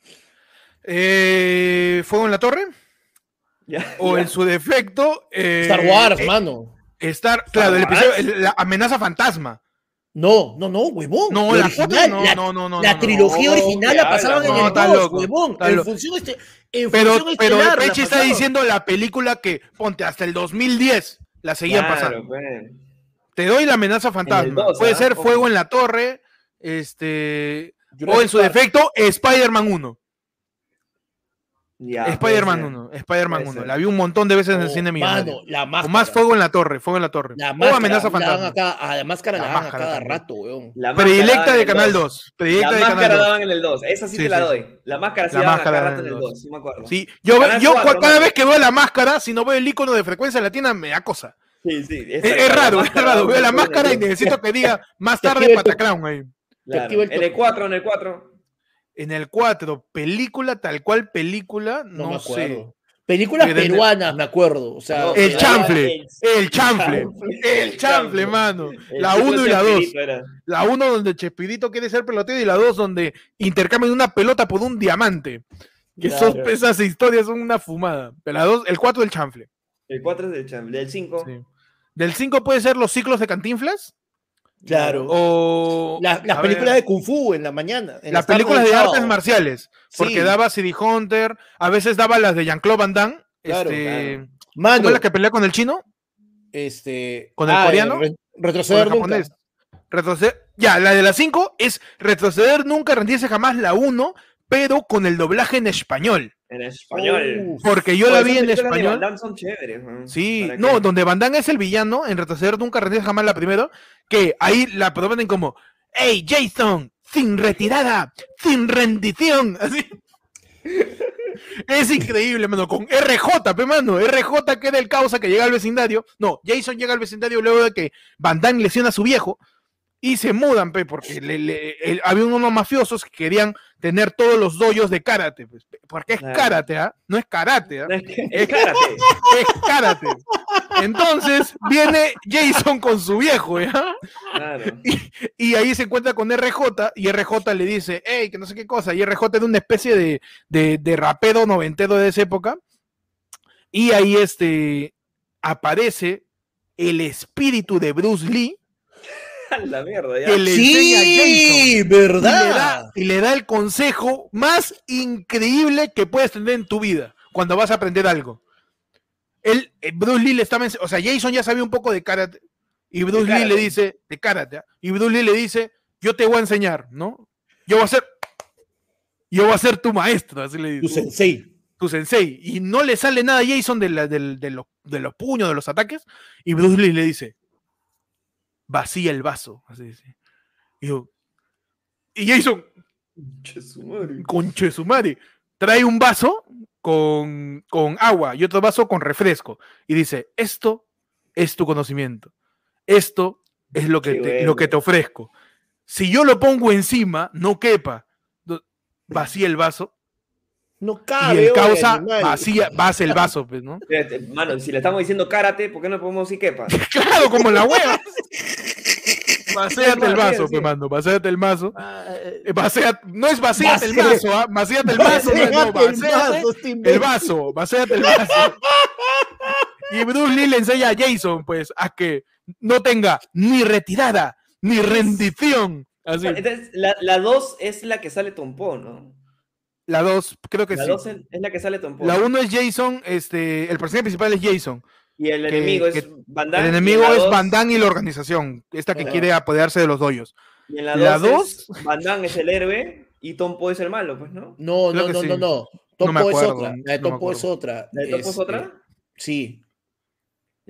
Eh, ¿Fuego en la Torre? ¿Ya? O ¿Ya? en su defecto. Eh, Star Wars, eh, mano. Star, claro, el Wars. episodio, el- la amenaza fantasma. No, no, no, huevón. No, la la original, cuatro no, la, no, no, no, la no, no. trilogía No, original ¿qué la pasaban hablas? en No, el está dos, loco, huevón. está En loco. función, este, en Pero, función pero estelar, la Pechi está pasaban. diciendo la película que, ponte, hasta el dos mil diez la seguían Claro, pasando. pues. Te doy la amenaza fantasma. dos, Puede ¿ah? ser Ojo. Fuego en la Torre, este, o Jurassic en su Park. defecto, Spider-Man uno. Ya, puede Spider-Man ser. uno, Spider-Man Puede uno. ser. La vi un montón de veces en el Oh, cine millonario. mano, la O máscara. más Fuego en la Torre, Fuego en la Torre. La o máscara, amenaza la dan fantasma. acá, a la máscara La la, dan a máscara cada también. rato, weón. La máscara Predilecta daban de en el Canal dos. dos. Predilecta La de máscara Canal dos. daban en el dos. Esa sí, Sí, te la sí. doy. La máscara sí La daban máscara acá daban rato en en el el dos, dos. sí me acuerdo. Sí, yo, Canal yo cuatro, cada mano. vez que veo la máscara, si no veo el icono de frecuencia latina, me da cosa. Sí, sí. Es, esa- es la raro, es máscara raro. daban Veo la en el máscara y dos. necesito que diga más Te tarde activa el toque. Pataclown ahí. Claro. activa el En el toque. cuatro, en el cuatro. En el cuatro, película tal cual película, No, no, me sé. acuerdo. Películas Porque desde- peruanas, me acuerdo. O sea, No, El pero chanfle, era el chanfle, el chanfle, mano. La uno y la dos. La uno donde Chespirito quiere ser pelotero y la dos donde intercambian una pelota por un diamante. Que Claro. son, esas historias son una fumada. Pero la dos, el cuatro del chanfle. El cuatro es del chanfle. Del cinco. Sí. Del cinco puede ser los ciclos de Cantinflas. claro. O La- las a películas ver, de Kung Fu en la mañana. en las tardes películas del de sábado. artes marciales. Porque Sí. daba City Hunter, a veces daba las de Jean-Claude Van Damme. Claro, este, claro. Mano, ¿Cómo es la que pelea con el chino? este. ¿Con el ah, coreano? re- Con retroceder el nunca. japonés. Retroceder. Ya, la de las cinco es retroceder nunca, rendirse jamás, la uno, pero con el doblaje en español. En español. Uf. Porque yo Por la esas vi en películas de Van español. Damme son chéveres. ¿no? Sí, ¿Para no, qué? donde Van Damme es el villano, en retroceder nunca, rendirse jamás la primera, que ahí la proponen como, ¡Hey, Jason! ¡Sin retirada! ¡Sin rendición! Así. Es increíble, mano, con R J, pe, mano, R J que era el causa que llega al vecindario. No, Jason llega al vecindario luego de que Van Damme lesiona a su viejo y se mudan, pe, porque le- le- el- había unos mafiosos que querían tener todos los dojos de karate, pues, porque es Claro. karate, ¿ah? No es karate, ¿ah? No, es que- es karate. Es karate. Entonces viene Jason con su viejo, ¿ya? Claro. Y ahí se encuentra con R J y R J le dice, hey, que no sé qué cosa. Y R J es una especie de, de, de rapero noventero de esa época. Y ahí este, aparece el espíritu de Bruce Lee A la mierda, ya. que le enseña a Jason. Sí, Y le, ¿verdad? da, y le da el consejo más increíble que puedes tener en tu vida cuando vas a aprender algo. Él, eh, Bruce Lee le estaba ense- o sea, Jason ya sabía un poco de karate y Bruce Lee karate. le dice, de karate, ¿ah? Y Bruce Lee le dice, yo te voy a enseñar, ¿no? Yo voy a ser, yo voy a ser tu maestro, así le Tu dice, sensei. tu sensei. Y no le sale nada a Jason de, la- del- de los, de los puños, de los ataques, y Bruce Lee le dice, vacía el vaso, así dice. Y yo, y Jason, Che, su madre. conche su madre, trae un vaso con, con agua y otro vaso con refresco y dice, esto es tu conocimiento, esto es lo que, Qué te, bueno. lo que te ofrezco. Si yo lo pongo encima, no quepa, no- vacía el vaso No y cabe. el oye, causa animal. vacía, vacía el vaso, pues, ¿no? Espérate, mano, si le estamos diciendo karate, ¿por qué no podemos decir quepa? Claro, como la hueva. Vacíate el vaso, Sí, pe, sí. mano, vacíate el vaso. Ah, eh, Eh, vacía- no es vacíate el Vacía- vaso, ¿ah? Vacíate el vaso, no, no, Vacíate el vacíate vaso, este el imbécil. vaso, vacíate el vaso. Y Bruce Lee le enseña a Jason, pues, a que no tenga ni retirada, ni rendición. Así. Entonces, la, la dos es la que sale Tompó, ¿no? La dos, creo que La sí. dos es, es la que sale Tompó. La uno es Jason, este, el personaje principal es Jason. Y el que- enemigo es que Van Damme. El y enemigo en la es dos- Van Damme y la organización, esta que Ajá. quiere apoderarse de los doyos. Y en la la dos, es Van Damme es el héroe y Tompo es el malo, pues, ¿no? No, Creo no, que no, sí. no, no. No me Topo es acuerdo, otra. La de no me Topo es acuerdo. otra. ¿La de Tompo es Este, otra? Sí.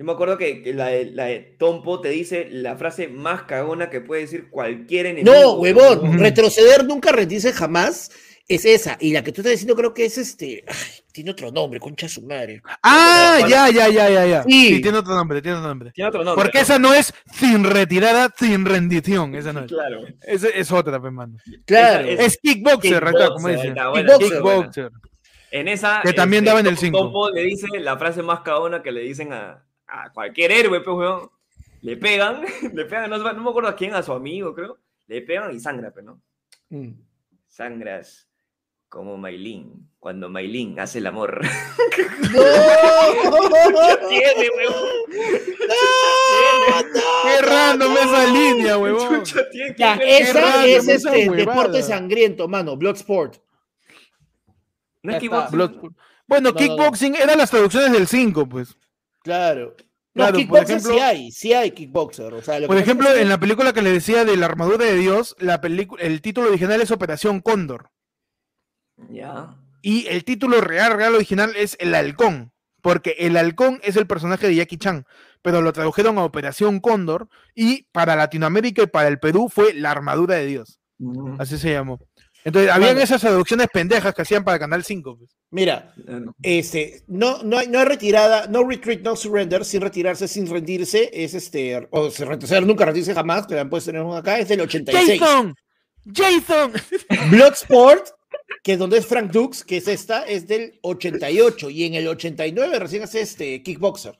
Yo me acuerdo que, que la, de, la de Tompo te dice la frase más cagona que puede decir cualquier enemigo. No, huevón, ¿no? retroceder nunca, rendirse jamás, es esa. Y la que tú estás diciendo creo que es este... Ay, tiene otro nombre, concha de su madre. Ah, Pero, ya, ya, ya, ya, ya. Sí. Sí, tiene otro nombre, tiene otro nombre. Tiene otro nombre. Porque ¿no? esa no es sin retirada, sin rendición. Esa no es. Claro. Esa es otra, pues, mano. Claro. Esa Es kickboxer, ahí está, como Kickboxer, dice. ahí está, bueno, Kickboxer. En esa. Que también daba en el cinco. Tompo le dice la frase más cagona que le dicen a, a cualquier héroe, pues, weón. Le pegan, le pegan, no, no me acuerdo a quién, a su amigo, creo. Le pegan y sangra, pues, ¿no? Mm. Sangras como Maylin, cuando Maylin hace el amor. ¡No! Tiene, weón. ¡No! ¡No! Qué random esa línea, huevón. Chucha, tiene. Ya, ¿Quién esa random es esa este huevada. deporte sangriento, mano, Bloodsport. No es Ya kickboxing. Blood- Bueno, No, no, kickboxing eran las traducciones del cinco, pues. Claro. No, Claro, por kickboxer ejemplo- sí hay, sí hay kickboxer. O sea, lo que Por pasa ejemplo, es que- en la película que le decía de la armadura de Dios, la película, el título original es Operación Cóndor. Ya. Y el título real, real original es El Halcón. Porque el Halcón es el personaje de Jackie Chan. Pero lo tradujeron a Operación Cóndor. Y para Latinoamérica y para el Perú fue La Armadura de Dios. Mm. Así se llamó. Entonces, habían Mano. esas traducciones pendejas que hacían para Canal cinco. Pues. Mira, Bueno. este, no, no, hay, no hay retirada, no retreat, no surrender, sin retirarse, sin rendirse, es este, o se retroceder, nunca rendirse jamás, que la puedes tener uno acá, es del ochenta y seis. ¡Jason! ¡Jason! Bloodsport, que es donde es Frank Dux, que es esta, es del ochenta y ocho, y en el ochenta y nueve recién hace este Kickboxer.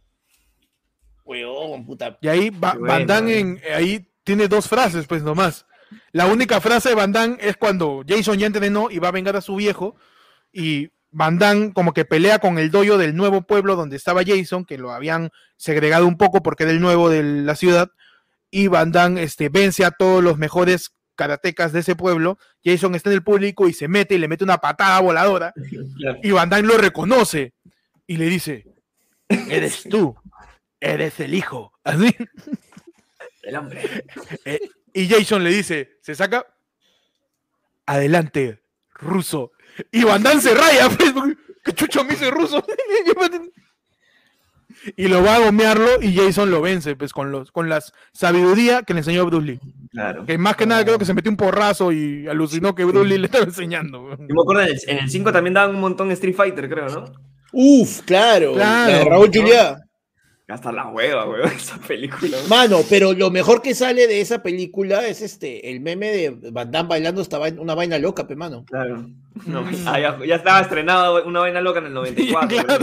Weón, puta. Y ahí Ba- Qué bueno, Van Damme eh. en- ahí tiene dos frases, pues nomás. La única frase de Van Damme es cuando Jason ya entrenó y va a vengar a su viejo. Y Van Damme como que pelea con el dojo del nuevo pueblo donde estaba Jason, que lo habían segregado un poco porque era el nuevo de la ciudad. Y Van Damme este, vence a todos los mejores karatecas de ese pueblo. Jason está en el público y se mete y le mete una patada voladora. Claro. Y Van Damme lo reconoce y le dice: eres tú, eres el hijo. Así. El hombre. Eh, y Jason le dice, se saca, adelante, ruso. Y Van Damme se raya, pues, porque, ¿qué chucho me dice ruso? Y lo va a gomearlo y Jason lo vence, pues, con los, con la sabiduría que le enseñó Bruce Lee. Claro. Que más que nada creo que se metió un porrazo y alucinó que Bruce Lee le estaba enseñando. Yo me acuerdo en el, en el cinco también daban un montón de Street Fighter, creo, ¿no? Uf, claro, Claro, la de Raúl ¿no? Juliá. Hasta la hueva, weón, esa película. Mano, pero lo mejor que sale de esa película es este, el meme de Van Damme bailando esta vaina, una vaina loca, pe mano. Claro. No, ah, ya, ya estaba estrenado Una Vaina Loca en el noventa y cuatro. Claro.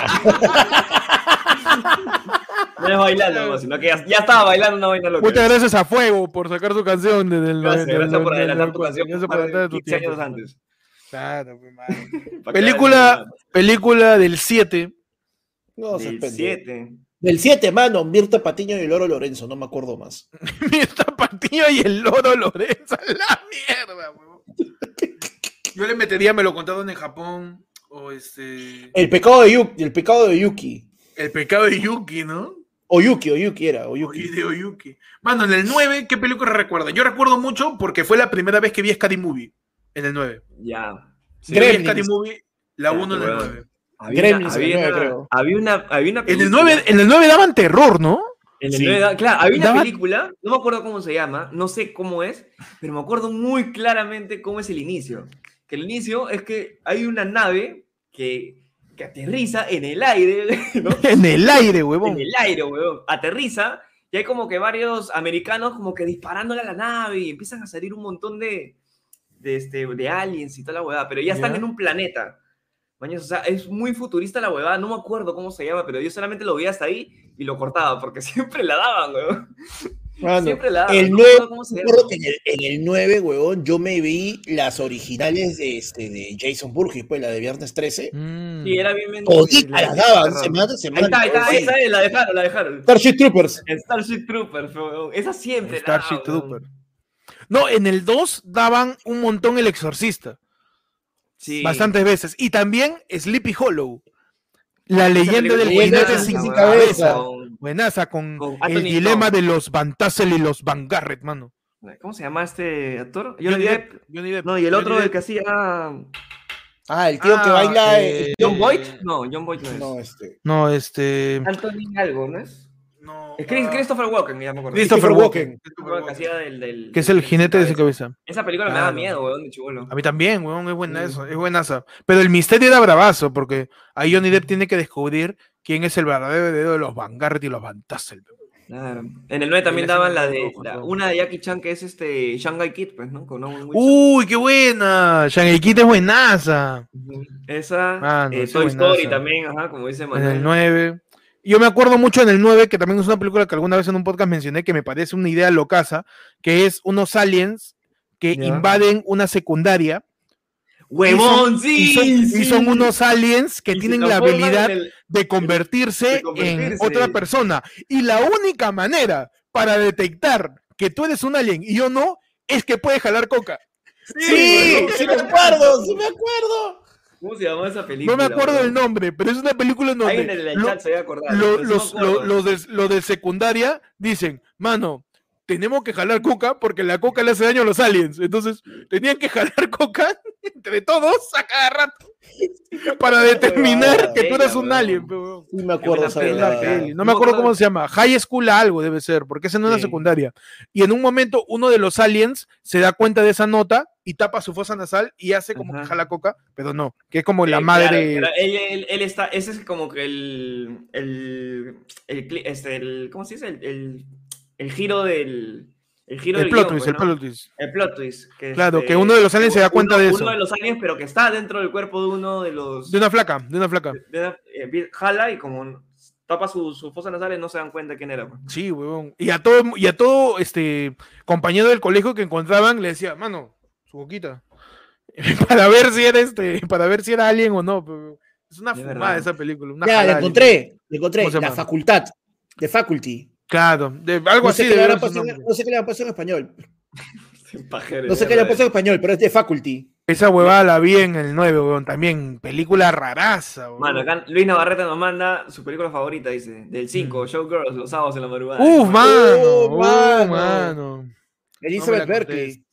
No es bailando, no, sino que ya, ya estaba bailando Una Vaina Loca. Muchas gracias a Fuego por sacar su canción desde el Gracias, del- gracias por del- adelantar del- tu canción. gracias por adelantar tu quince tiempo. años antes. Claro, pues, mano. Para que Película, vean, película del siete. No, se del espende. siete. Del siete, mano, Mirta Patiño y el Loro Lorenzo, no me acuerdo más. Mirta Patiño y el loro Lorenzo. La mierda, huevón. Yo le metería, me lo contaron en Japón. O este. El pecado de Yuki, el pecado de Yuki. El pecado de Yuki, ¿no? O Yuki, o Yuki era, o O Yuki. Hideo Yuki. Mano, en el nueve, ¿qué película recuerdan? Yo recuerdo mucho porque fue la primera vez que vi Scary Movie. En el nueve. Ya. Sí. Yo vi Gremlins. Scary Movie, la Ya, uno en el weón. nueve. Había Gremlins una, en el había, nueve, una, creo. había una había una En el película- nueve, en el nueve daban terror, ¿no? En el Sí. nueve da- claro, había una Daba- película, no me acuerdo cómo se llama, no sé cómo es, pero me acuerdo muy claramente cómo es el inicio. Que el inicio es que hay una nave que, que aterriza en el aire, ¿no? En el aire, huevón. En el aire, weón. Aterriza y hay como que varios americanos como que disparándole a la nave y empiezan a salir un montón de, de, este, de aliens y toda la huevada, pero ya están Ya. en un planeta. Mañas, o sea, es muy futurista la huevada, no me acuerdo cómo se llama, pero yo solamente lo veía hasta ahí y lo cortaba, porque siempre la daban, weón. Mano, Siempre la daban. el no me nueve, acuerdo cómo se me llama. acuerdo que en el, en el nueve, huevón, yo me vi las originales de, este, de Jason Burgess, pues, la de Viernes trece. Mm. Sí, era bien. Toditas las daban, Ahí semana, semana. está, ahí está, sí. esa es, la dejaron, la dejaron. Starship Troopers. Starship Troopers, weón. Esa siempre la Starship daban, weón. Trooper. No, en el dos daban un montón El Exorcista. Sí. Bastantes veces. Y también Sleepy Hollow. La leyenda del película jinete buenaza, sin weón. cabeza. Con- Buenaza con, Con el Anthony dilema Hopkins. de los Van Tassel y los Van Garrett, mano. ¿Cómo se llama este actor? Johnny Johnny Depp. Depp, Johnny Depp, No, y el Johnny otro, el Depp. que hacía. Ah, el tío Ah, que baila. eh, eh, ¿John eh, Boyd? No, John Boyd no es. No, este. No, este. Anthony algo, ¿no es? No, Es Chris- ah, Christopher Walken, ya me acuerdo. Christopher Christopher Walken. Walken. Christopher Que Walken. hacía del, del, Que es del el jinete de sin cabeza. Esa película me Claro. da miedo, weón, de chibolo. A mí también, weón, es buena Sí. eso, es buenaza. Pero el misterio era bravazo, porque ahí Johnny Depp tiene que descubrir quién es el verdadero heredero de los Van Garrett y los Van Tassel. Claro. En el nueve también Le hacen daban la un de ojo, la- todo. una de Jackie Chan que es este Shanghai Kid, pues, ¿no? Con Owen Wilson. Uy, qué buena. Shang Kid es buenaza. Ujú. Esa, Mano, eh, sí, Toy buenaza. Story también, ajá, como dice En Manuel. el nueve. Yo me acuerdo mucho en el nueve, que también es una película que alguna vez en un podcast mencioné, que me parece una idea locaza, que es unos aliens que Ya. invaden una secundaria. ¡Huevón, y sí! son, y sí. son unos aliens que Y se tienen la transforman habilidad en el- de convertirse, de convertirse. en otra persona. Y la única manera para detectar que tú eres un alien y yo no, es que puedes jalar coca. Sí, huevón. sí me acuerdo, sí me acuerdo. ¿Cómo se llamó esa película? No me acuerdo huevón? del nombre, pero es una película en Alguien donde en el lo- chat se va a acordar. lo- pero sí me los, acuerdo. lo- los de, los de secundaria dicen, mano, tenemos que jalar coca porque la coca le hace daño a los aliens. Entonces, tenían que jalar coca entre todos a cada rato para determinar huevada, que tú eres ella, un huevón. alien. pe, huevón. Sí me acuerdo buena esa peli, huevada. claro. No me No acuerdo acuerdo- cómo se llama. High School algo debe ser, porque esa no es la Sí. secundaria. Y en un momento uno de los aliens se da cuenta de esa nota y tapa su fosa nasal y hace como Ajá. que jala coca, pero no, que es como Sí, la claro, madre. pero él, él- él está, ese es como que el, el, el, cli- este, el- ¿cómo se dice? El, el, el giro del, el giro El del plot guión, twist, pues, el ¿no? plot twist. El plot twist. Que Claro, este, que uno de los aliens se da cuenta uno- de eso. Uno de los aliens, pero que está dentro del cuerpo de uno de los... De una flaca, de una flaca. de una- eh, vi- jala y como tapa su, su fosa nasal y no se dan cuenta quién era. pues. Sí, huevón. Y a todo, y a todo este compañero del colegio que encontraban le decía, mano, su boquita. para ver si era este, para ver si era alien o no. Pero es una Es fumada verdad. esa película. Una Ya, la jalada, encontré, la encontré. ¿Cómo se La llama? facultad. The Faculty. Claro, de, algo No sé, así. qué le debe habrá ser su pasado, nombre. no sé qué le habrá pasado en español. Pajero, No sé de qué le ha verdad. pasado en español, pero es The Faculty. Esa huevada la vi en el nueve, huevón. También película raraza, huevón. Mano, acá Luis Navarrete nos manda su película favorita, dice, del cinco, Mm. Showgirls, los sábados en la madrugada. Uf, mano. Oh, uh, mano. mano. Elizabeth la Berkeley.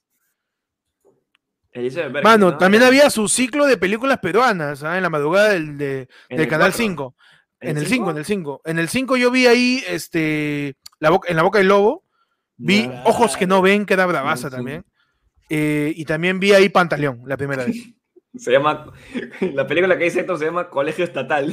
Elizabeth Berkley, Mano, ¿no? también había su ciclo de películas peruanas, ¿ah? En la madrugada del, de- En del el Canal cuatro. cinco. ¿En En el el cinco, cinco? en el cinco. En el cinco yo vi ahí, este, la boca, en la boca del lobo, vi Ya. Ojos que no ven, que era bravaza Sí. también. Eh, y también vi ahí Pantaleón, la primera vez. Se llama, la película que dice Héctor se llama Colegio Estatal.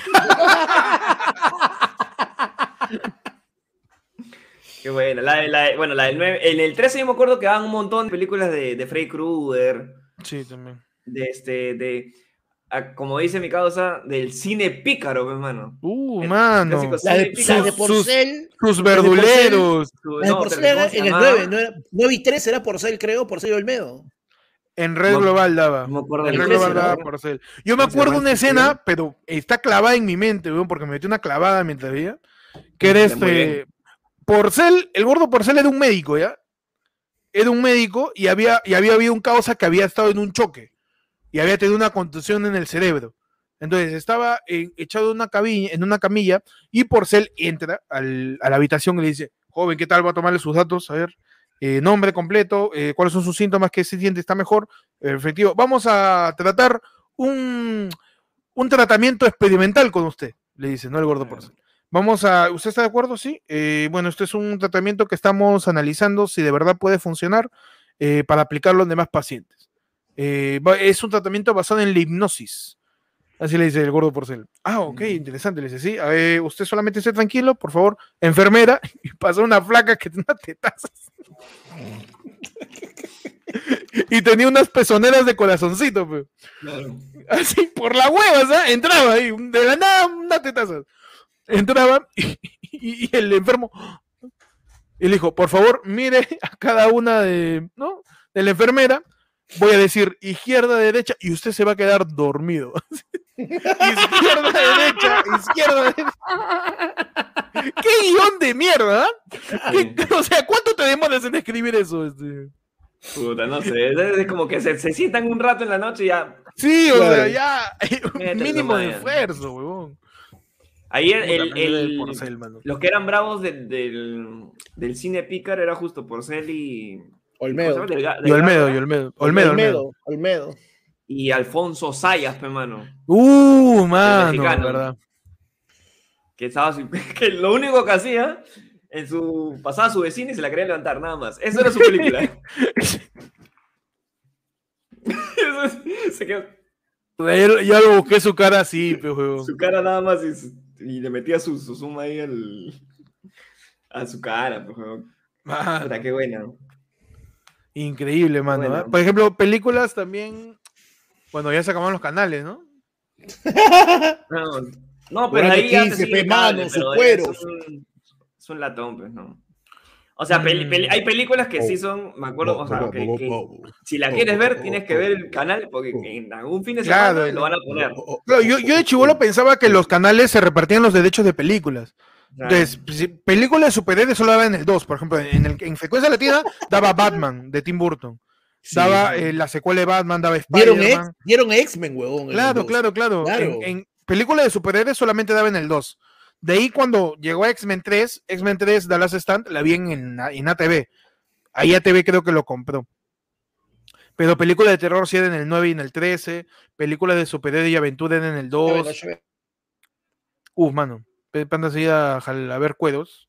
Qué buena. La, de- la, de- bueno, la del nueve. En el trece yo me acuerdo que daban un montón de películas de, de Freddy Krueger, Sí, también. de este, de, a- como dice mi causa, del cine pícaro, hermano. Uh, El mano. clásico La de, cine la de Sus- Porcel. Sus de verduleros. Su- La de no, Porcel pero era ¿cómo se en el llamaba? nueve. No era, nueve y tres era Porcel, creo, Porcel y Olmedo. En Red No- Global daba. no me acuerdo En del Red trece, Global daba ¿no? Porcel. Yo me ¿Cómo se acuerdo llama una este escena, film? pero está clavada en mi mente, weón, porque me metí una clavada mientras veía. Que era Ya, muy bien. este. Porcel, el gordo Porcel era un médico, ¿ya? Era un médico y había, y había habido un causa que había estado en un choque y había tenido una contusión en el cerebro. Entonces estaba eh, echado en una, cabilla, en una camilla y Porcel entra al- a la habitación y le dice, joven, ¿qué tal? Va a tomarle sus datos, a ver, eh, nombre completo, eh, cuáles son sus síntomas, qué se siente, está mejor, eh, efectivo. Vamos a tratar un, un tratamiento experimental con usted, le dice, no el gordo Claro. Porcel. Vamos a, ¿usted está de acuerdo? Sí. Eh, bueno, este es un tratamiento que estamos analizando si de verdad puede funcionar eh, para aplicarlo en demás pacientes. Eh, va- es un tratamiento basado en la hipnosis. Así le dice el gordo Porcel. Ah, ok, Ujú. interesante. Le dice, sí, a ver, usted solamente esté tranquilo, por favor. Enfermera, y pasó una flaca que tenía tetazas. y tenía unas pezoneras de corazoncito, pues. Claro. Así, por la hueva, ¿sabes? Entraba ahí, de la nada, una tetaza. Entraba y, y- y el enfermo, y le dijo, por favor, mire a cada una de, ¿no? de la enfermera, voy a decir izquierda, derecha, y usted se va a quedar dormido. izquierda, derecha, izquierda, derecha. ¿Qué guión de mierda? ¿ah? ¿Qué- o sea, ¿cuánto te demoras en escribir eso? Este? Puta, no sé. Es, es como que se, se sientan un rato en la noche y ya. Sí, o Claro. sea, ya, Métele mínimo de nomás. esfuerzo, huevón. Ayer Puta, el, me duele el- Porcel, mano. los que eran bravos del, del, del cine pícaro era justo Porcel y. ¿cómo se Olmedo. llama? Delga- Y Olmedo, Delgado, y ¿no? Olmedo, Olmedo, Olmedo. Olmedo. Olmedo. y Alfonso Sayas, pe, mano. Uh, mano, verdad. Que, estaba, que lo único que hacía, en su, pasaba a su vecina y se la quería levantar, nada más. Esa era su película. se quedó... Ya, ya lo busqué su cara así, pero... Su cara nada más y, y le metía su, su zoom ahí al, a su cara, pero... Puta, qué buena. Increíble, mano. Bueno. ¿eh? Por ejemplo, películas también. Bueno, ya se acabaron los canales, ¿no? no, no, pero ahí ya te sigue mano, su cuero. Es un, es un latón, pues, ¿no? O sea, peli, peli, hay películas que sí son, me acuerdo, o sea, que, que si la quieres ver, tienes que ver el canal, porque en algún fin de semana claro, lo van a poner. Claro, yo, yo de chibolo pensaba que los canales se repartían los derechos de películas. Entonces, películas de superhéroes solo daban en el dos, por ejemplo, en, el, en Frecuencia Latina daba Batman, de Tim Burton. Sí, daba sí. Eh, la secuela de Batman, daba Spider-Man. Dieron X-Men, huevón. Claro, claro, claro, claro. En, en películas de superhéroes solamente daba en el dos. De ahí cuando llegó X-Men tres, X-Men tres The Last Stand, la vi en, en, en A T V. Ahí A T V creo que lo compró. Pero películas de terror sí eran en el nueve y en el trece. Películas de superhéroes y aventura eran en el dos. Uf, mano. Panda así a, a ver cueros.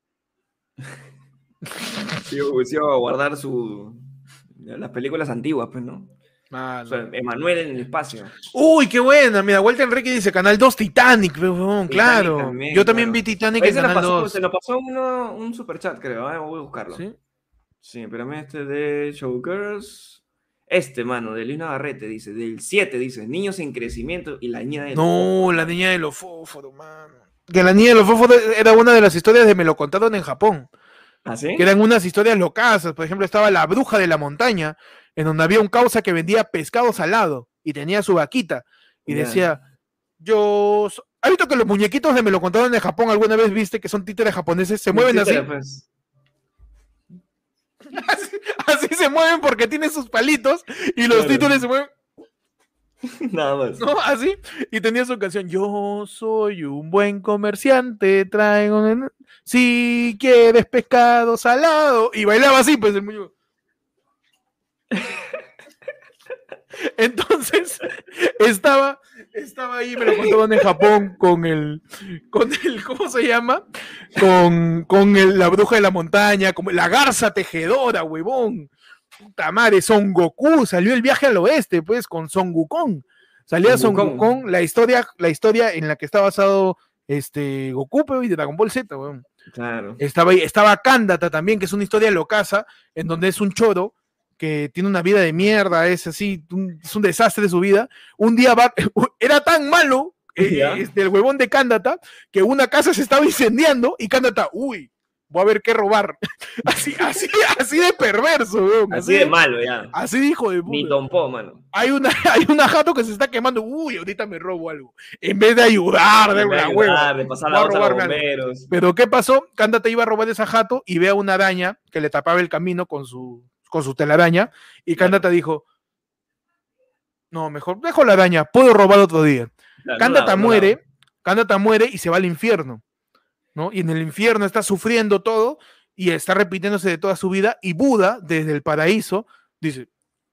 Sí, sí, a guardar su las películas antiguas, pues, ¿no? Ah, o sea, Emanuel en el espacio. Uy, qué buena. Mira, Walter Enrique dice Canal dos Titanic, pero, Titanic claro. También, Yo también claro. vi Titanic en Canal pasó, dos. Se lo pasó uno, un superchat, creo. ¿eh? Voy a buscarlo. Sí, sí, pero a mí este de Showgirls. Este, mano, de Luis Navarrete, dice. Del siete, dice. Niños en crecimiento y la niña de los No, fósforos. la niña de los fósforos, mano. Que la niña de los fósforos era una de las historias de Me lo contaron en Japón. ¿Ah, sí? Que eran unas historias locasas. Por ejemplo, estaba la bruja de la montaña, en donde había un causa que vendía pescado salado y tenía su vaquita. Y yeah. decía, yo... ¿Has visto que los muñequitos de Me lo contaron en Japón alguna vez viste que son títeres japoneses? Se mueven así. Pues. así. Así se mueven porque tienen sus palitos y los claro. títeres se mueven. Nada más. No, así. Y tenía su canción, yo soy un buen comerciante, traigo... Si quieres pescado salado. Y bailaba así, pues el muñeco. Entonces, estaba, estaba ahí, me lo contaban en Japón, con el, con el, ¿cómo se llama? Con, con el, la bruja de la montaña, como la garza tejedora, huevón. Puta madre, Son Goku, salió el viaje al oeste, pues, con Son Wukong. Salía Son Wukong, la historia, la historia en la que está basado este Goku, pero y de Dragon Ball Z, weón. Claro. Estaba ahí, estaba Cándata también, que es una historia locaza, en donde es un choro que tiene una vida de mierda, es así, un, es un desastre de su vida. Un día va, era tan malo eh, este, el huevón de Cándata, que una casa se estaba incendiando y Cándata, uy, voy a ver qué robar. Así, así, así de perverso, weón. Así, así de malo, ya. Así dijo de puta. Ni tompó, mano. Hay una, hay una jato que se está quemando. Uy, ahorita me robo algo. En vez de ayudar, de una hueva. De pasar la voz a los bomberos. Pero ¿qué pasó? Cándata iba a robar esa jato y ve a una araña que le tapaba el camino con su, con su telaraña. Y Cándata claro. dijo, no, mejor dejo la araña, puedo robar otro día. Claro, Cándata no, no, muere, no. Cándata muere y se va al infierno. ¿no? Y en el infierno está sufriendo todo y está repitiéndose de toda su vida, y Buda, desde el paraíso, dice,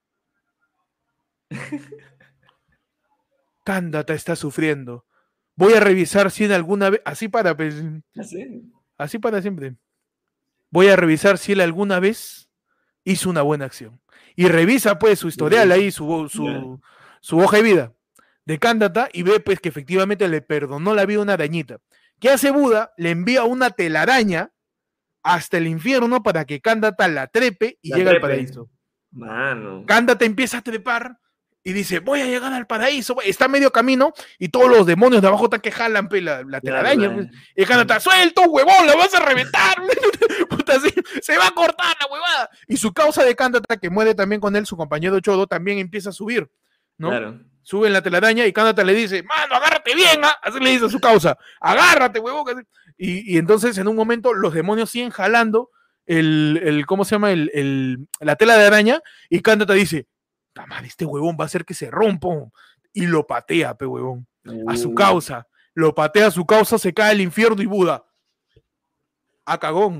Cándata está sufriendo, voy a revisar si en alguna vez, así para, pues, ¿Así? así para siempre, voy a revisar si él alguna vez hizo una buena acción, y revisa pues su historial ahí, su, su, yeah. su hoja de vida de Cándata, y ve pues que efectivamente le perdonó la vida a una arañita. ¿Qué hace Buda? Le envía una telaraña hasta el infierno para que Cándata la trepe y la llegue trepe. al paraíso. Mano. Cándata empieza a trepar y dice, voy a llegar al paraíso. Está a medio camino y todos los demonios de abajo están que jalan pe, la, la telaraña. Pues. Y Cándata, suelto, huevón, la vas a reventar. Puta, así, se va a cortar la huevada. Y su causa de Cándata, que muere también con él, su compañero Chodo, también empieza a subir, ¿no? Claro. Sube en la telaraña y Cándata le dice, mano, agárrate bien, ¿ah? Así le dice a su causa, agárrate, huevón. Y, y entonces en un momento los demonios siguen jalando el, el ¿cómo se llama? El, el, la tela de araña, y Cándata dice, madre, este huevón va a hacer que se rompa, y lo patea, pe huevón, uh. a su causa, lo patea a su causa, se cae al infierno y Buda, a cagón,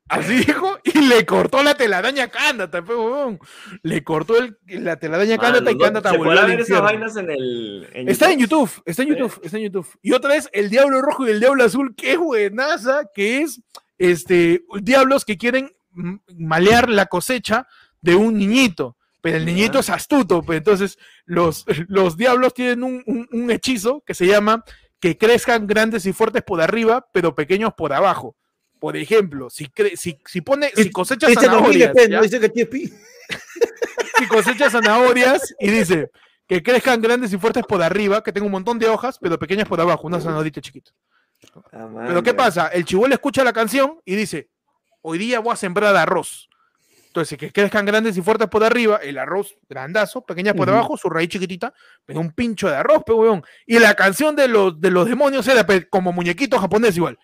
Así dijo, y le cortó la telaraña a Cándata, pe, huevón. Le cortó el, la telaraña a Cándata y Cándata ¿Se volvió podrá al ver esas infierno. vainas en el. En Está en YouTube, está en YouTube, está en YouTube. Y otra vez, el Diablo Rojo y el Diablo Azul, qué buenaza, que es este, diablos que quieren m- malear la cosecha de un niñito. Pero el niñito es astuto, pues entonces los, los diablos tienen un, un, un hechizo que se llama que crezcan grandes y fuertes por arriba, pero pequeños por abajo. Por ejemplo, si, cre si, si pone, si cosecha Este no zanahorias, mide, ¿ya? no dice que T P. Si cosecha zanahorias y dice que crezcan grandes y fuertes por arriba, que tenga un montón de hojas, pero pequeñas por abajo, una zanahorita chiquita. Ah, Pero ¿qué pasa? El chibolo escucha la canción y dice, hoy día voy a sembrar arroz. Entonces, que crezcan grandes y fuertes por arriba, el arroz grandazo, pequeñas por Ujú. abajo, su raíz chiquitita, pero un pincho de arroz, pe weón. Y la canción de los, de los demonios era pe, como muñequito japonés igual.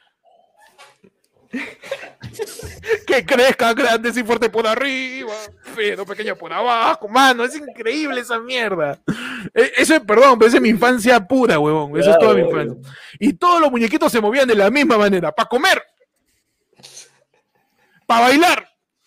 Que crezcan grandes y fuertes por arriba, pero pequeñas por abajo, mano, es increíble esa mierda. Eh, Eso es, perdón, pero esa es mi infancia pura, huevón. Eso es toda mi infancia. Y todos los muñequitos se movían de la misma manera, para comer, para bailar,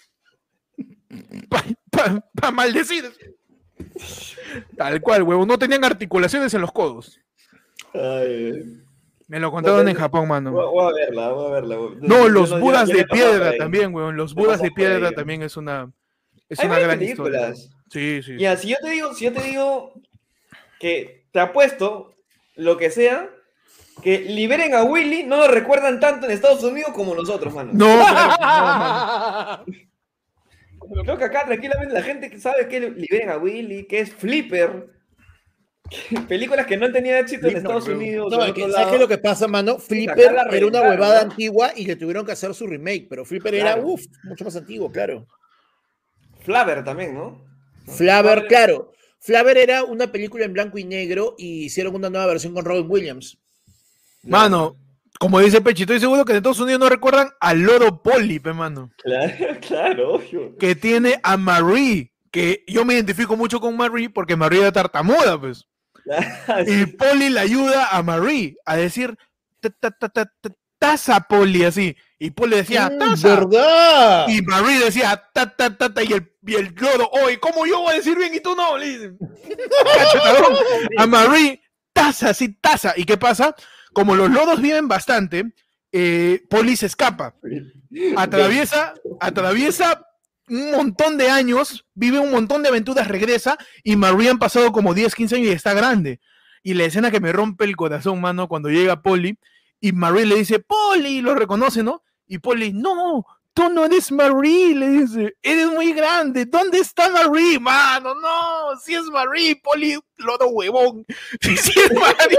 para pa, pa maldecir. Tal cual, huevón. No tenían articulaciones en los codos. Ay, Me lo contaron No, en Japón, mano. voy, voy a verla, voy a verla. No, Yo los yo- Budas yo de le he pasado por piedra ahí. también, weón. Los Le he Budas de pasado por ahí, piedra ¿no? también es una, es Hay una varias gran películas. historia. Sí, sí. Ya, si yo te digo, si yo te digo que te apuesto lo que sea, que liberen a Willy, no lo recuerdan tanto en Estados Unidos como nosotros, mano. No, claro, no, mano. Creo que acá tranquilamente la gente que sabe que liberen a Willy, que es Flipper. que- películas que no han tenido éxito en No, Estados no, Unidos. no, o en es otro que, ¿sabes lado. qué es lo que pasa, mano? Flipper Acá la era una reventaron, huevada ¿no? antigua y le tuvieron que hacer su remake, pero Flipper Claro. era, uff, mucho más antiguo, claro. Flaver también, ¿no? Flaver, claro. Flaver era una película en blanco y negro y hicieron una nueva versión con Robin Williams. Mano, como dice Pechi, estoy seguro que en Estados Unidos no recuerdan al loro Polly, pe, mano. Claro, claro, obvio. Que tiene a Marie, que yo me identifico mucho con Marie porque Marie era tartamuda, pues. Y Polly le ayuda a Marie a decir "Ta, ta, ta, ta, ta, taza, Polly", así. Y Polly decía, Mm, taza. ¿verdad? Y Marie decía, ta, ta, ta, ta, y el, y el loro, oye, ¿cómo yo voy a decir bien y tú no? Le dicen. Cachetadón. A Marie, taza, sí, taza. ¿Y qué pasa? Como los loros viven bastante, eh, Polly se escapa. Atraviesa, atraviesa un montón de años, vive un montón de aventuras, regresa, y Marie han pasado como diez, quince años y está grande. Y la escena que me rompe el corazón, mano, cuando llega Polly, y Marie le dice, Polly, lo reconoce, ¿no? Y Polly, no, tú no eres Marie, le dice, eres muy grande, ¿dónde está Marie? Mano, no, si es Marie, Polly, lodo huevón, si es Marie.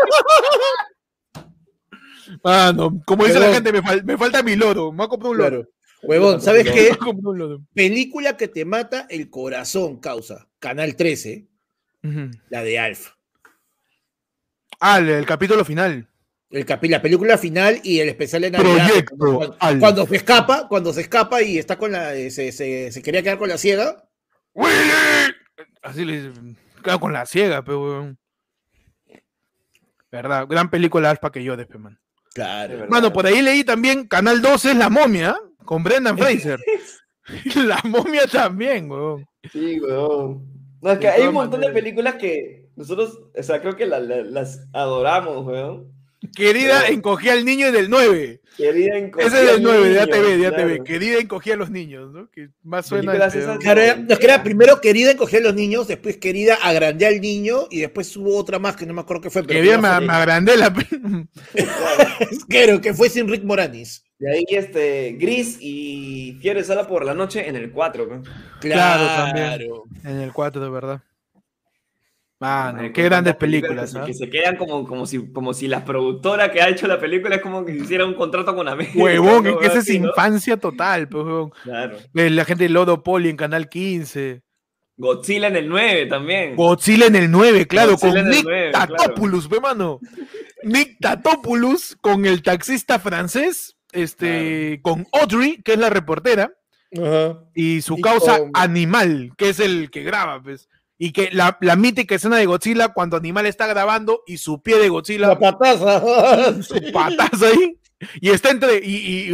Mano, como dice Huevón. la gente, me, fal- me falta mi lodo, me voy a comprar un lodo. Claro. Huevón, ¿sabes Me qué? voy a comprar un lodo. Película que te mata el corazón, causa. Canal trece, Ujú. la de Alf. Ah, el, el capítulo final. El capi- la película final y el especial de Navidad. Proyecto Cuando, Alf. cuando se escapa, cuando se escapa y está con la. Se, se- se quería quedar con la ciega. ¡Willy! Así le dice, claro, con la ciega, pero weón. Verdad, gran película Alfa que yo después, man. Claro. Mano, por ahí leí también Canal doce es La Momia, con Brendan Fraser. La Momia también, weón. Sí, weón. No, es que De hay un todas montón de maneras. películas que nosotros, o sea, creo que la- la- las adoramos, weón. Querida, Pero- encogía al niño del nueve. Querida encogía Ese es del al nueve, de niño, A T V, de A T V. claro. Querida encogía a los niños, ¿no? Que más suena. Películas este, esas- Claro, era- no, es que era primero querida encoger a los niños, después querida agrandé al niño y después hubo otra más que no me acuerdo qué fue. que Pero bien que me, ya me fue- agrandé la. Claro, que fue sin Rick Moranis. De ahí este, Gris y Fiebre Sala por la noche en el cuatro, weón. Claro, Claro, también. En el cuatro, de verdad. Mano, Ay, qué con grandes tantas películas, que, se- ¿ah? que se quedan como, como, si, como si la productora que ha hecho la película es como que hiciera un contrato con América. Huevón, ¿no? es que esa es Así, ¿no? infancia total, pues, huevón. Claro. Eh, La gente de Lodo Poli en Canal quince. Godzilla en el nueve también. Godzilla en el nueve, claro, Godzilla con en el Nick nueve, Tatopoulos, ve, mano. Nick Tatopoulos con el taxista francés, este, con Audrey, que es la reportera, Ajá. y su Y causa con- Animal, que es el que graba, pues. Y que la, la mítica escena de Godzilla cuando Animal está grabando y su pie de Godzilla La pataza. su patazo ahí y está entre y, y,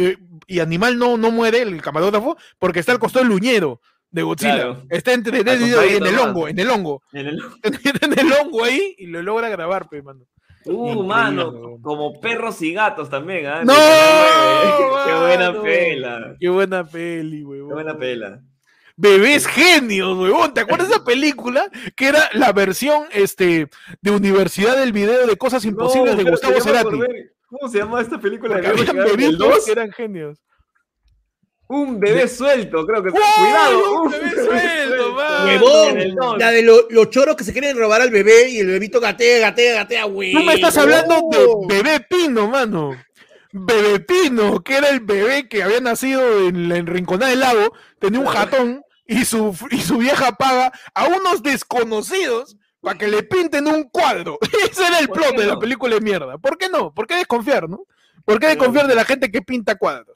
y Animal no, no muere, el camarógrafo, porque está al costado del uñero de Godzilla. Claro. Está entre en el hongo, en el hongo. En el, en el hongo ahí y lo logra grabar, pe, mano. Uh, Increíble, mano, ¿no? Como perros y gatos también, ¿ah? ¿eh? ¡No! ¡Qué buena pela! ¡Qué buena peli, huevón! ¡Qué buena pela! Bebés genios, huevón. ¿Te acuerdas de esa película? Que era la versión este, de Universidad del Video de Cosas Imposibles no, de Gustavo Cerati. ¿Cómo se llama esta película? Porque habían bebitos que eran genios. Un bebé suelto, creo que. ¡Oh, ¡Cuidado! Un bebé suelto, man! ¡Huevón! La de lo, los choros que se quieren robar al bebé y el bebito gatea, gatea, gatea, güey. Tú me estás hablando de Bebé Pino, mano. Bebé Pino, que era el bebé que había nacido en la Rinconada del Lago, tenía un jatón y su, y su vieja paga a unos desconocidos para que le pinten un cuadro. Ese era el plot de la película de mierda. ¿Por qué no? ¿Por qué desconfiar, no? ¿Por qué desconfiar de la gente que pinta cuadros?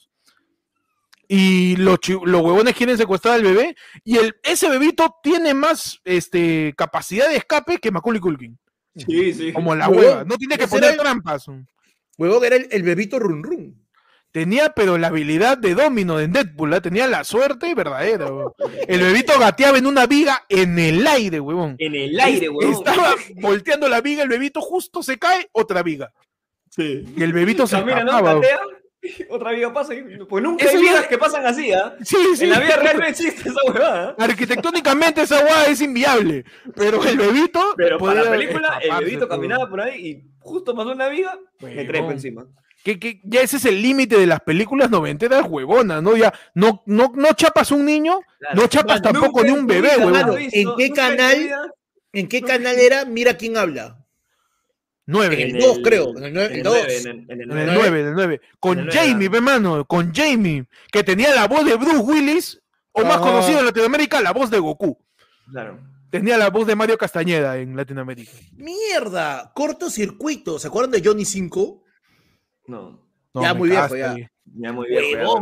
Y los, los huevones quieren secuestrar al bebé y el, ese bebito tiene más este, capacidad de escape que Macaulay Culkin. Sí, sí. Como la hueva. No tiene que poner el... trampas. Huevón era el, el bebito run run. Tenía, pero la habilidad de domino de Deadpool, ¿eh? Tenía la suerte verdadera. Huevón. El bebito gateaba en una viga en el aire, huevón. En el aire, huevón. Estaba volteando la viga, el bebito justo se cae, otra viga. Sí. Y el bebito se Camina, ¿no? Gatea. Otra vida pasa, pues nunca hay vidas que pasan así, ¿ah? ¿eh? Sí, sí. En la vida real no existe esa huevada. Arquitectónicamente esa huevada es inviable, pero el bebito... Pero para la película, el bebito caminaba por ahí y justo pasó una viga, me trepo encima. Que, que ya ese es el límite de las películas noventeras huevonas, ¿no? Ya no, no, no chapas un niño, claro, no chapas man, tampoco ni un bebé, huevón. ¿En qué canal, en qué canal era Mira quién habla? nueve. En el dos, creo. En el nueve. En el nueve, en el nueve. Con el Jamie, hermano, con Jamie, que tenía la voz de Bruce Willis, o más ah. conocido en Latinoamérica, la voz de Goku. Claro. Tenía la voz de Mario Castañeda en Latinoamérica. ¡Mierda! Cortocircuito. ¿Se acuerdan de Johnny cinco? No. Ya no, muy viejo, ya. Ya muy viejo.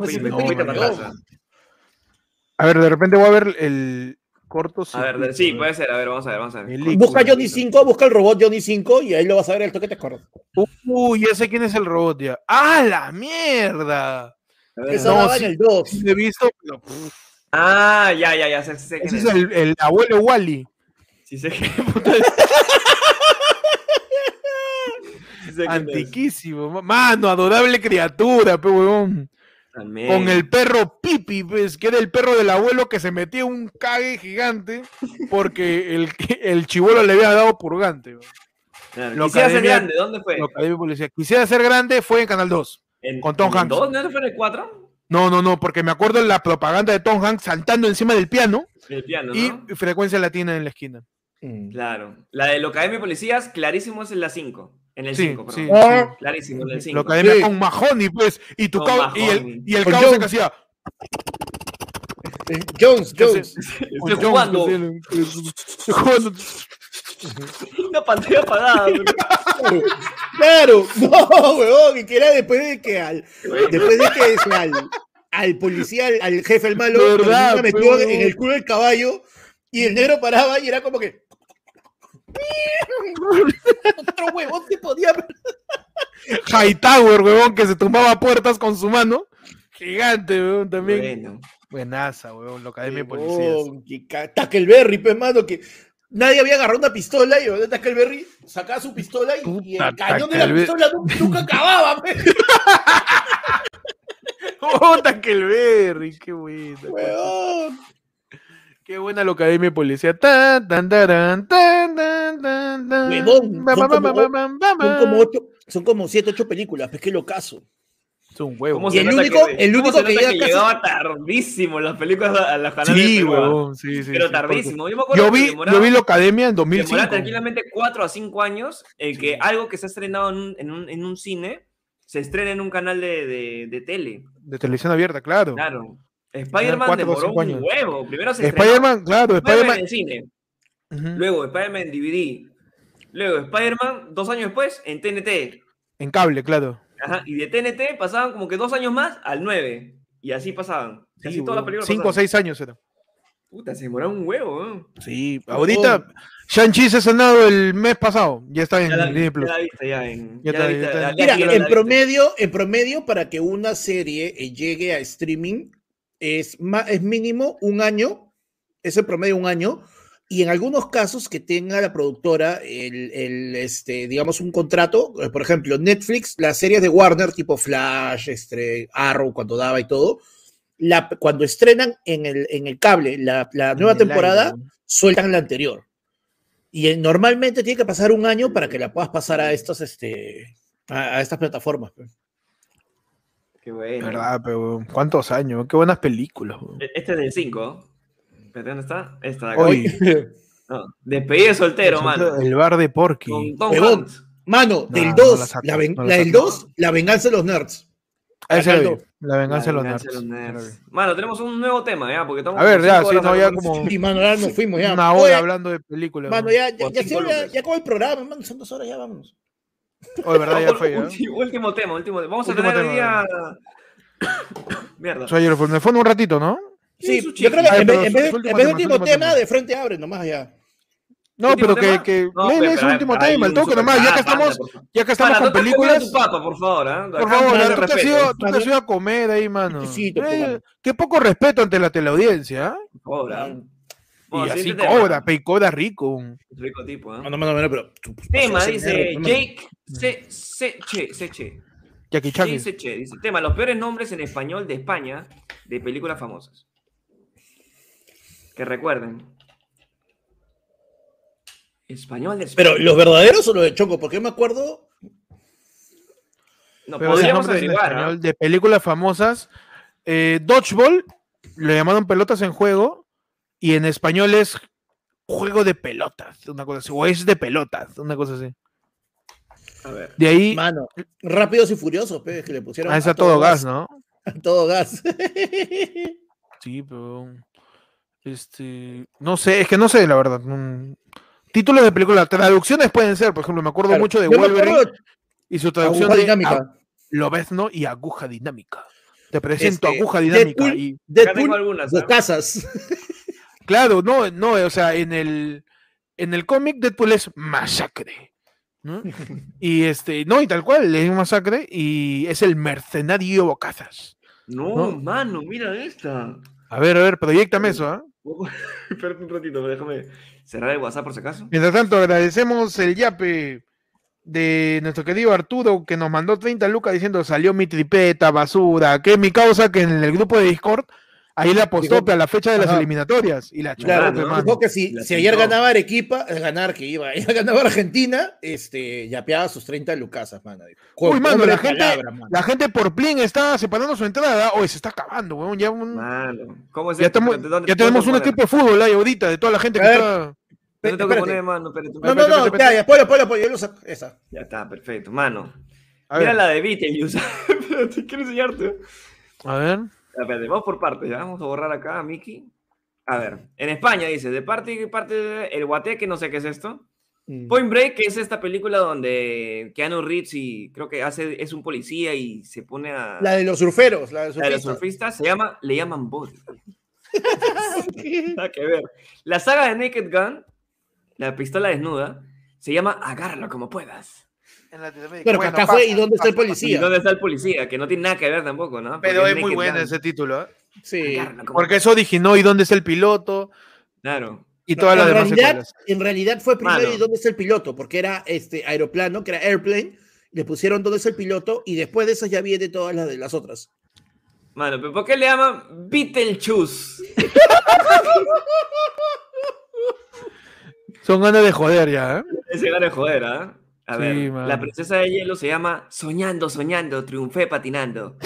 A ver, de repente voy a ver el... Corto, a ver, sí, puede ser, a ver, vamos a ver, vamos a ver. Busca Johnny cinco, busca el robot Johnny cinco y ahí lo vas a ver el toque te acuerdas. Uy, ya sé quién es el robot ya. ¡Ah, la mierda! Eso no, daba sí, en el dos. Sí, he visto, pero... Ah, ya, ya, ya, sé, sé quién Ese es. es el, el abuelo Wally. Sí, sé que... sí, antiquísimo. Mano, adorable criatura, pe huevón. Amén. Con el perro Pipi, pues, que era el perro del abuelo que se metía un cague gigante porque el, el chibolo le había dado purgante. Claro, lo quisiera ser grande, ¿dónde fue? Quisiera ser grande fue en Canal dos, ¿En, con Tom ¿en Hanks. dos? ¿No fue en el cuatro? No, no, no, porque me acuerdo de la propaganda de Tom Hanks saltando encima del piano, el piano, y ¿no? Frecuencia Latina en la esquina. Claro. La de Locademia Policías, clarísimo, es en la cinco. En el sí, cinco, sí, perdón. Sí. Clarísimo, en el cinco. Locademia sí. con Mahoney, pues, y tu cabo, y el, y el con cabo se hacía. Jones, Jones. Estoy jugando. Estoy jugando. Una pantalla apagada. Claro, no, huevón, y que era después de que al, después de que es, al, al policía, al, al jefe, el malo, ¿verdad, me metió en el culo del caballo y el negro paraba y era como que otro huevón se podía ver. Hightower, huevón, que se tumbaba puertas con su mano. Gigante, huevón, también. Bueno. Buenaza, huevón, la Academia de Policías. Tackleberry, pues, mano, que nadie había agarrado una pistola y de Tackleberry sacaba su pistola y, Puta, y el cañón de la pistola nunca, nunca acababa, pues. Oh, Tackleberry, qué buena. Huevón. Qué buena la Academia de Policía. Tan, tan, tan, tan, tan, tan, tan. Huevón, son como, son como ocho, son como siete, ocho películas, pues qué locazo. Es un huevo. Y el único, que, el único que, que casi... llegaba tardísimo las películas a las canales. Sí, huevón, sí, sí. Pero sí, tardísimo. Yo, me yo vi, yo vi la Academia en dos mil cinco. Demoraba tranquilamente cuatro a cinco años el que sí. algo que se ha estrenado en un, en un, en un cine se estrena en un canal de, de, de tele. De televisión abierta, claro. Claro. Spider-Man demoró un años. huevo. Primero se Spider-Man, claro. Spider-Man en cine. Uh-huh. Luego Spider-Man en D V D. Luego Spider-Man, dos años después, en T N T. En cable, claro. Ajá, y de T N T pasaban como que dos años más al nueve. Y así pasaban. Y así sí, todas las películas Cinco o seis años era. Puta, se demoró un huevo, ¿no? Sí, ahorita Shang-Chi se ha estrenado el mes pasado. Ya está en Ya la, Disney Plus. ya la viste, ya en. Ya ya la está, viste, ya está. la- Mira, ya la en viste. promedio, en promedio, para que una serie eh, llegue a streaming, es, ma- es mínimo un año, es en promedio un año, y en algunos casos que tenga la productora el, el, este, digamos, un contrato, eh, por ejemplo, Netflix, las series de Warner, tipo Flash, este, Arrow, cuando daba y todo, la, cuando estrenan en el, en el cable la, la nueva En el temporada, aire. sueltan la anterior. Y eh, normalmente tiene que pasar un año para que la puedas pasar a estos, este, a, a estas plataformas. Pues. Qué bueno. ¿Verdad? Pero ¿cuántos años? Qué buenas películas. Weón. Este es del cinco. ¿Dónde está? Esta de acá. Oye, No, Despedida de soltero, mano. el bar de Porky. Con Tom Huevón, Hanks. mano, No, del no dos, la saco, la, ven- no la la del saco. dos, la venganza de los nerds. Ah, ese Acá lo el vi. dos. La venganza de los La nerds. venganza de los Ya lo nerds. vi. Mano, tenemos un nuevo tema, ¿ya? Porque estamos A ver, como ya, cinco sí, horas no, ya hablando. como Y mano, ya nos fuimos ya. una Oye, hora hablando de películas. mano, ¿no? ya, ya, Por ya, cinco se- ya, lucas. ya acabó el programa, mano, son dos horas, ya vámonos. Oye, verdad, ya fue, ¿ya? Último, último tema, último tema. Vamos a Último tener hoy tema, día. Mierda. O sea, ayer fue- me fue en un ratito, ¿no? Sí, su yo creo que Ay, en pero vez, en su- vez- su en último vez de tema, su último último tema, tema. de frente abre nomás ya. No, ¿Último pero que, tema? que No, lee, pero lee su hay- último hay tema, el un toque nomás, ya que superchat, estamos, banda, por favor. ya que estamos Para, con no te comiendo películas. tu papa, por favor, ¿eh? Por Acá favor, no Lara, te tú te has respeto. ido, tú te has ido a comer ahí, mano. Exquisito, Eh, mano. qué poco respeto ante la teleaudiencia, ¿ah? Cobra. Y Bueno, así siguiente tema. cobra, pe, y cobra rico. Rico tipo, ¿eh? Mano, mano, mano, pero. tú- Tema, pasó ese dice nerdo, hermano. Jake Se- Seche. Seche. Jackie Jake Chan. Seche. Dice, tema, los peores nombres en español de España de películas famosas. Que recuerden. Español de España. Pero, ¿los verdaderos o los de Choco? Porque yo me acuerdo. No, Pero esos podríamos nombres en averiguar, ¿ah? español de películas famosas. Eh, Dodgeball, le llamaron pelotas en juego, y en español es juego de pelotas, una cosa así, o es de pelotas, una cosa así. A ver. De ahí, Mano, rápidos y furiosos, pe, que le pusieron. a esa todo gas, ¿no? A todo gas. Sí, pero. Este. No sé, es que no sé, la verdad. no- Títulos de película, traducciones pueden ser, por ejemplo, me acuerdo Claro, mucho de yo me Wolverine acuerdo y su traducción Aguja de dinámica. a- Lobezno y aguja dinámica. Te presento Este, aguja dinámica. Deadpool, Y, Acá tengo Deadpool, algunas, ¿ah? bocazas. claro, no, no, o sea, en el, en el cómic Deadpool es masacre. ¿no? Y este, no, y tal cual, es un masacre y es el mercenario bocazas. No, No. mano, mira esta. A ver, a ver, proyectame eso, ¿ah? Espérate un ratito, déjame cerrar el WhatsApp por si acaso. Mientras tanto, agradecemos el yape de nuestro querido Arturo que nos mandó treinta lucas diciendo salió mi tripeta, basura, que es mi causa que en el grupo de Discord ahí le apostó Dijo- a la fecha de las Ajá. eliminatorias y la chupó, Claro, pe, ¿no? mano. dijo que si, La si ayer chingó. ganaba Arequipa, es ganar que iba, ayer ganaba Argentina, este, yapeaba sus treinta lucasas, mano. Con Uy, mano, hombre la de gente, palabra, mano. la gente por Plin está separando su entrada. Hoy se está acabando, weón. Ya, un- Mano, ¿cómo es ya, esto? estamos- Espérate, ¿dónde- ya dónde tenemos un poner? equipo de fútbol ahí ahorita, de toda la gente que A ver. está. ¿Dónde tengo que Espérate. poner, mano? Espérate, No, espérate. no, no, espérate, ya, ya, ponlo, ponlo, ponlo, yo lo saco. Esa. Ya está, perfecto. Mano, A mira ver, la de Beetlejuice. Espérate, quiero enseñarte. a ver. Espérate, vamos por partes, ya. Vamos a borrar acá a Mickey. A ver, en España dice, de parte, parte de El Guateque, no sé qué es esto. Mm. Point Break, que es esta película donde Keanu Reeves y creo que hace, es un policía y se pone a... La de los surferos, la de los la de los surfistas. surfistas, se llama, le llaman Body. Nada que ver. La saga de Naked Gun, la pistola desnuda, se llama Agárralo como puedas. Pero que acá fue, ¿y dónde está el ¿Y policía? dónde está el policía? Que no tiene nada que ver tampoco, ¿no? Porque Pero es muy Naked bueno Gun. ese título, ¿eh? Sí. Agárralo como Porque eso originó y dónde está el piloto Claro. y todas las en, demás realidad, secuelas. en realidad fue primero Mano. y dónde está el piloto, porque era este aeroplano, que era airplane, le pusieron dónde está el piloto y después de esas ya viene todas las de las otras. Mano, ¿pero por qué le llaman Beetlejuice? Son ganas de joder ya, ¿eh? Ese gana de joder, ¿ah? A Sí, ver, mano. la princesa de hielo se llama Soñando, soñando, triunfé patinando.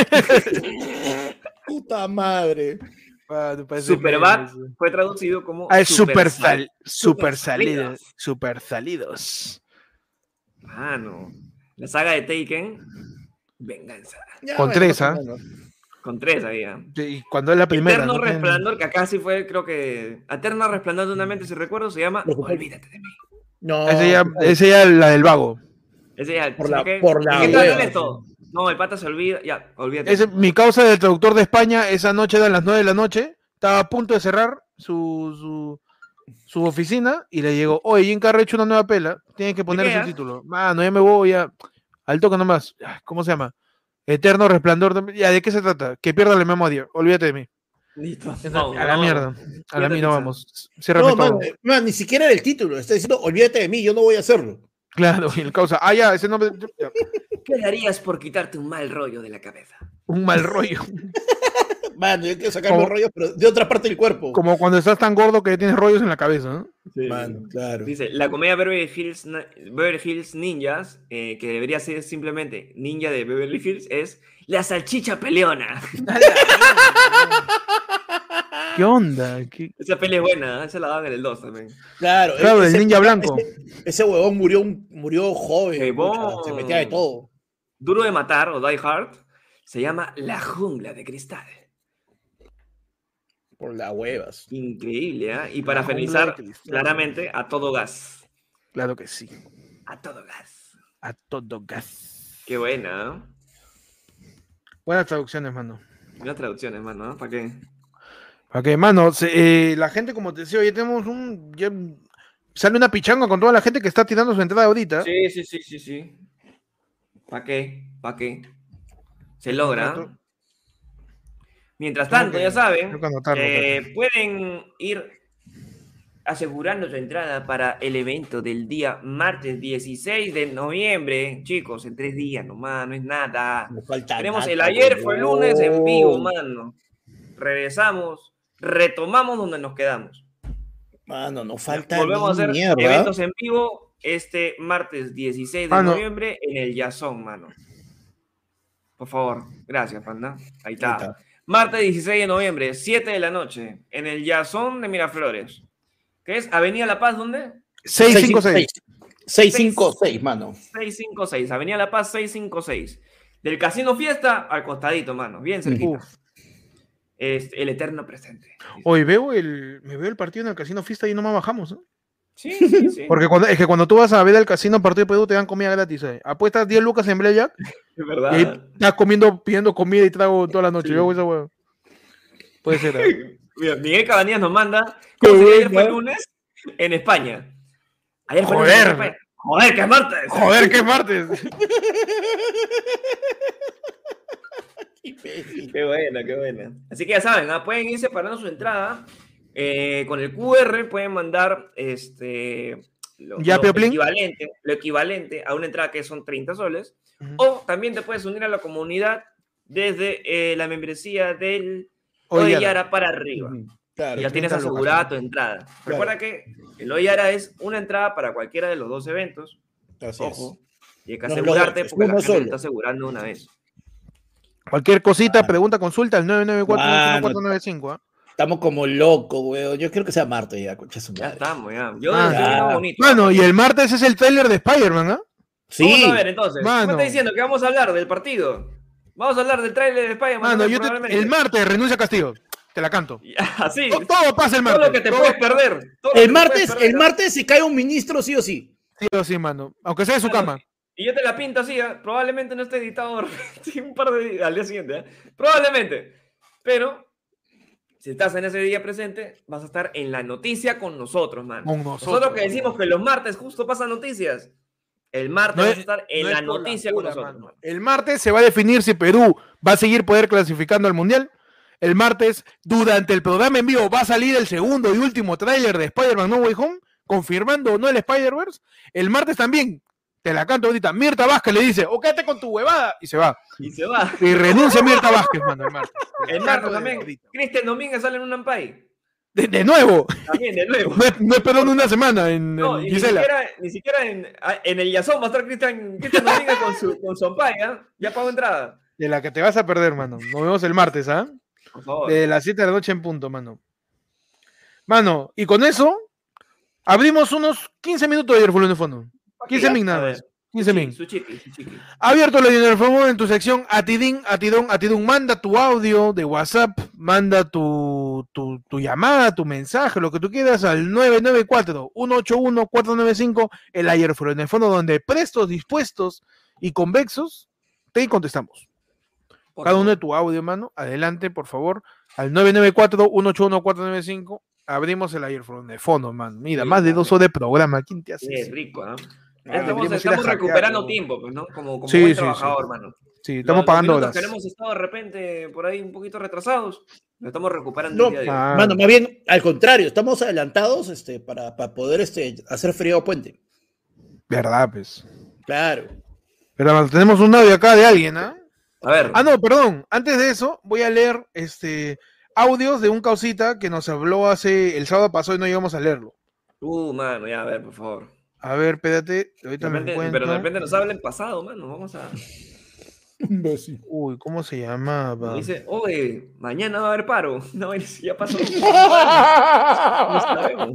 Puta madre. Ah, te parece Superbad meme, sí. fue traducido como Ah, es super, Sal- sal, super salidos. salidos. Super salidos. Mano, la saga de Taken, venganza. Ya, Con bueno, tres, más o ¿ah? menos. Con tres había. Y cuando es la primera. Eterno ¿no? Resplandor, que acá sí fue, creo que. Eterno Resplandor de una mente, si recuerdo, se llama Por supuesto. Olvídate de mí. No, Ese ya, ese ya la del vago. Ese ya, Por ¿sabes la- qué? por la ¿Qué tal hueva, esto? No, el pata se olvida. Ya, olvídate. Ese, mi causa del traductor de España, esa noche eran las nueve de la noche. Estaba a punto de cerrar. su, su, su oficina y le llegó, oye, Jim Carrey ha hecho una nueva pela, tienes que ponerle su título. Mano, ya me voy, ya, al toque nomás. ¿Cómo se llama? Eterno Resplandor. De... Ya, ¿de qué se trata? Que pierda la memoria, olvídate de mí. Listo. No, a la no, mierda, a la mierda no vamos. No, man, man, ni siquiera era el título, está diciendo, olvídate de mí, yo no voy a hacerlo. Claro, y el causa, ah, ya, ese nombre. Ya. ¿Qué darías por quitarte un mal rollo de la cabeza? Un mal rollo. Mano, yo quiero sacar como, los rollos, pero de otra parte del cuerpo. Como cuando estás tan gordo que tienes rollos en la cabeza, ¿no? Sí. Mano, claro. Dice, la comedia Beverly Hills, Beverly Hills Ninjas, eh, que debería ser simplemente Ninja de Beverly Hills, es La Salchicha Peleona. ¿Qué onda? ¿Qué... Esa peli es buena, esa la daban en el dos también. Claro, claro ese, el ninja blanco. Ese, ese huevón murió, murió joven, mucha, se metía de todo. Duro de Matar, o Die Hard, se llama La Jungla de Cristal. Por las huevas. Increíble, ¿eh? Y para finalizar, claramente, A Todo Gas. Claro que sí. A Todo Gas. A Todo Gas. Qué buena, ¿eh? Buenas traducciones, mano. Buenas traducciones, mano, ¿eh? ¿Para qué? ¿Para qué, mano? Se, eh, la gente, como te decía, hoy tenemos un... Ya sale una pichanga con toda la gente que está tirando su entrada ahorita. Sí, sí, sí, sí, sí. ¿Para qué? ¿Para qué? Se logra. Mientras tanto, ya saben, eh, pueden ir asegurando su entrada para el evento del día martes dieciséis de noviembre. Chicos, en tres días nomás, no es nada. Tenemos el ayer fue el lunes en vivo, mano. Regresamos, retomamos donde nos quedamos. Mano, no falta Volvemos a hacer mierda. Eventos en vivo este martes dieciséis de mano. noviembre en el Yazón, mano. Por favor, gracias, panda. Ahí está. Ahí está. Martes dieciséis de noviembre, siete de la noche, en el Yazón de Miraflores. ¿Qué es? Avenida La Paz, ¿dónde? seiscientos cincuenta y seis. seiscientos cincuenta y seis, mano. seiscientos cincuenta y seis, Avenida La Paz seiscientos cincuenta y seis. Del Casino Fiesta al costadito, mano. Bien cerquita. Uf. Es el eterno presente. Hoy veo el, me veo el partido en el Casino Fiesta y no más bajamos, ¿no? Sí, sí, sí. Porque cuando, es que cuando tú vas a ver el casino partido de Perú te dan comida gratis. ¿eh? Apuestas diez lucas en Blackjack. Es verdad. Y ahí estás comiendo, pidiendo comida y trago toda la noche. Sí. Yo hago esa hueá. Puede ser. ¿eh? Mira, Miguel Cabanillas nos manda. Ayer fue el lunes en España. Ayer fue Joder. El lunes en España. Joder, que es martes. Joder, que es martes. Qué buena, qué buena. Así que ya saben, ¿eh? Pueden ir separando su entrada. Eh, con el Q R pueden mandar este, lo, ¿Ya, lo, equivalente, lo equivalente a una entrada que son treinta soles. Uh-huh. O también te puedes unir a la comunidad desde eh, la membresía del Oyara para arriba. Uh-huh. Claro, y ya tienes asegurada tu entrada. Claro. Recuerda que el Oyara es una entrada para cualquiera de los dos eventos. Así Ojo. Es. Y hay que asegurarte no, porque la gente solo. Está asegurando una vez. Cualquier cosita, ah. pregunta, consulta al nueve nueve cuatro, uno cuatro nueve cinco. ¿eh? Estamos como locos, weón. Yo creo que sea martes ya, concha su madre. Ya estamos, ya. Yo ah, estoy viendo bonito. Mano, y el martes es el trailer de Spider-Man, ¿ah? ¿eh? Sí. Vamos a ver, entonces. Mano. ¿Cómo está diciendo que vamos a hablar del partido? Vamos a hablar del trailer de Spider-Man. Mano, yo te, el martes renuncia a Castillo. Te la canto. Así. Todo, todo pasa el martes. Todo lo que te todo. puedes perder. El martes, perder, el martes se cae un ministro, sí o sí. Sí o sí, mano. Aunque sea de su mano, cama. Y yo te la pinto así, ¿eh? Probablemente no esté editado un par de días al día siguiente, ¿eh? Probablemente. Pero si estás en ese día presente, vas a estar en la noticia con nosotros, man. Con nosotros. Nosotros que decimos que los martes justo pasan noticias. El martes no vas es, a estar en no la noticia la pura, con nosotros. Man. El martes se va a definir si Perú va a seguir poder clasificando al Mundial. El martes, durante el programa en vivo, va a salir el segundo y último tráiler de Spider-Man No Way Home, confirmando o no el Spider-Verse. El martes también, te la canto ahorita, Mirta Vázquez le dice, o quédate con tu huevada, y se va. Y se va. Y renuncia Mirta Vázquez, mano, el martes. El martes también, Cristian Domínguez sale en un Ampay. De, de nuevo. También, de nuevo. No, no esperó una semana en, no, en y Gisela. Ni siquiera, ni siquiera en, en el Yazón va a estar Cristian, Cristian Domínguez con su, con su Ampay, ¿eh? Ya pagó entrada. De la que te vas a perder, mano. Nos vemos el martes, ¿ah? ¿eh? Por favor. De las siete de la noche en punto, mano. Mano, y con eso abrimos unos quince minutos de ayer fue de fondo. quince min nada más. quince min. Abierto la dinero fondo en tu sección Atidín, Atidón, Atidún. Manda tu audio de WhatsApp, manda tu, tu, tu llamada, tu mensaje, lo que tú quieras al nueve nueve cuatro, uno ocho uno, cuatro nueve cinco, el ayer fue en el fondo, donde prestos, dispuestos y convexos te contestamos. Por Cada uno de tu audio, mano. Adelante, por favor. Al nueve nueve cuatro, uno ocho uno, cuatro nueve cinco. abrimos el airphone de fondo, man. Mira, sí, más de dos horas de programa. ¿Quién te hace sí, eso? Es rico, ¿eh? Ah, estamos estamos recuperando tiempo, pues, ¿no? Como, como sí, buen sí, trabajador, sí. mano. Sí, estamos los, pagando los horas. Que hemos estado de repente por ahí un poquito retrasados, lo estamos recuperando no, el día de hoy. Ah. Mano, más bien, al contrario, estamos adelantados este, para, para poder este, hacer frío puente. ¿Verdad, pues? Claro. Pero bueno, tenemos un audio acá de alguien, ¿ah? ¿eh? A ver. Ah, no, perdón. Antes de eso, voy a leer este audios de un causita que nos habló hace el sábado pasado y no llegamos a leerlo. Uh, mano, ya, a ver, por favor. A ver, espérate. Ahorita de repente, me encuentro. Pero de repente nos habla en pasado, mano. Vamos a. Uy, ¿cómo se llamaba? Dice, oye, mañana va a haber paro. No, ya pasó. No sabemos.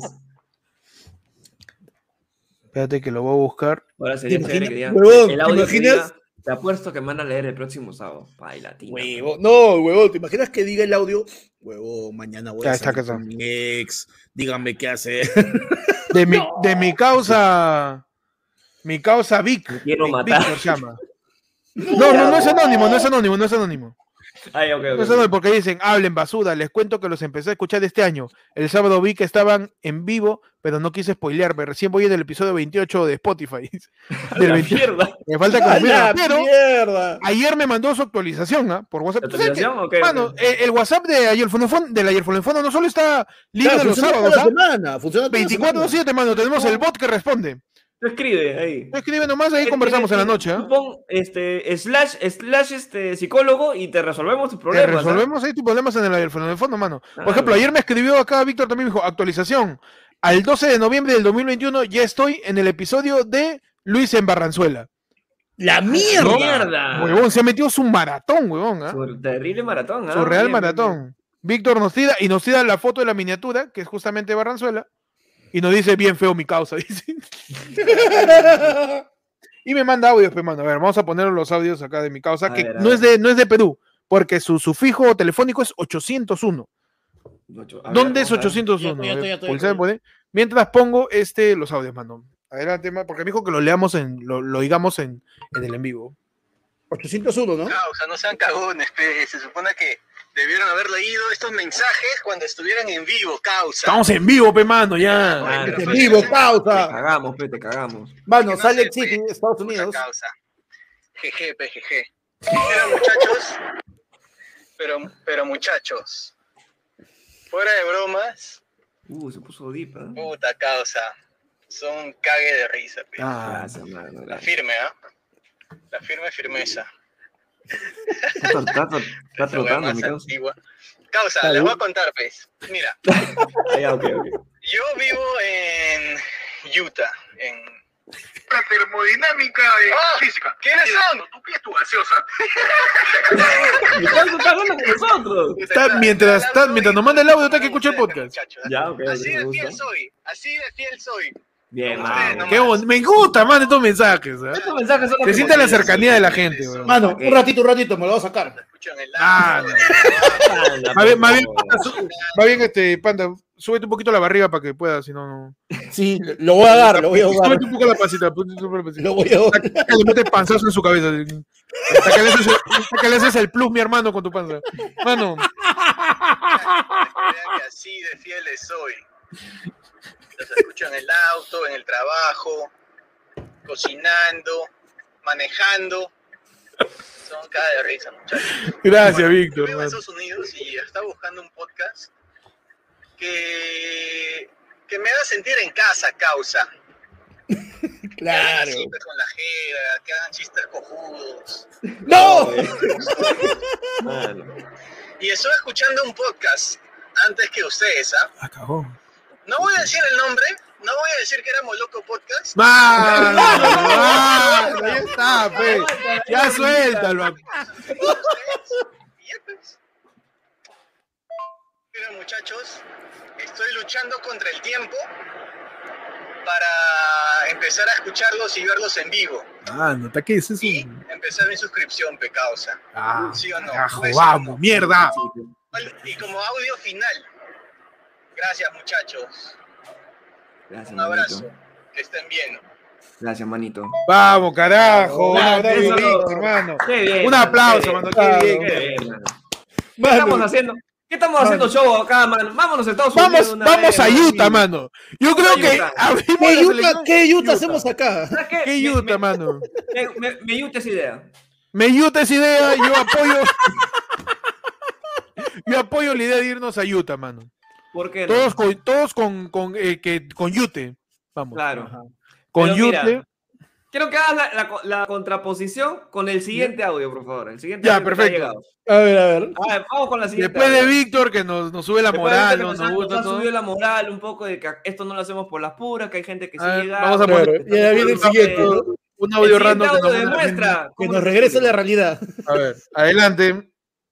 Espérate que lo voy a buscar. Ahora sería chévere que diga, huevón, el audio ¿te imaginas? Que diga, te apuesto que me van a leer el próximo sábado. Bailatina. Huevo, no, huevón, ¿te imaginas que diga el audio? Huevo, mañana voy ya, a salir con mi ex, díganme qué hacer. De mi, no. de mi causa, mi causa Vic. Me quiero Vic, matar. Vic se llama. No, no, no es anónimo, no es anónimo, no es anónimo. Ay, okay, okay. No es anónimo porque dicen, hablen basura, les cuento que los empecé a escuchar este año. El sábado vi que estaban en vivo, pero no quise spoilearme. Recién voy en el episodio veintiocho de Spotify. Del veintiocho. Me falta que mierda, pero mierda. Ayer me mandó su actualización, ¿eh? Por WhatsApp. ¿Actualización? Okay, Mano, okay. El, el WhatsApp de ayer Fonofon, del ayer Fonofon no solo está libre claro, los sábados, toda la semana, funciona veinticuatro siete, mano, tenemos no. el bot que responde. Tú escribe ahí. Tú escribe nomás, ahí conversamos en la noche. ¿eh? Tú pon este, slash, slash este, psicólogo y te resolvemos tus problemas. Te resolvemos ¿eh? ahí tus problemas en el ayer Fonofon, mano. Por ah, ejemplo, bueno. ayer me escribió acá Víctor también, me dijo, actualización. Al doce de noviembre del dos mil veintiuno ya estoy en el episodio de Luis en Barranzuela. ¡La mierda! ¡Mierda! Huevón, se ha metido su maratón, huevón. ¿eh? Su terrible maratón. ¿eh? Su real bien, maratón. Bien. Víctor nos tira y nos tira la foto de la miniatura, que es justamente Barranzuela, y nos dice, bien feo mi causa, dice. Y me manda audios, pues, mano. A ver, vamos a poner los audios acá de mi causa, a que ver, no, es de, no es de Perú, porque su sufijo telefónico es ochocientos uno. Ocho, ¿Dónde ver, es ochocientos uno? Ya estoy, ya estoy, ya estoy. Mientras pongo este, los audios, mano. Adelante, porque me dijo que lo leamos en, lo, lo digamos en, en el en vivo. ochocientos uno, ¿no? Causa, no sean cagones, pe. Se supone que debieron haber leído estos mensajes cuando estuvieran en vivo, causa. Estamos en vivo, pe, mano, ya. Bueno, en vivo, causa. Te cagamos, pe, te cagamos. Mano, no sale City, Estados Unidos. Causa. Jeje, pe, jeje. Pero muchachos, pero, pero muchachos, fuera de bromas. Uh, se puso deep, ¿eh? Puta causa. Son cague de risa, pe. Ah, gracias, mano, gracias. La firme, ¿ah? ¿eh? La firme firmeza. Está, está, está, está trotando, mi causa. Antigua. Causa, ¿Salud? Les voy a contar, pues. Mira. Ya, okay, okay. Yo vivo en Utah, en la termodinámica y oh, física. ¿Quiénes son? Tu pie es tu gaseosa. Mi causa está hablando con nosotros. Está, mientras, está, mientras nos manda el audio, está que escucha el podcast. Ya, okay, así okay, de fiel soy, así de fiel soy. Bien, mano. Qué bon... Me gusta, man, estos mensajes. ¿eh? Estos mensajes son Se siente la cercanía de la gente, bro. Mano, okay. un ratito, un ratito, me lo voy a sacar. Ah, no. Más bien, más bien, más bien, este, Panda, súbete un poquito la barriga para que pueda, si no, no. Sí, lo voy a dar, lo voy a dar. Súbete un poco la pancita, lo voy a dar. Le metes panzazo en su cabeza. Hasta que, le haces el, hasta que le haces el plus, mi hermano, con tu panza. Mano. Así de fieles soy. Los escucho en el auto, en el trabajo, cocinando, manejando. Son cada de risa, muchachos. Gracias, bueno, Víctor. Yo vivo en Estados Unidos y estaba buscando un podcast que, que me haga sentir en casa, causa. Claro. Que hagan con la jera, que hagan chistes cojudos. ¡No! Y estoy escuchando un podcast antes que ustedes, ¿ah? ¿eh? Acabó. No voy a decir el nombre, no voy a decir que éramos Loco Podcast. ¡Mano! ¡Mano! Ahí está, pe. Ya suéltalo. Pero muchachos, estoy luchando contra el tiempo para empezar a escucharlos y verlos en vivo. Ah, no, ¿qué es eso? Y empezar mi suscripción, pecausa. Ah, ¿sí o no? carajo, Pues, vamos, no. mierda. Y como audio final. Gracias, muchachos. Gracias, un abrazo. manito. Que estén bien. Gracias, manito. Vamos, carajo. Un Gracias, aplauso, eso. hermano. Qué bien, Un aplauso, qué mano. bien. Qué bien. Qué bien, mano. ¿Qué Mano, estamos haciendo? ¿Qué estamos haciendo show acá, mano? Vámonos a Estados Vamos, Unidos. una vamos vez, a mano. Utah, mano. Yo Vamos creo a que Utah. abrimos ¿Qué la Utah, selección. ¿Qué Utah Utah. hacemos acá? ¿Sabes qué? ¿Qué Me- Utah, me- mano? Me, me, me gusta esa idea. Me Utah esa idea, yo apoyo. Yo apoyo la idea de irnos a Utah, mano. ¿Por qué no? Todos con, todos con, con, eh, que, con Ute. Vamos. Claro. Con Pero mira, Ute. Quiero que hagas la, la, la contraposición con el siguiente audio, por favor. El siguiente Ya, audio que te ha perfecto. llegado. A ver, a ver. A ver, vamos con la siguiente. Después de audio. Víctor, que nos, nos sube la Después de moral, que nos, nos, nos ha- gusta nos ha todo. subido la moral un poco de que esto no lo hacemos por las puras, que hay gente que sí A ver, llega. vamos a Claro, poner ya viene el siguiente, ¿no? un El audio siguiente random. que audio nos manda la gente. demuestra Que cómo nos es regrese a la público. realidad. A ver, adelante.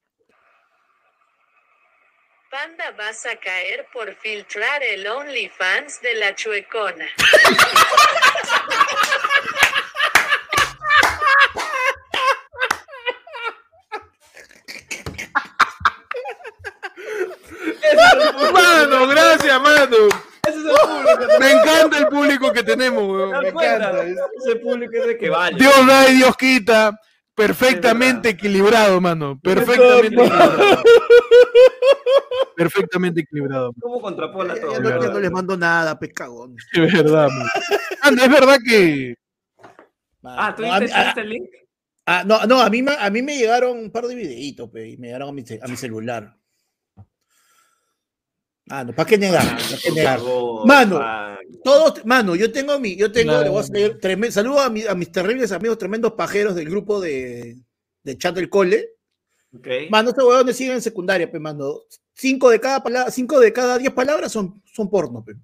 Panda, vas a caer por filtrar el OnlyFans de la chuecona. Mano, gracias, mano. Ese es el público. Me encanta el público que tenemos, weón. ¿Te Me das cuenta? encanta. Ese público es el que vale. Dios da y Dios quita. Perfectamente equilibrado, mano. Perfectamente equilibrado. Perfectamente equilibrado. ¿Cómo contrapola Ya, todo? ya no, ya no les mando nada, pescagón. Es verdad, man. Anda, es verdad que. Ah, ¿tú No, a mí- viste a- el link? ah, no, no, a mí, me- a mí me llegaron un par de videitos, pe, y me llegaron a mi, ce- a mi celular. Ah, no, ¿para qué negar? ¿Para qué Por negar? favor, Mano. man. Todos, mano, yo tengo mi, yo tengo, Claro. le voy a hacer tremen- saludo a, mi- a mis terribles amigos, tremendos pajeros del grupo de, de chat del cole. Ok. Mano, estos huevones siguen en secundaria, pe, mano. Cinco de cada palabra, cinco de cada diez palabras son, son porno, pe.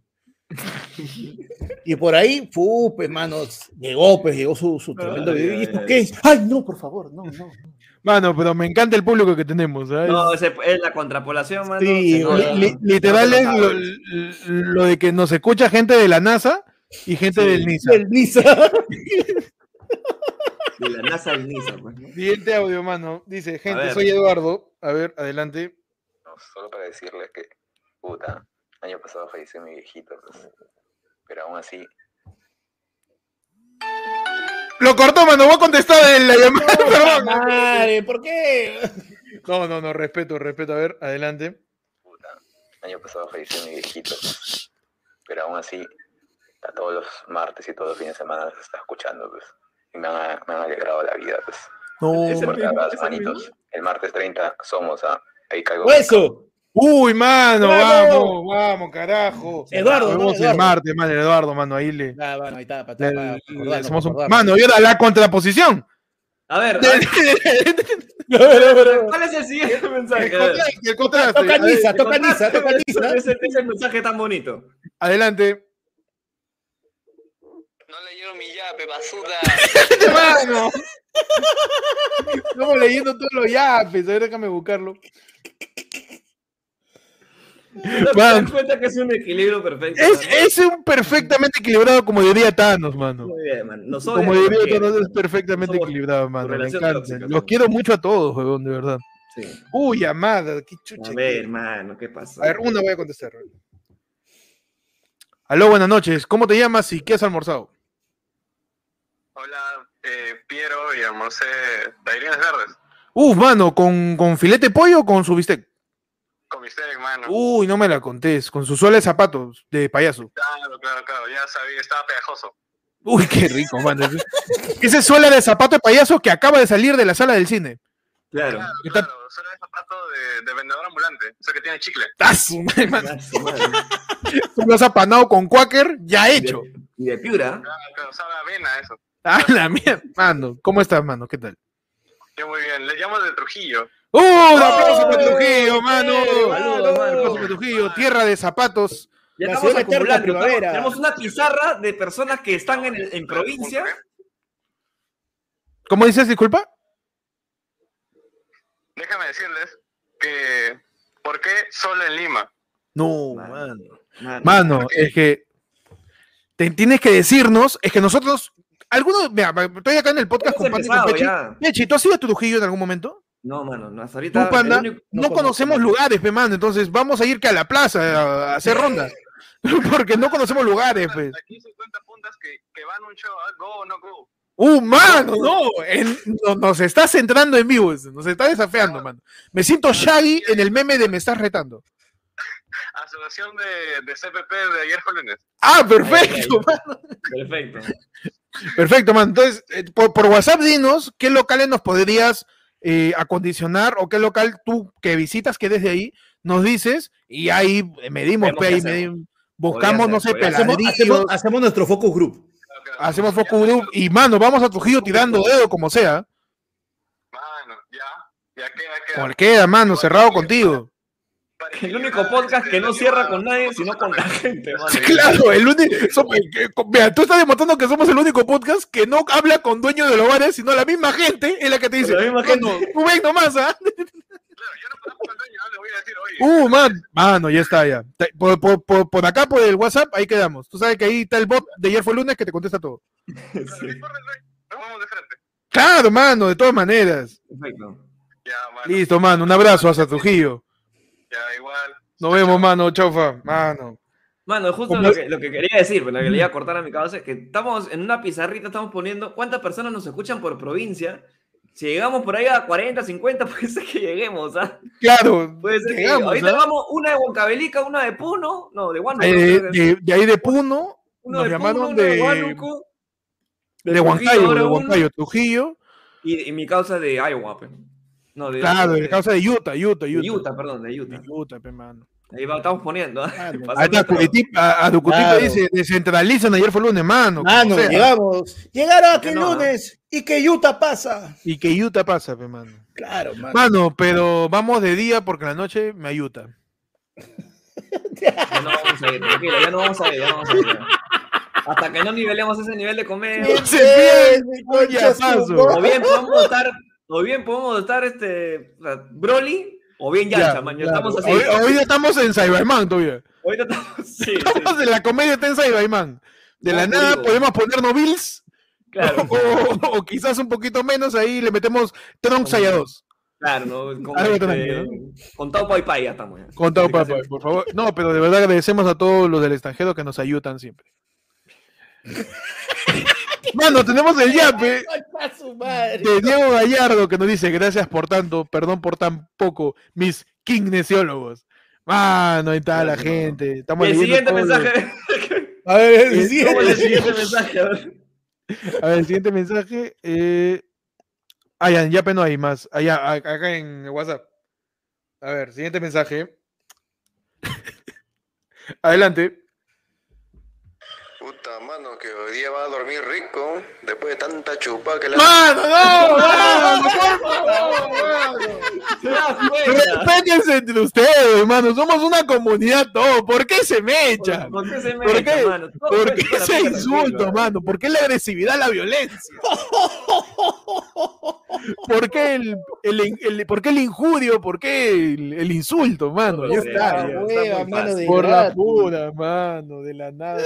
Y por ahí, fu, pues, mano, llegó, pues, llegó su, su tremendo Ay, video. ¿Y ay, esto ay. qué es? Ay, no, por favor, no, no. Mano, pero me encanta el público que tenemos, ¿sabes? No, ese- es la contrapolación, mano. Sí, se nota, Li- ¿no? literal Se es nota, lo, ¿sabes? lo de que nos escucha gente de la NASA y gente Sí. del NISA. El Nisa. De la NASA al NISA, pues, ¿no? Siguiente audio, mano. Dice, gente, ver. soy Eduardo. A ver, adelante. No, solo para decirles que, puta, el año pasado falleció mi viejito, pues, pero aún así, Lo cortó, mano. Voy a contestar en la llamada. Perdón. Madre, ¿por qué? No, no, no, respeto, respeto. A ver, adelante. puta, el año pasado falleció mi viejito, pues, pero aún así, a todos los martes y todos los fines de semana se está escuchando, pues, y me han, me han alegrado la vida, pues, No. Es el por mismo, cada es el manitos. El martes treinta somos a, ahí caigo. Hueso. Uy, mano, ¡Bravo! vamos, vamos, carajo. Eduardo, Nos ¿no? vemos el Eduardo. martes, mano, Eduardo, mano, ahí le. Ah, bueno, ahí está, para, le- para, le- para acordarnos, hacemos un- para acordarnos. Mano, y ahora la contraposición. A ver, a De- ver, A ver, a ver, a ver. ¿cuál es el siguiente mensaje? el A ver. contraste, el contraste. Toca A ver, Nisa, El toca Nisa, contraste, toca Nisa. Ese, ese mensaje tan bonito. Adelante. No leyeron mi yape, basura. Mano. Estamos leyendo todos los yapes. A ver, déjame buscarlo. ¿Te das Mano. cuenta que es un equilibrio perfecto? Es, mano? es un perfectamente equilibrado, como diría Thanos, mano. Muy bien, man. Nos Como odian, diría nos quieren. Thanos, es perfectamente Somos equilibrado, mano. Me relación encanta. tóxica, Los somos. quiero mucho a todos, huevón, de verdad. Sí. Uy, amada, qué chucha. A ver, mano, ¿qué pasó? A ver, una voy a contestar. Aló, buenas noches. ¿Cómo te llamas y qué has almorzado? Hola, eh, Piero, y almorcé tallarines verdes Uf, mano, ¿con, con filete de pollo o con su bistec? con bistec, mano. Uy, no me la contés. Con su suela de zapatos de payaso. Claro, claro, claro, ya sabía, estaba pegajoso. Uy, qué rico, mano. Ese suela de zapato de payaso que acaba de salir de la sala del cine. Claro. Claro, Está- claro, solo el zapato de, de vendedor ambulante, o sea que tiene chicle. ¡Ah, su madre, mano! Ah, su madre. Tú lo has apanado con Quaker, ya hecho. Y de Piura. Claro, claro, sabe a avena eso. ¡Ah, la mierda! Mano, ¿cómo estás, mano? ¿Qué tal? Yo muy bien, le llamo de Trujillo. ¡Uh! Un aplauso para Trujillo, mano. Saludos, Un mano. aplauso para Trujillo, tierra de zapatos. Ya La estamos ciudad eterna acumulando. primavera. estamos- Tenemos una pizarra de personas que están en, el- en provincia. ¿Cómo dices, disculpa? Déjame decirles que, ¿por qué solo en Lima? No, Mano. mano. Mano. Mano, es que te tienes que decirnos, es que nosotros, algunos, mira, estoy acá en el podcast Hemos con Panda y con empezado Pechi. ya. Pechi, ¿tú has ido a Trujillo en algún momento? No, mano, no, hasta ahorita. Tú, Panda, el único- no, no conozco, conocemos mano. lugares, pe, mano, entonces vamos a ir que a la plaza a, a hacer rondas. Porque no conocemos lugares, pues. Aquí cincuenta puntas que, que van a un show, ¿ah? Go o no go. ¡Uh, mano! No, en- no, nos estás entrando en vivo, nos está desafiando, mano. Me siento Shaggy en el meme de me estás retando. Asociación de, de C P P de ayer fue lunes. ¡Ah, perfecto, mano! Perfecto. Perfecto, man. Entonces, eh, por, por WhatsApp dinos qué locales nos podrías eh, acondicionar o qué local tú que visitas, que desde ahí nos dices y ahí medimos, Vemos pe, qué ahí hacemos. medimos, buscamos, Podría no ser, sé, podría ser. Hacemos, peladrillos, hacemos, hacemos nuestro focus group. hacemos focus group y, mano, vamos a Trujillo tirando dedo como sea. Mano, ya, ya queda, queda. Como queda, mano, cerrado contigo. El único podcast que no cierra con nadie, sino con la gente, mano. Claro, el único. somos- el que- Mira, tú estás demostrando que somos el único podcast que no habla con dueños de los bares, sino la misma gente es la que te dice. La misma gente. "No, tú ven nomás, ¿ah?". Claro, yo no conozco al dueño, no le voy a decir, oye. Uh, man, mano, ya está, ya. Te- Por, por- por- por acá, por el WhatsApp, ahí quedamos. Tú sabes que ahí está el bot de ayer fue lunes que te contesta todo. Pero no importa el dueño, nos vamos de frente. Claro, mano, de todas maneras. Perfecto. Ya, mano. Listo, mano, un abrazo hasta Trujillo. Ya, igual. Nos vemos, mano, chaufa, mano. Mano, justo Como- lo que, lo que quería decir, pero lo que le iba a cortar a mi cabeza es que estamos en una pizarrita, estamos poniendo cuántas personas nos escuchan por provincia. Si llegamos por ahí a cuarenta, cincuenta, puede ser que lleguemos, ¿ah? Claro, Puede ser que llegamos, ahorita ¿ah? vamos una de Huancavelica, una de Puno, no, de Huánuco. Eh, creo que es. de, de ahí de Puno, Uno nos de llamaron Puno, uno de de, Huánuco, de Trujillo, Huancayo, ahora de uno, Huancayo, Trujillo. y, y mi causa de Iowa, pe. No, de, Claro, de, de causa de Utah, Utah, de Utah. Utah, perdón, de Utah. De Utah, pe, mano. Ahí va, estamos poniendo, ¿ah? Claro. Pasando Ahí está, nuestro- Curitiba, a, a Ducutipa Claro. dice, descentralizan, ayer fue lunes, mano. como Mano, sea. llegamos. Llegaron aquí el no, ¿no? lunes y que Utah pasa. Y que Utah pasa, pe, mano. Claro, mano. Mano, pero vamos de día porque en la noche me ayuda. Ya no vamos a ir, tranquilo, ya no vamos a ir, ya no vamos a ir. ya. Hasta que no nivelemos ese nivel de comedia. Bien, se pierden, mi concha paso. su O madre. bien podemos estar, o bien podemos estar este o sea, Broly, o bien Yancha, Ya, man. Ya claro. estamos así. Hoy, hoy día estamos en Cyberman todavía. Ahorita estamos, sí, sí, Estamos en la comedia está en Cyberman. De la No, nada digo. podemos ponernos Bills claro, o, o quizás un poquito menos, ahí le metemos Trunks a dos. claro, ¿no? Con, Algo este, tranquilo, con Tau Pai Pai ya estamos. Ya. Contado, Así que papá, hacemos- por favor. No, pero de verdad agradecemos a todos los del extranjero que nos ayudan siempre. Mano, tenemos el yape Concha su madre. de Diego Gallardo que nos dice gracias por tanto, perdón por tan poco, mis kinesiólogos. Mano, ahí está la Gracias, mano. gente. Estamos El leyendo siguiente todos los- mensaje. A ver, Eh, sí, ¿Cómo es el siguiente mensaje? A ver. A ver, el siguiente mensaje. Eh... Ah, ya, ya no hay más. Allá, a- acá en WhatsApp. A ver, siguiente mensaje. Adelante. Puta, mano, que hoy día va a dormir rico después de tanta chupa que le ¡Mano, no! ¡Mano, por favor, mano! Se da cuenta. Respétense entre ustedes, hermano. Somos una comunidad todos. ¿Por qué se me echa? ¿Por qué se me ¿Por echa, qué? mano? Todo ¿Por fue qué para ese mí, insulto, tranquilo. mano? ¿Por qué la agresividad, la violencia? ¿Por qué el, el, el- ¿por qué el injurio? ¿Por qué el, el insulto, mano? Ya Sí, está. ya, ya. está hueva, muy mano fácil. de Por la gratis. pura, mano, de la nada.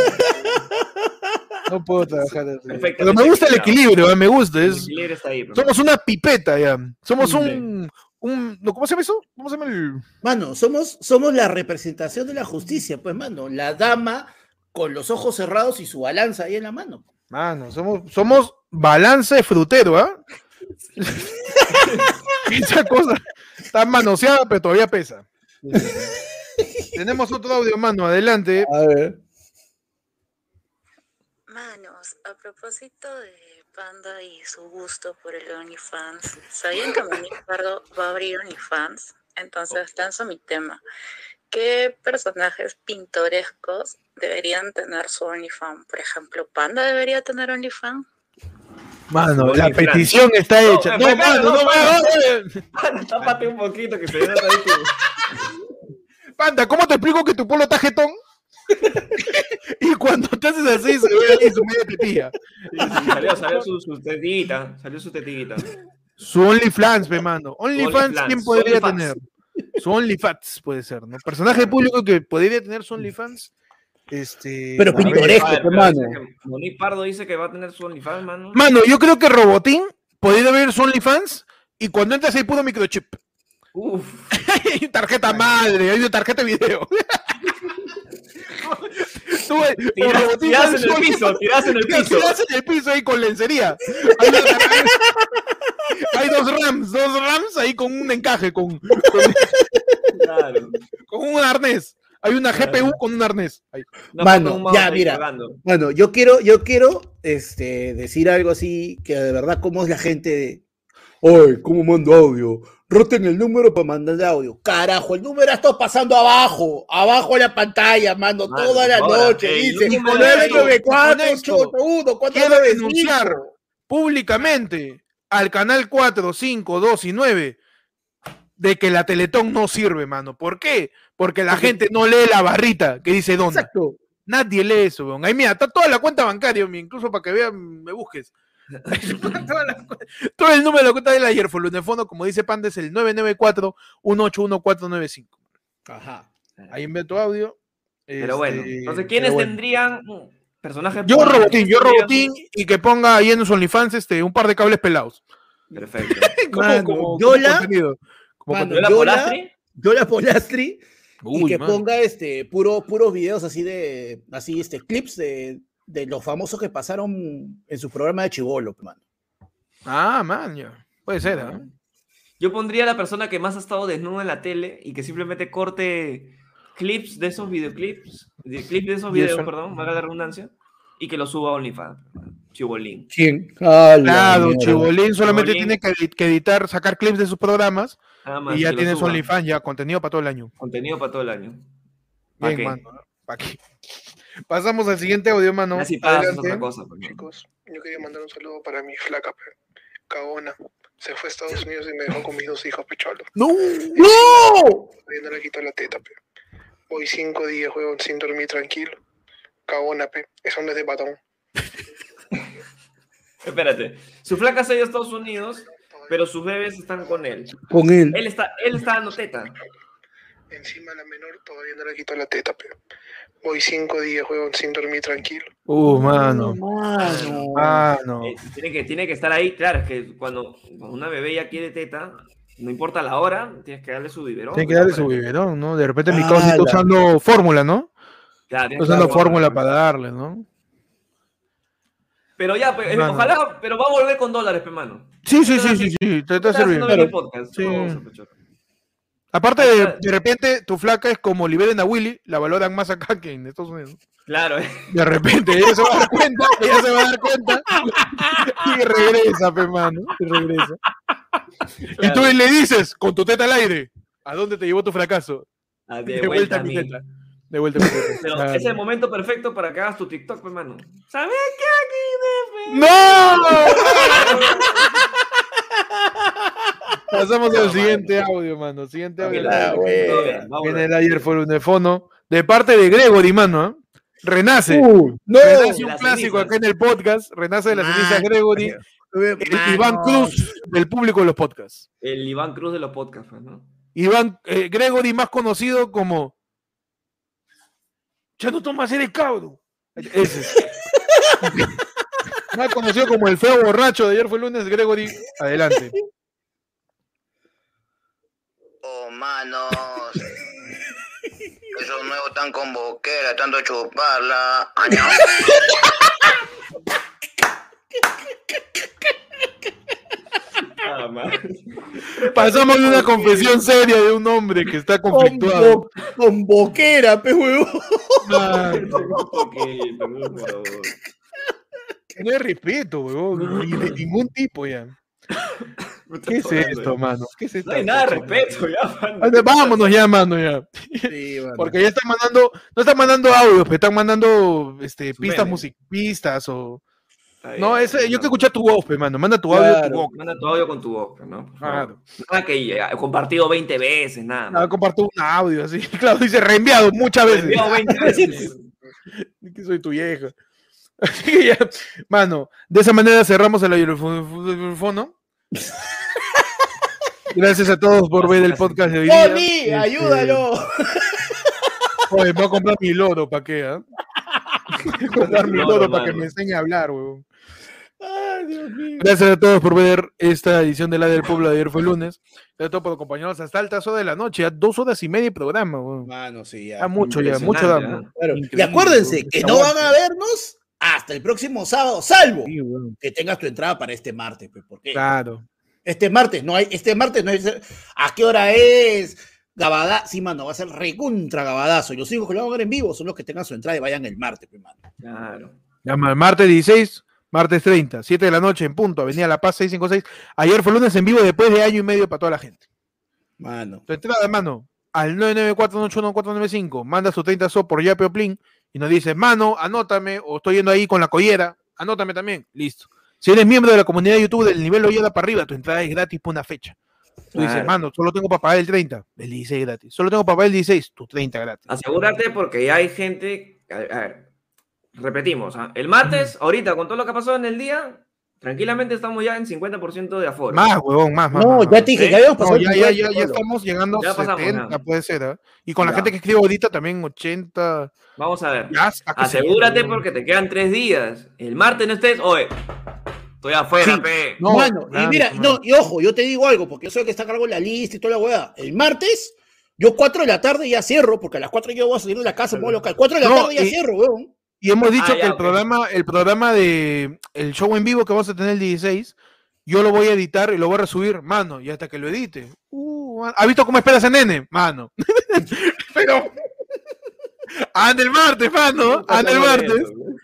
No puedo trabajar así. Perfectamente Pero me gusta el equilibrado. equilibrio, ¿eh? Me gusta. El Es, equilibrio está ahí, bro. somos una pipeta ya. Somos Sí. un, un. no, ¿Cómo se llama eso? ¿Cómo se llama el.? Mano, somos, somos la representación de la justicia, pues, mano. La dama con los ojos cerrados y su balanza ahí en la mano. Mano, somos, somos balance de frutero, ¿ah? Esa cosa está manoseada, pero todavía pesa. Tenemos otro audio, mano, adelante. A ver. Manos, a propósito de Panda y su gusto por el OnlyFans, ¿sabían que Monique Pardo va a abrir OnlyFans? Entonces lanzo mi tema. ¿Qué personajes pintorescos deberían tener su OnlyFans? Por ejemplo, ¿Panda debería tener OnlyFans? Mano, Bonnie la Frank. petición está No, hecha. eh, No, espera, mano, no, no, para. mano. Mano, tápate un poquito que se nota ahí tu... Panda, ¿cómo te explico que tu polo está jetón? Y cuando te haces así, se ve ahí su media tetilla. Sí, sí, salió, salió su, su tetiguita, salió su tetiguita. Su OnlyFans, pe, mano. OnlyFans, OnlyFans, ¿quién su podría OnlyFans. tener? Su OnlyFans puede ser, ¿no? Personaje público que podría tener su OnlyFans. Este. Pero a ver. pintoresco, A ver, pe, pero mano. dice que Monique Pardo dice que va a tener su OnlyFans, mano. Mano, yo creo que Robotín podría ver su OnlyFans y cuando entras hay puro microchip. Uf. Hay tarjeta madre, hay una tarjeta de video. Tú, el Tirás, robotín tirás al en el suelo. piso, tirás en el piso. Tirás en el piso ahí con lencería. Hay, una- hay dos rams, dos rams ahí con un encaje, con, con, Claro. con un arnés. Hay una G P U con un arnés. Ahí. Una foto de Mano, un mouse ya, ahí mira. colgando. Bueno, yo quiero, yo quiero este, decir algo así, que de verdad, cómo es la gente de. Ay, ¿cómo mando audio? Roten el número para mandar audio. Carajo, el número ha estado pasando abajo, abajo en la pantalla, mando, Mano, toda la ahora, noche. el Dice número nueve de- nueve cuatro con esto, ocho ocho uno, cuatro quiero nueve denunciar cinco. públicamente al canal cuatro, cinco, dos y nueve de que la Teletón no sirve, mano. ¿Por qué? Porque la Porque- gente no lee la barrita que dice dona. Exacto. Nadie lee eso, weón. Ahí mira, está toda la cuenta bancaria, mi, incluso para que vean, me busques. Toda la cu- todo el número de la cuenta del ayer fue el fondo, como dice Panda, es el nueve nueve cuatro, uno ocho uno, cuatro nueve cinco. Ajá. Ahí envía tu audio. Pero bueno, Este, entonces, ¿quiénes pero bueno. tendrían mm, personajes? Yo públicos? Robotín, yo ¿Quiénes Robotín y que ponga ahí en los OnlyFans este, un par de cables pelados. tendrían? Perfecto. como, Mano, como- Yola- como contenido. Como Mano, contenido. ¿Yola Yola- Polastri? Yo la Polastri y Uy, que mano. ponga este puro, puros videos así de así este clips de, de los famosos que pasaron en su programa de Chibolo, mano. Ah, man, ya. Puede ser, ¿ah? Yo pondría a la persona que más ha estado desnuda en la tele y que simplemente corte clips de esos videoclips, de, clips de esos Y videos, eso- perdón, valga la redundancia, y que lo suba a OnlyFans. Chibolín. ¿Quién? Ah, la Claro, mierda. Chibolín solamente Chibolín. tiene que, que editar, sacar clips de sus programas Nada más. y ya que lo tienes suba. OnlyFans, ya contenido para todo el año. Contenido para todo el año. ¿Pa' Bien, qué? mano. ¿Para qué? Pasamos al siguiente audio, mano. Ya si pagas es Adelante. otra cosa. pues, ¿no? Chicos, yo quería mandar un saludo para mi flaca, pe. Cagona. Se fue a Estados Unidos y me dejó con mis dos hijos, pecholo. ¡No! ¡No! Yo no le quito la teta, pe. Hoy cinco días, huevón, sin dormir tranquilo. Cagona, pe. Eso no es de patón. Espérate. Su flaca se ha ido a Estados Unidos, pero sus bebés están con él. Con él. Él está, él está dando teta. Encima la menor todavía no le quito la teta, pe. Voy cinco días, huevón, sin dormir tranquilo. Uh, mano. Mano. Mano. Eh, tiene, que, tiene que estar ahí. Claro, es que cuando, cuando una bebé ya quiere teta, no importa la hora, tienes que darle su biberón. Tiene que pues, darle para su que- biberón, ¿no? De repente mi Ah, causa está la- usando fórmula, ¿no? Claro, Está tienes que usando darle fórmula fórmula. para darle, ¿no? Pero ya, pe- Mano. ojalá, pero va a volver con dólares, pe, mano. Sí, sí, sí, sí, sí. Te está Estás haciendo sirviendo. bien el Claro. podcast. Sí. Vamos a pechar. Aparte, de, de repente, tu flaca es como liberen a Willy, la valoran más acá que en Estados Unidos. Claro, eh. De repente, ella se va a dar cuenta, ella se va a dar cuenta y regresa, pe, mano, y regresa. Y tú le dices, con tu teta al aire, ¿a dónde te llevó tu fracaso? Ah, De, vuelta a mi mí. teta. De vuelta a mi teta. Pero Claro. ese es el momento perfecto para que hagas tu TikTok, pe, mano. ¿Sabes qué aquí de ¡No! Pasamos al siguiente audio, mano. Siguiente audio. Ah, güey. Viene el ayer fue un teléfono de parte de Gregory, mano. ¿eh? Renace. Uh, no. Renace De un las clásico cenizas. acá en el podcast. Renace de las Mano. cenizas Gregory. El Mano. Iván Cruz del público de los podcasts. El Iván Cruz de los podcasts, pues, ¿no? Iván eh, Gregory, más conocido como. Ya no tomas el cabro. Ese es. Más conocido como el feo borracho de ayer fue lunes, Gregory. Adelante. Oh, manos. Esos nuevos están con boquera, tanto chuparla. Año. Ah, man. Pasamos de una confesión seria de un hombre que está Con, conflictuado. bo- con boquera, pe huevo. Mano, Ok, por favor. no hay respeto, weón. Ni de ningún tipo ya. ¿Qué es esto, mano? ¿Qué es esto? No hay nada de respeto, ya, mano. Ande, vámonos ya, mano, ya. Sí, mano. Porque ya están mandando, no están mandando audios, pero están mandando este, Su pistas meme. music, pistas o. Está No, bien, ese, yo no. que escuché tu voz, pe, mano. Manda tu audio, Claro. tu voz. Manda tu audio con tu boca, ¿no? Por favor. Claro. Nada que eh, compartido veinte veces, nada. Ah, man. comparto un audio así. Claro, dice reenviado muchas Te he veces. enviado veinte veces. Que soy tu vieja. Así que ya, mano, de esa manera cerramos el aerofono. Gracias a todos por ver el podcast de hoy día. ¡Tony! Este, ¡Ayúdalo! Oye, voy a comprar mi loro, ¿para qué? ah? Voy a comprar mi Loro, loro para que mano. me enseñe a hablar, weón. Ay, Dios mío. Gracias a todos por ver esta edición de La del Pueblo de ayer fue lunes. Gracias a todos por acompañarnos hasta altas horas de la noche. Ya dos horas y media de programa. Weón. Mano, sí, ya. Ya mucho, ya, mucho damos. ¿eh? Claro. Y Increíble, acuérdense weón. que no van a vernos hasta el próximo sábado, salvo Sí, weón. que tengas tu entrada para este martes. Pues, ¿por qué? Claro. Este martes no hay, este martes no hay. ¿A qué hora es? Gabadá, sí, mano, va a ser recontra gabadazo. Y los hijos que lo van a ver en vivo son los que tengan su entrada y vayan el martes, pues, mano. Claro. Llama el martes dieciséis, martes treinta, siete de la noche en punto, Avenida La Paz seiscientos cincuenta y seis. Ayer fue lunes en vivo después de año y medio para toda la gente. Mano. Tu entrada, mano, al nueve nueve cuatro ocho uno cuatro nueve cinco, manda su treinta so por Yape o Plin y nos dice, mano, anótame, o estoy yendo ahí con la collera, anótame también, listo. Si eres miembro de la comunidad de YouTube del nivel Ollada para arriba, tu entrada es gratis por una fecha. Tú Claro. dices, mano, solo tengo para pagar el treinta, el dieciséis gratis. Solo tengo para pagar el dieciséis, tu treinta gratis. Asegúrate porque ya hay gente. A ver, a ver, repetimos. ¿ah? El martes, ahorita, con todo lo que ha pasado en el día, tranquilamente estamos ya en cincuenta por ciento de aforo. Más, huevón, más, más. No, más, ya más. te dije, ¿Sí? ya habíamos No, pasado. ya, el ya, cincuenta, ya, ya Pablo. estamos llegando a Ya pasamos, setenta, ya. puede ser, ¿ah? Y con la Ya. gente que escribe ahorita también ochenta. Vamos a ver. Ya hasta que se Asegúrate llegue, porque te quedan tres días. El martes no estés. Oye, estoy afuera, Sí. pe. No, Mano, y claro, mira, claro. no, y ojo, yo te digo algo, porque yo soy el que está a cargo de la lista y toda la hueá. El martes, yo cuatro de la tarde ya cierro, porque a las cuatro yo voy a salir de la casa, me voy al local. cuatro de la No, tarde ya y- cierro, weón. Y hemos dicho Ah, que ya, el ok. programa, el programa de el show en vivo que vamos a tener el dieciséis, yo lo voy a editar y lo voy a resubir, mano, y hasta que lo edite. Uh, ¿ha visto cómo espera ese nene? Mano. Pero. Anda el martes, mano. Anda el martes.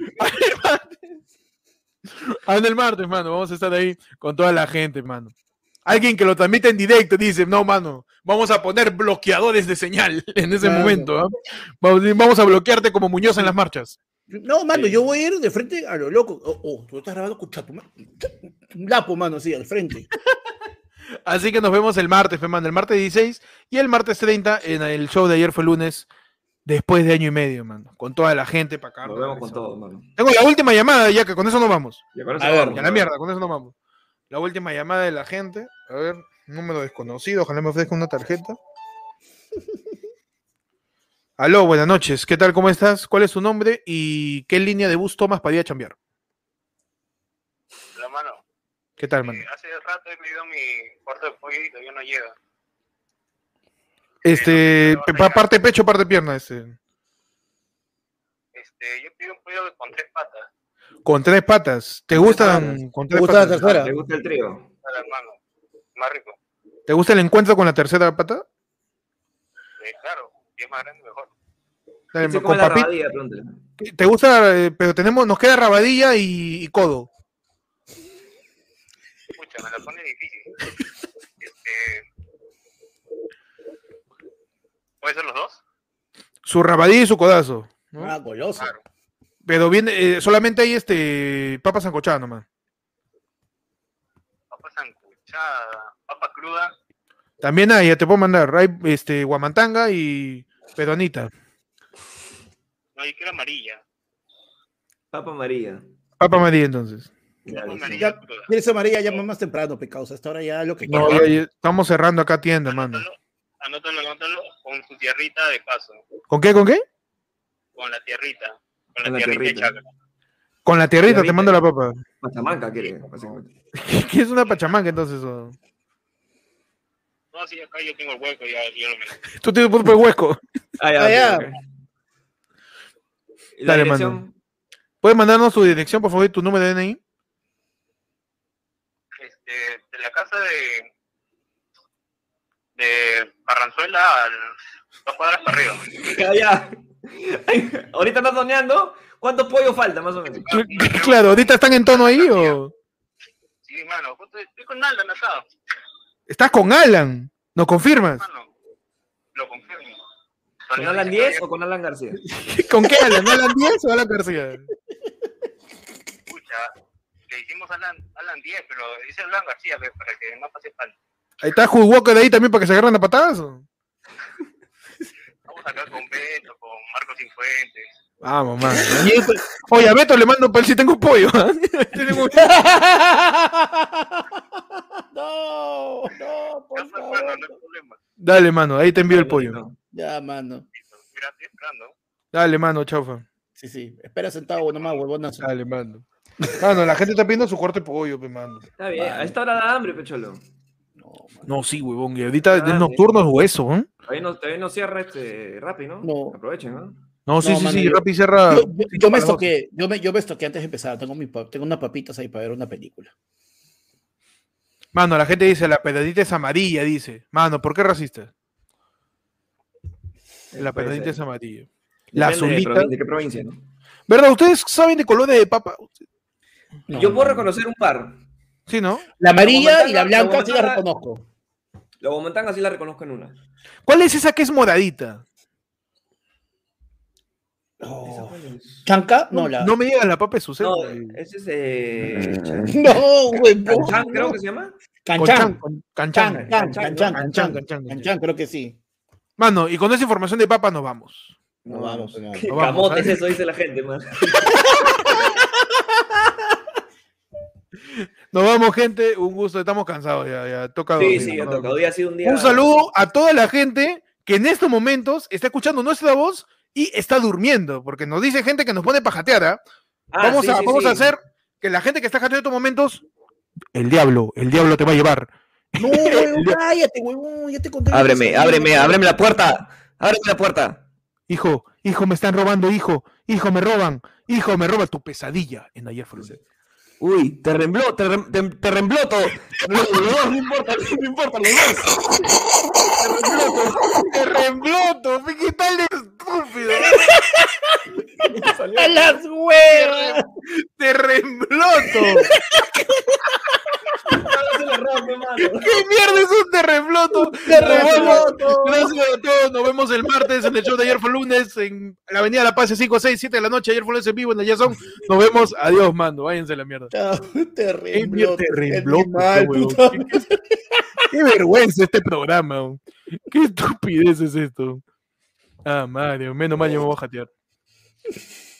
Anda el martes, mano. Vamos a estar ahí con toda la gente, mano. Alguien que lo transmite en directo dice, no, mano, vamos a poner bloqueadores de señal en ese Mano. momento. ¿ah? Vamos, vamos a bloquearte como Muñoz en las marchas. No, mano, Sí. yo voy a ir de frente a lo loco. Oh, oh, tú estás grabando con chato, man. Un lapo, mano, sí, al frente. Así que nos vemos el martes, fe, mano, el martes dieciséis y el martes treinta en el show de ayer fue lunes, después de año y medio, mano, con toda la gente para acá. Nos vemos con todo, mano. Tengo la última llamada ya, que con eso nos vamos. Ya con eso A ver, vamos, Y a la ¿no? mierda, con eso nos vamos. La última llamada de la gente. A ver, número desconocido, ojalá me ofrezca una tarjeta. Aló, buenas noches. ¿Qué tal? ¿Cómo estás? ¿Cuál es tu nombre? ¿Y qué línea de bus tomas para ir a chambear? La mano. ¿Qué tal, mano? Eh, hace rato he pedido mi cuarto de pollo y todavía no llega. Este, pe- pa- parte pecho, parte pierna, este. Este, yo pido un pollo con tres patas. Con tres patas. ¿Te gustan con ¿Te tres gusta la patas? tercera? ¿Te gusta el trío? Para hermano. Más rico. ¿Te gusta el encuentro con la tercera pata? Eh, claro, y es más grande mejor. Dale, ¿Quién se con come la papi- rabadilla? Pregúntale. ¿Te gusta? eh, pero tenemos, nos queda rabadilla y, y codo. Escucha, me la pone difícil. Este, ¿puede ser los dos? Su rabadilla y su codazo. ¿no? Ah, goloso. Claro. Pero viene, eh, solamente hay este papa sancochada nomás. Papa sancochada, papa cruda. También hay, ya te puedo mandar, hay este guamantanga y peruanita. No, yo quiero amarilla. Papa María. Papa María entonces. Ya, Papa listo. amarilla Ya, cruda. ¿quieres amarilla? Llama más temprano, pecados. Hasta ahora ya lo que No, queda. ya- ya estamos cerrando acá tienda, mano. Anótalo, anótalo, anótalo con su tierrita de paso. ¿Con qué, con qué? Con la tierrita. Con la, Con la tierrita, tierrita. de chacra. Con la tierrita te Tierrita. mando la papa. Pachamanca quiere, básicamente. ¿Qué es una pachamanca entonces? o? No, sí, acá yo tengo el hueco, ya yo lo meto. Tú tienes un propio hueco. Ah, ya, Ah, ya. ok, ok. ¿Y la Dale, dirección? mano. ¿Puedes mandarnos tu dirección, por favor, y tu número de D N I? Este, de la casa de de Barranzuela al dos cuadras para arriba. Ya, ya. Ay, ahorita estás soñando. ¿Cuántos pollos falta, más o menos? Claro, ¿ahorita están en tono ahí o...? Sí, mano, justo estoy con Alan acá. ¿Estás con Alan? ¿Nos confirmas? Mano, lo confirmo. ¿Con Alan diez o con Alan García? ¿Con qué Alan? ¿Alan diez o Alan García? Escucha, le hicimos Alan, Alan diez, pero dice Alan García que para que no pase falta. Ahí está Hulk Walker ahí también para que se agarren a patadas. ¿o? Vamos acá con Beto, con Marcos Cifuentes. Vamos, man. Y esto- Oye, a Beto le mando para él si tengo pollo. ¿ah? Tengo- No, no, por Ya fue, favor. mano, no hay problema. Dale, mano, ahí te envío el pollo. Ya, mano. Listo, mira, estoy esperando. Dale, mano, chaufa. Sí, sí. Espera sentado nomás, huevonazo. Dale, mano. Mano, la gente está pidiendo su corte de pollo, pe, mano. Está bien, a esta hora da hambre, pecholo. No, sí, huevón. Y ahorita Ah, es nocturno es hueso, ¿eh? Todavía no, todavía no cierra este Rappi, ¿no? No. Aprovechen, ¿no? No, sí, No, sí, mano, sí. yo- Rappi cierra. Yo, yo- yo me para las doce. estoqué, yo me, yo me estoqué antes de empezar. Tengo, mi, pa- tengo unas papitas ahí para ver una película. Mano, la gente dice, la pedadita es amarilla, dice. Mano, ¿por qué racista? La Puede pedadita ser. es amarilla. La Depende de, azulita. provin- de qué provincia, ¿no? ¿Verdad? ¿Ustedes saben de colores de papa? No, Yo puedo no. reconocer un par. Sí, ¿no? La amarilla y la La blanca sí la guamantanga- reconozco. La Bomantanga sí la reconozco en una. ¿Cuál es esa que es moradita? Oh. ¿Chanca? No, la. No me digas la papa de su No, güey. ese es eh, No, huevón. Canchan, creo no. que se llama. Canchan. Con Canchan, Canchan. Canchan, Canchan, Canchan, Canchan, Canchan, Canchan. Canchan, creo que sí. Mano, y con esa información de papa nos vamos. No vamos, no vamos. Qué No vamos, camote es ¿sabes? eso, dice la gente, man. Nos vamos, gente. Un gusto. Estamos cansados ya. ya. Toca Sí, dormir, sí, ya ¿no? toca. Hoy ha sido un día. Un saludo a toda la gente que en estos momentos está escuchando nuestra voz y está durmiendo, porque nos dice gente que nos pone pajatear, ¿ah? Ah, vamos sí, a, sí, vamos sí. a hacer que la gente que está jateando en estos momentos, el diablo, el diablo te va a llevar. No, huevón, cállate, huevón, ya te conté. lo que Ábreme, sabía. ábreme, ábreme la puerta. Ábreme la puerta. Hijo, hijo, me están robando, hijo, hijo, me roban, hijo, me roba tu pesadilla en ayer fue. Uy, te rembló, te, rem- te, te rembló todo. Los dos, no importa, no importa, los dos. ¡Te rembloto! ¿Qué tal de estúpido? ¡A las huevas! ¡Te rembloto! ¿Qué mierda es un terremoto? Terremoto. Gracias a todos. Nos vemos el martes en el show de Ayer fue lunes en la Avenida La Paz, cinco, seis, siete de la noche. Ayer fue lunes en vivo en la Yazón. Nos vemos. Adiós, mando. Váyanse a la mierda. Chao, Qué terremoto. terremoto, Animal, huevón. puta. Qué, qué vergüenza este programa. huevón. Qué estupidez es esto. Ah, Mario. Menos mal yo me voy a jatear.